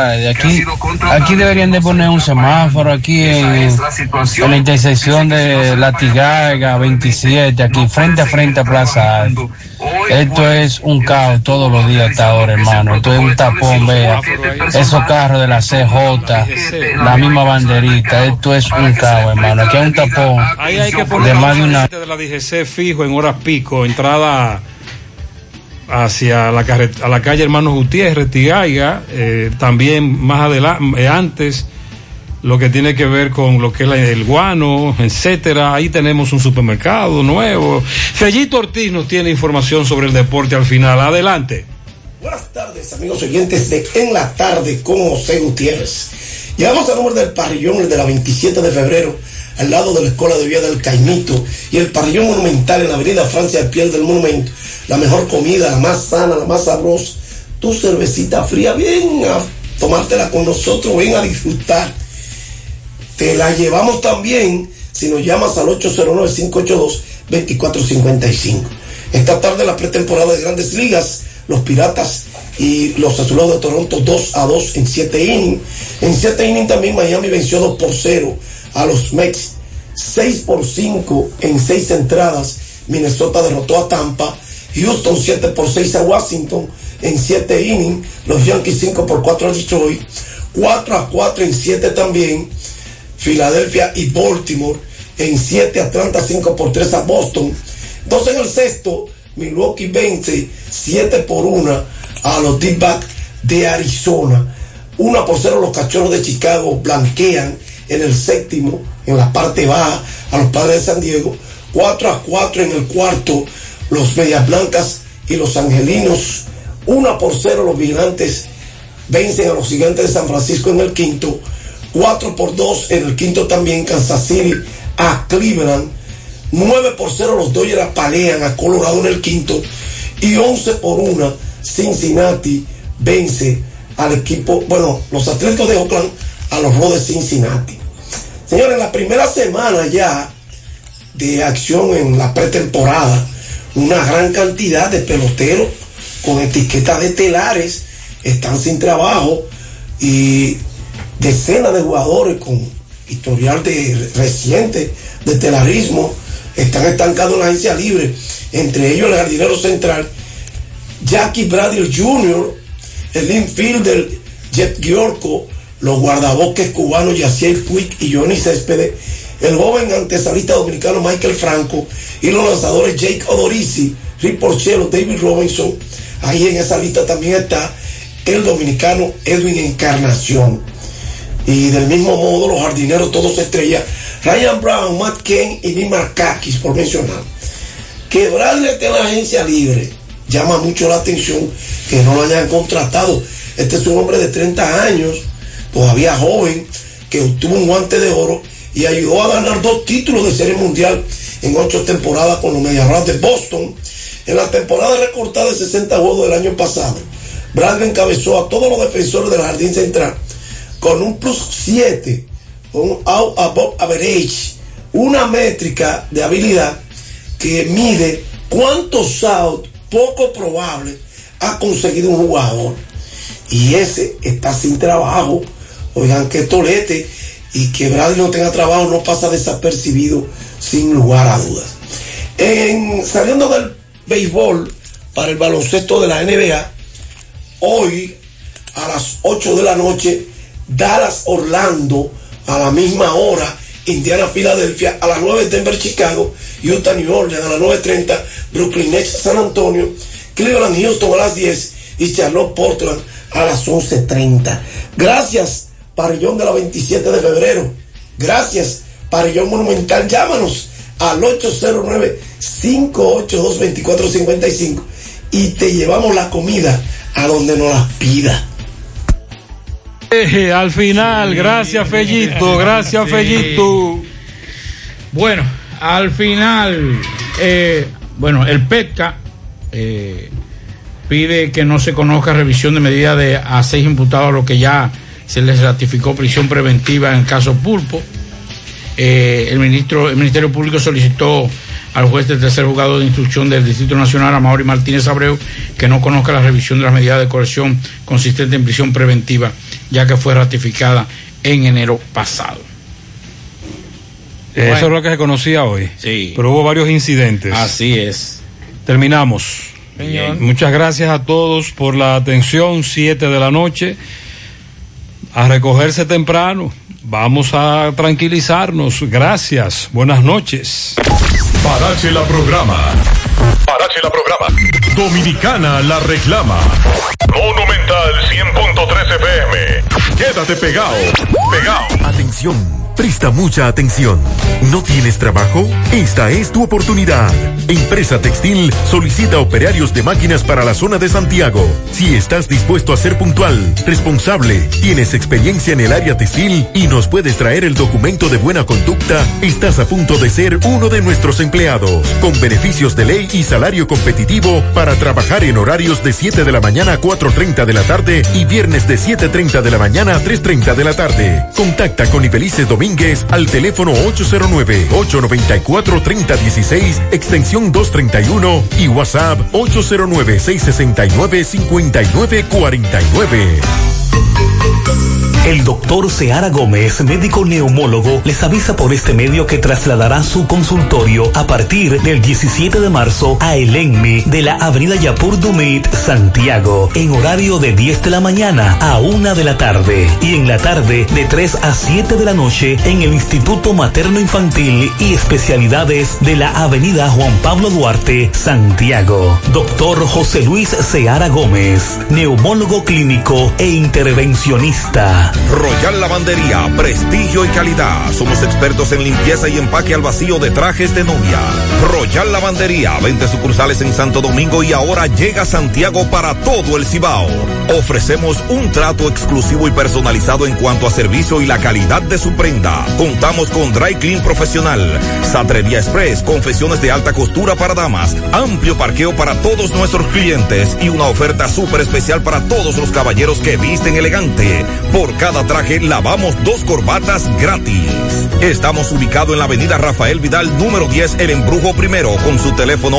Aquí deberían de poner un semáforo aquí en la intersección de Latigaga 27, aquí frente a Plaza Alto. Esto es un caos todos los días hasta ahora, hermano. Esto es un tapón, vea. Esos carros de la CJ, la misma banderita. Esto es un caos, hermano. Aquí hay un tapón ahí hay que poner de más de una. De la DGC fijo en horas pico, entrada hacia a la calle Hermanos Gutiérrez, Tigaiga, también más adelante, antes, lo que tiene que ver con lo que es el guano, etcétera. Ahí tenemos un supermercado nuevo. Fellito Ortiz nos tiene información sobre el deporte al final. Adelante. Buenas tardes, amigos oyentes de En la Tarde con José Gutiérrez. Llegamos al número del parrillón, el de la 27 de febrero, al lado de la Escuela de Vía del Caimito, y el parrillón monumental en la avenida Francia al pie del monumento. La mejor comida, la más sana, la más sabrosa. Tu cervecita fría, ven a tomártela con nosotros, ven a disfrutar. Te la llevamos también si nos llamas al 809-582-2455. Esta tarde la pretemporada de Grandes Ligas, los Piratas y los Azulados de Toronto 2-2 en 7 innings. En 7 innings también Miami venció 2-0 a los Mets. 6-5 en 6 entradas. Minnesota derrotó a Tampa. Houston 7-6 a Washington en 7 innings. Los Yankees 5-4 a Detroit. 4-4 en 7 también. Filadelfia y Baltimore en 7. Atlanta 5-3 a Boston. Entonces en el sexto, Milwaukee vence 7-1 a los D-backs de Arizona. 1-0 los Cachorros de Chicago blanquean en el séptimo, en la parte baja, a los Padres de San Diego. 4-4 en el cuarto, los Medias Blancas y los Angelinos. 1-0 los Vigilantes vencen a los Gigantes de San Francisco en el quinto. 4-2 en el quinto también Kansas City a Cleveland. 9-0 los Dodgers apalean a Colorado en el quinto. Y 11-1 Cincinnati vence al equipo, los Atléticos de Oakland a los Rojos de Cincinnati. Señores, en la primera semana ya de acción en la pretemporada, una gran cantidad de peloteros con etiquetas de telares están sin trabajo y decenas de jugadores con historial reciente de telarismo están estancados en la agencia libre, entre ellos el jardinero central Jackie Bradley Jr., el infielder Jet Giorco, los guardabosques cubanos Yaciel Puig y Johnny Céspedes, el joven antesalista dominicano Michael Franco y los lanzadores Jake Odorizzi, Rick Porcello, David Robinson. Ahí en esa lista también está el dominicano Edwin Encarnación. Y del mismo modo los jardineros todos estrellas, Ryan Brown, Matt Cain y Nick Markakis, por mencionar. Que Bradley esté en la agencia libre llama mucho la atención, que no lo hayan contratado. Este es un hombre de 30 años, todavía joven, que obtuvo un guante de oro y ayudó a ganar 2 títulos de Serie Mundial en 8 temporadas con los Medias Rojas de Boston. En la temporada recortada de 60 juegos del año pasado, Bradley encabezó a todos los defensores del jardín central con un +7, un out above average, una métrica de habilidad que mide cuántos outs poco probable ha conseguido un jugador. Y ese está sin trabajo. Oigan, qué tolete. Y que Bradley no tenga trabajo no pasa desapercibido sin lugar a dudas. Saliendo del béisbol para el baloncesto de la NBA, hoy a las 8 de la noche, Dallas Orlando, a la misma hora, Indiana Filadelfia, a las 9 Denver Chicago, Utah New Orleans, a las 9:30 Brooklyn Nets San Antonio, Cleveland Houston a las 10 y Charlotte Portland a las 11:30. Gracias, Parrillón de la 27 de febrero. Gracias, Parrillón Monumental. Llámanos al 809-582-2455 y te llevamos la comida a donde nos la pida. Al final, gracias Fellito, gracias Fellito. Bueno, al final, el PETCA pide que no se conozca revisión de medida a 6 imputados, a lo que ya se les ratificó prisión preventiva en el caso Pulpo. El Ministerio Público solicitó al juez del tercer juzgado de instrucción del Distrito Nacional, Amaury Martínez Abreu, que no conozca la revisión de las medidas de coerción consistente en prisión preventiva, ya que fue ratificada en enero pasado. Eso es lo que se conocía hoy. Sí. Pero hubo varios incidentes. Así es. Terminamos. Señor. Muchas gracias a todos por la atención. 7 de la noche. A recogerse temprano. Vamos a tranquilizarnos. Gracias. Buenas noches. Parache la programa. Parache la programa. Dominicana la reclama. Monumental 100.3 FM. Quédate pegado. Pegado. Atención. Presta mucha atención. ¿No tienes trabajo? Esta es tu oportunidad. Empresa Textil solicita operarios de máquinas para la zona de Santiago. Si estás dispuesto a ser puntual, responsable, tienes experiencia en el área textil y nos puedes traer el documento de buena conducta, estás a punto de ser uno de nuestros empleados, con beneficios de ley y salario competitivo para trabajar en horarios de 7 de la mañana a 4:30 de la tarde y viernes de 7:30 de la mañana a 3:30 de la tarde. Contacta con Ibelice Domínguez Domínguez al teléfono 809-894-3016, extensión 231 y WhatsApp 809-669-5949. El doctor Seara Gómez, médico neumólogo, les avisa por este medio que trasladará su consultorio a partir del 17 de marzo a el ENMI de la avenida Yapur Dumit, Santiago, en horario de 10 de la mañana a 1 de la tarde y en la tarde de 3 a 7 de la noche en el Instituto Materno Infantil y Especialidades de la avenida Juan Pablo Duarte, Santiago. Doctor José Luis Seara Gómez, neumólogo clínico e intervencionista. Royal Lavandería, prestigio y calidad. Somos expertos en limpieza y empaque al vacío de trajes de novia. Royal Lavandería, 20 sucursales en Santo Domingo y ahora llega a Santiago para todo el Cibao. Ofrecemos un trato exclusivo y personalizado en cuanto a servicio y la calidad de su prenda. Contamos con Dry Clean profesional, Satrería Express, confecciones de alta costura para damas, amplio parqueo para todos nuestros clientes y una oferta súper especial para todos los caballeros que visten elegante. Por cada traje lavamos 2 corbatas gratis. Estamos ubicados en la avenida Rafael Vidal, número 10, El Embrujo Primero, con su teléfono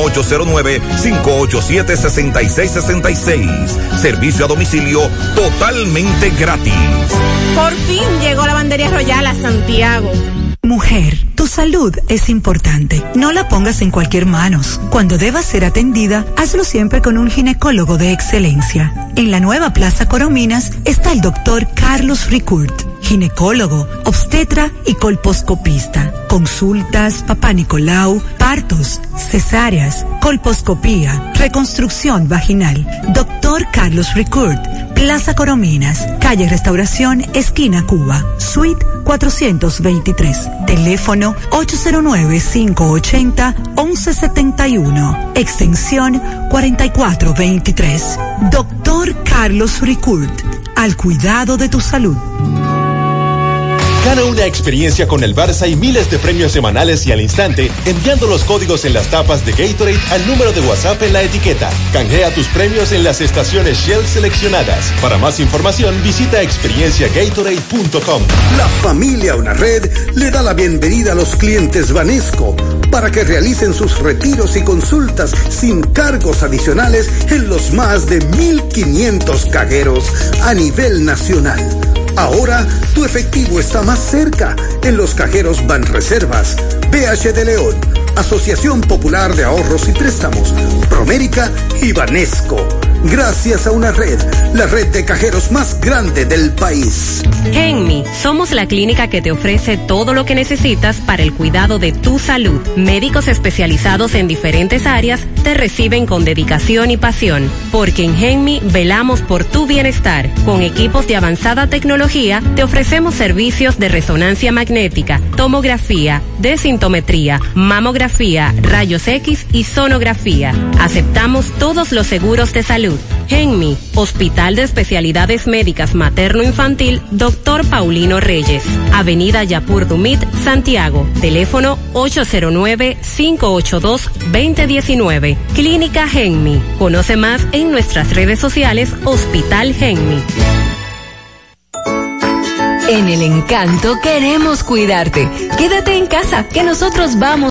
809-587-6666. Servicio a domicilio totalmente gratis. Por fin llegó Lavandería Royal a Santiago. Mujer, tu salud es importante. No la pongas en cualquier manos. Cuando debas ser atendida, hazlo siempre con un ginecólogo de excelencia. En la nueva Plaza Corominas está el doctor Carlos Ricourt, ginecólogo, obstetra y colposcopista. Consultas, papá Nicolau, partos, cesáreas, colposcopía, reconstrucción vaginal. Doctor Carlos Ricourt, Plaza Corominas, calle Restauración, esquina Cuba, suite 423. Teléfono 809-580-1171. Extensión 4423. Doctor Carlos Ricourt, al cuidado de tu salud. Gana una experiencia con el Barça y miles de premios semanales y al instante, enviando los códigos en las tapas de Gatorade al número de WhatsApp en la etiqueta. Canjea tus premios en las estaciones Shell seleccionadas. Para más información, visita experienciagatorade.com. La familia Una Red le da la bienvenida a los clientes Banesco para que realicen sus retiros y consultas sin cargos adicionales en los más de 1,500 cajeros a nivel nacional. Ahora tu efectivo está más cerca en los cajeros Banreservas, BH de León, Asociación Popular de Ahorros y Préstamos, Promérica y Banesco. Gracias a Una Red, la red de cajeros más grande del país. Genmi, somos la clínica que te ofrece todo lo que necesitas para el cuidado de tu salud. Médicos especializados en diferentes áreas te reciben con dedicación y pasión, porque en Genmi velamos por tu bienestar. Con equipos de avanzada tecnología, te ofrecemos servicios de resonancia magnética, tomografía, desintometría, mamografía, rayos X y sonografía. Aceptamos todos los seguros de salud. Genmi, Hospital de Especialidades Médicas Materno-Infantil, Dr. Paulino Reyes, Avenida Yapur Dumit, Santiago, teléfono 809-582-2019. Clínica Genmi. Conoce más en nuestras redes sociales Hospital Genmi. En El Encanto queremos cuidarte. Quédate en casa, que nosotros vamos